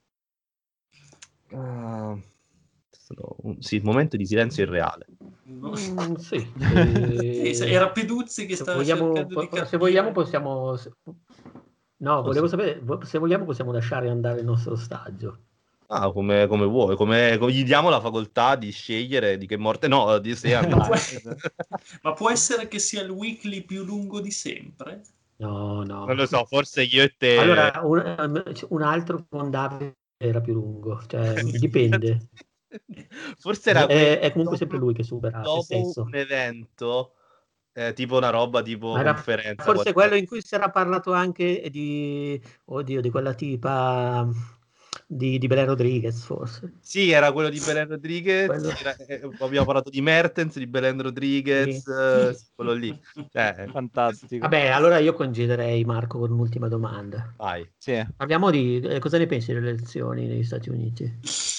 Ah, è stato un- sì, il momento di silenzio irreale. No. Mm, sì, Sì, se- se, era Peduzzi che se stava vogliamo, cercando di po- se vogliamo capire. possiamo... se- No, volevo Cosa? sapere, vo- se vogliamo possiamo lasciare andare il nostro ostaggio. Ah, come, come vuoi, come, come- gli diamo la facoltà di scegliere di che morte, no, di se Ma può... andare. Esatto. Ma può essere che sia il weekly più lungo di sempre? No, Non no. lo so, forse io e te... Allora, un, ehm, un altro con Davide era più lungo, cioè dipende. Forse era quello È, è comunque sempre dopo, lui che supera se dopo un stesso. evento, eh, tipo una roba tipo Ma era conferenza, forse qualcosa. quello in cui si era parlato anche di, oddio, di quella tipa di, di Belen Rodriguez, forse. Sì, era quello di Belen Rodriguez, Quello, era- eh, abbiamo parlato di Mertens, di Belen sì. Rodriguez, eh, sì, quello lì. Cioè, Fantastico. Vabbè, allora io concederei Marco con un'ultima domanda. vai. Sì. Parliamo di eh, cosa ne pensi delle elezioni negli Stati Uniti?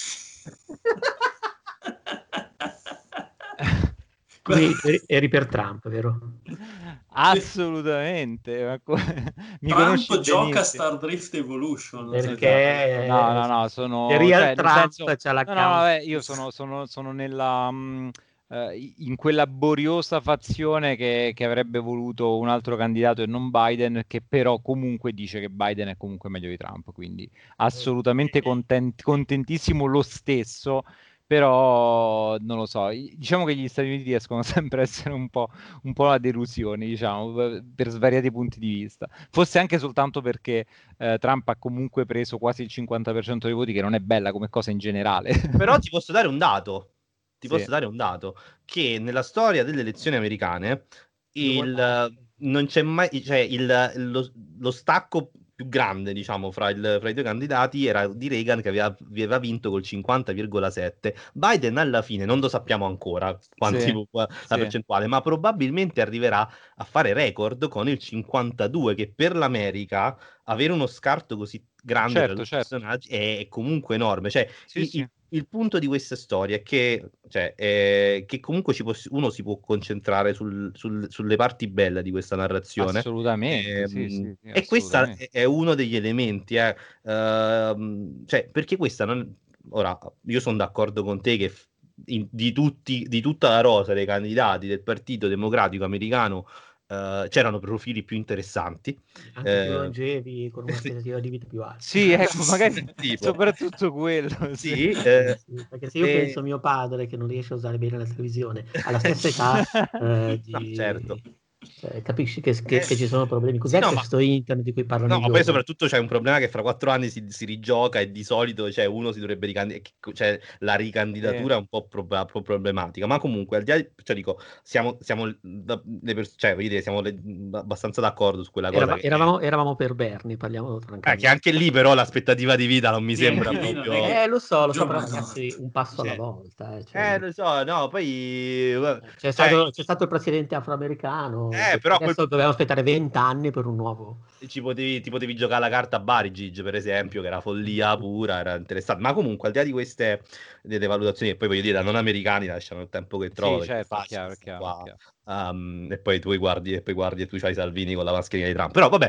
Tu eri, eri- eri per Trump, vero? Assolutamente, ma co- mi conosci Trump gioca a benissimo. Star Drift Evolution. Esatto. No, Perché no, no, The sono, Real cioè, nel Trump senso, c'ha no, no, no, l'account. vabbè, io sono, sono, sono nella, mh, eh, in quella laboriosa fazione che, che avrebbe voluto un altro candidato e non Biden, che però comunque dice che Biden è comunque meglio di Trump, quindi assolutamente content- contentissimo lo stesso, però non lo so, I- diciamo che gli Stati Uniti riescono sempre a essere un po', un po' la delusione, diciamo, per per svariati punti di vista. Forse anche soltanto perché eh, Trump ha comunque preso quasi il cinquanta per cento dei voti, che non è bella come cosa in generale. Però ti posso dare un dato, ti Sì. posso dare un dato, che nella storia delle elezioni americane il, non c'è mai, cioè il, lo, lo stacco più grande, diciamo, fra, il, fra i due candidati era di Reagan che aveva, aveva vinto col cinquanta virgola sette. Biden alla fine non lo sappiamo ancora quanti, Sì, la sì. percentuale, ma probabilmente arriverà a fare record con il cinquantadue, che per l'America avere uno scarto così grande tra i Certo, due certo. personaggi è, è comunque enorme. Cioè, Sì, il, sì. il- il punto di questa storia è che, cioè, è che comunque ci può- uno si può concentrare sul- sul- sulle parti belle di questa narrazione. Assolutamente, sì, Ehm, sì, sì, e questa assolutamente. è, è uno degli elementi, eh. Ehm, cioè, perché questa non... Ora, io sono d'accordo con te che f- in- di tutti, di tutta la rosa dei candidati del Partito Democratico americano eh, c'erano profili più interessanti. Anche più Eh, longevi, con sì, un'aspettativa di vita più alta. Sì, ecco, magari tipo, soprattutto quello, sì. sì, Sì, eh, sì, perché se io e- penso a mio padre che non riesce a usare bene la televisione, alla stessa età, eh, no, certo. di... cioè, capisci che, che- Eh, che ci sono problemi. sì, Cos'è no, ma questo internet di cui parlano no, i ma poi giovani? soprattutto c'è un problema che fra quattro anni si, si rigioca e di solito cioè, uno si dovrebbe ricandidare, cioè la ricandidatura è un po', prob- po' problematica, ma comunque al di là di, cioè dico, siamo, siamo, da- le pers- cioè, voglio dire, siamo le- abbastanza d'accordo su quella cosa Erava- che, eravamo, eravamo per Bernie, parliamo eh, che francamente. anche lì però l'aspettativa di vita non mi Sì, sembra anche lì non è proprio... che Eh, lo so, lo so, però giovanotti. ragazzi, un passo alla Cioè, volta. Eh, cioè, eh, lo so, no, poi... c'è Cioè, stato, c'è stato il presidente afroamericano, eh, però a quel adesso dobbiamo aspettare venti anni per un nuovo. ci potevi, ti potevi giocare la carta Barigig, per esempio, che era follia pura, era interessante. Ma comunque, al di là di queste delle valutazioni, che poi voglio dire, da non americani lasciano il tempo che trovano, Sì, perché è certo, è facile chiaro, è sta chiaro, è qua. chiaro. Um, e poi tu guardi e poi guardi e tu c'hai Salvini con la mascherina di Trump. Però vabbè,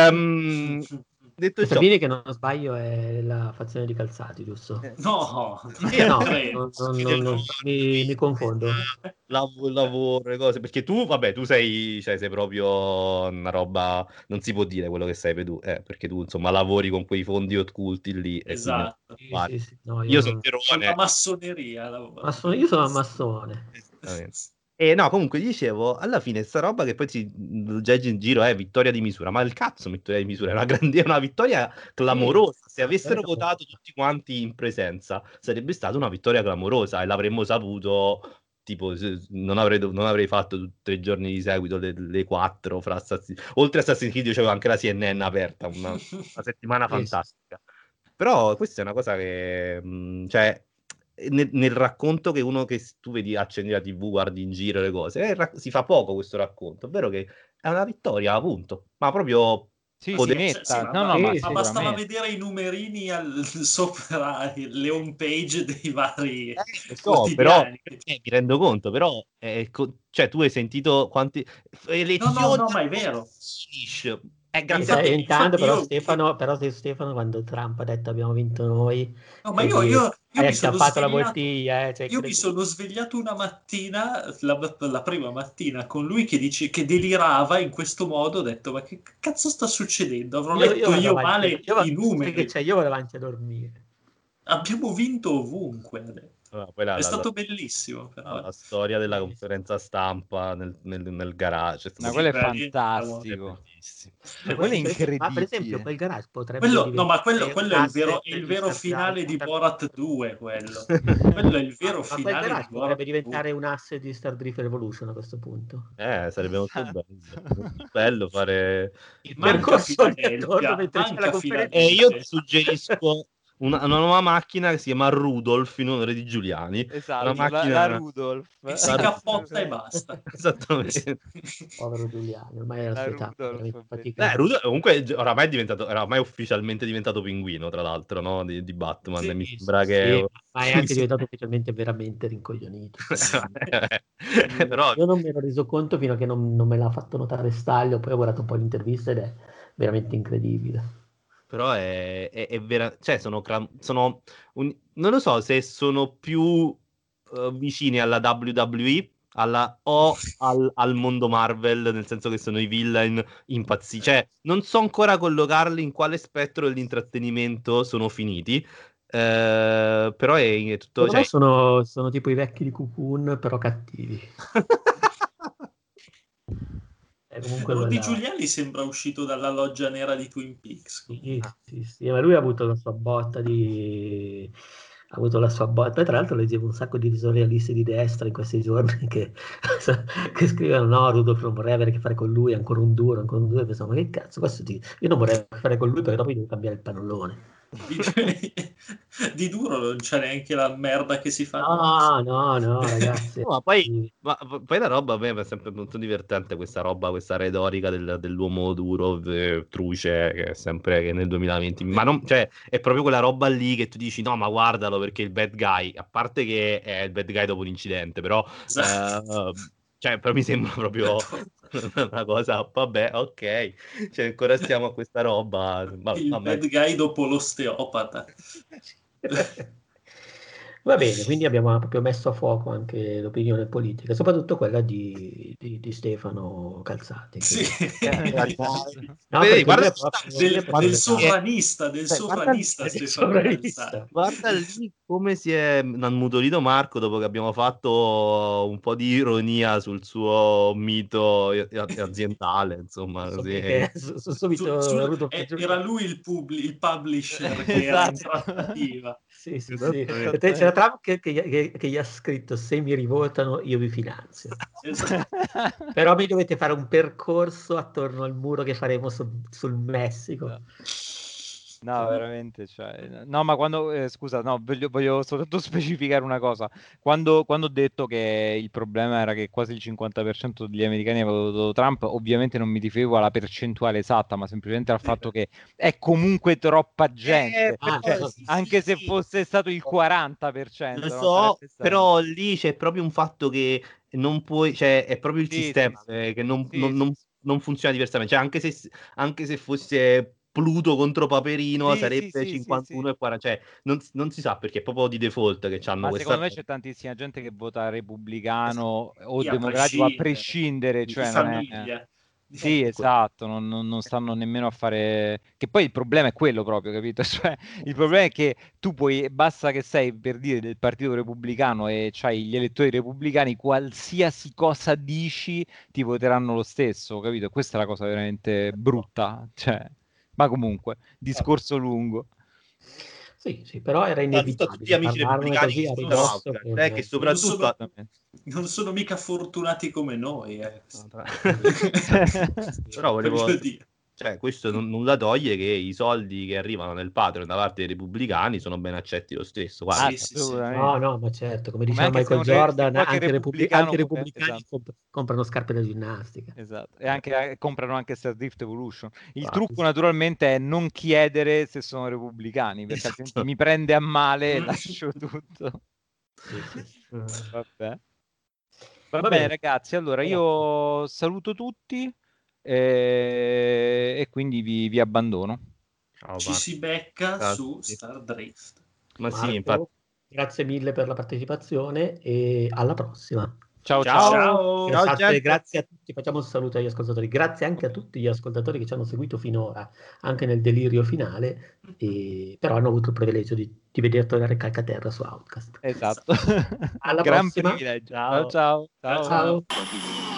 ehm, detto ciò, Salvini, che non sbaglio, è la fazione di Calzati, giusto? eh, No, sì, No, credo. non- non- non- non- mi, mi confondo. Lav- lavoro e cose, perché tu, vabbè, tu sei, cioè, sei proprio una roba, non si può dire quello che sei per tu, eh, perché tu, insomma, lavori con quei fondi occulti lì e quindi Esatto. Sì, guardi. sì, sì, no, io, Io sono non- Con la terrone. massoneria. la- masso- io sono un massone. Esattamente. E no, comunque dicevo, alla fine sta roba che poi si legge in giro è vittoria di misura, ma il cazzo vittoria di misura, è una grande, è una vittoria clamorosa. Se avessero vittoria votato tutti quanti in presenza, sarebbe stata una vittoria clamorosa e l'avremmo saputo, tipo, se- non avrei, dov- non avrei fatto tutti i giorni di seguito le, le quattro fra Assassin... Oltre a Assassin's Creed, io c'avevo anche la C N N aperta, una, una settimana Sì, sì. fantastica. Però questa è una cosa che, mh, cioè, nel, nel racconto che uno che s- tu vedi, accendi la tivù, guardi in giro le cose, eh, ra- si fa poco questo racconto, ovvero che è una vittoria, appunto, ma proprio Sì, sì, poder- Cioè, sì, netta. ma, No, ma- no, ma Sì, ma sì. bastava sicuramente. vedere i numerini al- sopra le home page dei vari Eh, lo so, però quotidiani. eh, mi rendo conto, però eh, co- cioè, tu hai sentito quanti No, elezioni no, no, ma è al vero. finish. È E grazie a Infatti, e te. intanto infatti però io, Stefano, però se Stefano, quando Trump ha detto abbiamo vinto noi, no, ma hai, io, io- io hai mi sono acchiappato la svegliato, bottiglia, eh, cioè, io mi credo- sono svegliato una mattina, la, la prima mattina, con lui che, dice, che delirava in questo modo. Ho detto, ma che cazzo sta succedendo? Avrò io, io letto vado io avanti, male io, va- i sai che numeri. c'è, io vado avanti a dormire. Abbiamo vinto ovunque, ha detto. No, poi la, È la- la- stato bellissimo, però. la storia della conferenza stampa nel, nel- nel garage è stata No, quello è Quella lì, fantastico. bellissimo. Cioè, Quello è per esempio- ma per esempio incredibile. quel garage potrebbe Quello, no, ma quello, diventare un quello è il vero, asset è il di vero Star finale di Star- Borat due, quello. Quello è il Ma, vero ma quel finale di garage Borat potrebbe due. diventare un asset di Star Drift Revolution a questo punto. Eh, sarebbe molto Esatto. bello, molto bello fare... Il Manca percorso di Philadelphia, attorno mentre c'è la manca conferenza. E io Philadelphia. suggerisco una, una nuova macchina che si chiama Rudolph in onore di Giuliani. Esatto, Una la, macchina... la Rudolph. Che si La- cappotta e basta. Esattamente. Povero Giuliani, ormai è la La sua età, Rudolph, veramente beh. fatica. Beh, Rudolph comunque gi- oramai è diventato, era ormai ufficialmente diventato pinguino, tra l'altro, no? Di, di Batman. Sì, Mi Sì, sembra sì, che... ma è anche diventato ufficialmente veramente rincoglionito. Però... Io non mi ero reso conto fino a che non, non me l'ha fatto notare Staglio, poi ho guardato un po' l'intervista ed è veramente incredibile. Però è, è, è vera, cioè sono, clam- sono un- non lo so se sono più eh, vicini alla W W E alla, o al, al mondo Marvel, nel senso che sono i villain impazziti. Cioè, non so ancora collocarli in quale spettro dell'intrattenimento sono finiti. Eh, però è, è tutto... Secondo Cioè... me sono, sono tipo i vecchi di Cocoon, però cattivi. È comunque Rudy quella... Giuliani sembra uscito dalla loggia nera di Twin Peaks. Sì, sì, sì, ma lui ha avuto la sua botta di... ha avuto la sua botta. Poi tra l'altro leggevo un sacco di editorialisti di destra in questi giorni che, che scrivono no, Rudolph non vorrei avere a che fare con lui, ancora un duro, ancora un duro. E pensavo, ma che cazzo, questo ti... io non vorrei a che fare con lui perché dopo gli devo cambiare il pannolone. Di, di duro non c'è neanche la merda che si fa. No, no, no, ragazzi. No, ma poi, ma poi la roba a me è sempre molto divertente questa roba, questa retorica del, dell'uomo duro, eh, truce, che è sempre che nel duemilaventi, ma non, cioè, è proprio quella roba lì che tu dici no, ma guardalo perché è il bad guy, a parte che è il bad guy dopo l'incidente, però, Esatto. eh, cioè, però mi sembra proprio una cosa, vabbè, ok, cioè, ancora stiamo a questa roba. Ma, il vabbè. bad guy dopo l'osteopata. Va bene, quindi abbiamo proprio messo a fuoco anche l'opinione politica, soprattutto quella di, di, di Stefano Calzati. Che... Sì. No, Vedi, perché guarda, lui è proprio- lui del, è proprio del legato- sovranista, del Beh, sovranista guarda- Stefano sovranista. Calzati. Guarda lì come si è ammutolito Marco dopo che abbiamo fatto un po' di ironia sul suo mito aziendale, insomma, così. Che su- su- subito Su- su- Rudolph eh, Giuliani. era lui il, pub- il publisher che era in Esatto. trattativa. Sì, sì, Esatto. sì. Eh, E te c'era Trump che, che, che- che gli ha scritto se mi rivotano io vi finanzio. Esatto. Però mi dovete fare un percorso attorno al muro che faremo su- sul Messico. No, veramente, cioè, no, ma quando, eh, scusa, no, voglio, voglio soltanto specificare una cosa. Quando, quando ho detto che il problema era che quasi il cinquanta per cento degli americani aveva votato Trump, ovviamente non mi riferivo alla percentuale esatta, ma semplicemente al fatto che è comunque troppa gente. Eh, Ah, Cioè, certo. sì, anche sì, se sì. fosse stato il quaranta per cento, Lo no, so, sarebbe stato- però lì c'è proprio un fatto che non puoi, cioè è proprio il Sì, sistema sì, sì. eh, che non, Sì, non- sì, non- sì. non funziona diversamente. Cioè, anche se, anche se fosse Pluto contro Paperino Sì, sì, sarebbe sì, sì, cinquantuno sì. e quaranta, cioè non, non si sa perché è proprio di default che hanno Ma questa secondo me cosa. c'è tantissima gente che vota repubblicano o Sì, a democratico a prescindere. prescindere, Di cioè non è... famiglia. Sì, Eh, esatto, non, non- non stanno nemmeno a fare... Che poi il problema è quello proprio, capito? Cioè, il problema è che tu puoi, basta che sei per dire del Partito Repubblicano e c'hai gli elettori repubblicani, qualsiasi cosa dici ti voteranno lo stesso, capito? Questa è la cosa veramente brutta, cioè... Ma comunque, discorso lungo. Sì, sì, però era Soprattutto a tutti gli inevitabile amici parlarne repubblicani così che a ascoltano ridosso. Outcast, con- eh, che Non soprattutto sono, Esattamente. non sono mica fortunati come noi. Eh. Però volevo, Voglio dire. cioè, questo non, nulla toglie che i soldi che arrivano nel Patreon da parte dei repubblicani sono ben accetti lo stesso. Guarda, Ah, Sì, sì, sì. assolutamente. No, no, ma certo, come Come diceva anche se Michael un re- se Jordan, qualche anche, repubblic- repubblicano anche i come- repubblicani esatto. comp- comprano scarpe da ginnastica. Esatto, e anche eh, comprano anche Star Drift Evolution. Il Ah, trucco sì. naturalmente è non chiedere se sono repubblicani, perché Esatto. altrimenti mi prende a male e lascio tutto. Sì, sì. Vabbè. Va, Va bene, bene. ragazzi, allora io saluto tutti eh, e quindi vi, vi abbandono. Ciao, Ci Marco. si becca Grazie. su Star Drift. Ma sì, Marco, infatti. grazie mille per la partecipazione e alla prossima. Ciao, Ciao. ciao. Ciao. Ciao, Grazie, gente. grazie a tutti, facciamo un saluto agli ascoltatori, grazie anche a tutti gli ascoltatori che ci hanno seguito finora, anche nel delirio finale, e, però hanno avuto il privilegio di, di vedere tornare calcaterra su Outcast. Esatto. Alla Gran prossima. privilegio. Ciao. Ciao, ciao. Ciao, Ciao. Ciao.